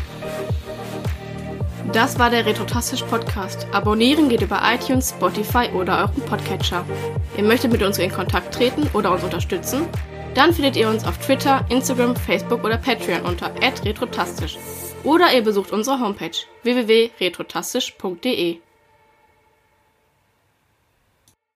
E: Das war der Retrotastisch Podcast. Abonnieren geht über iTunes, Spotify oder euren Podcatcher. Ihr möchtet mit uns in Kontakt treten oder uns unterstützen? Dann findet ihr uns auf Twitter, Instagram, Facebook oder Patreon unter @retrotastisch. Oder ihr besucht unsere Homepage www.retrotastisch.de.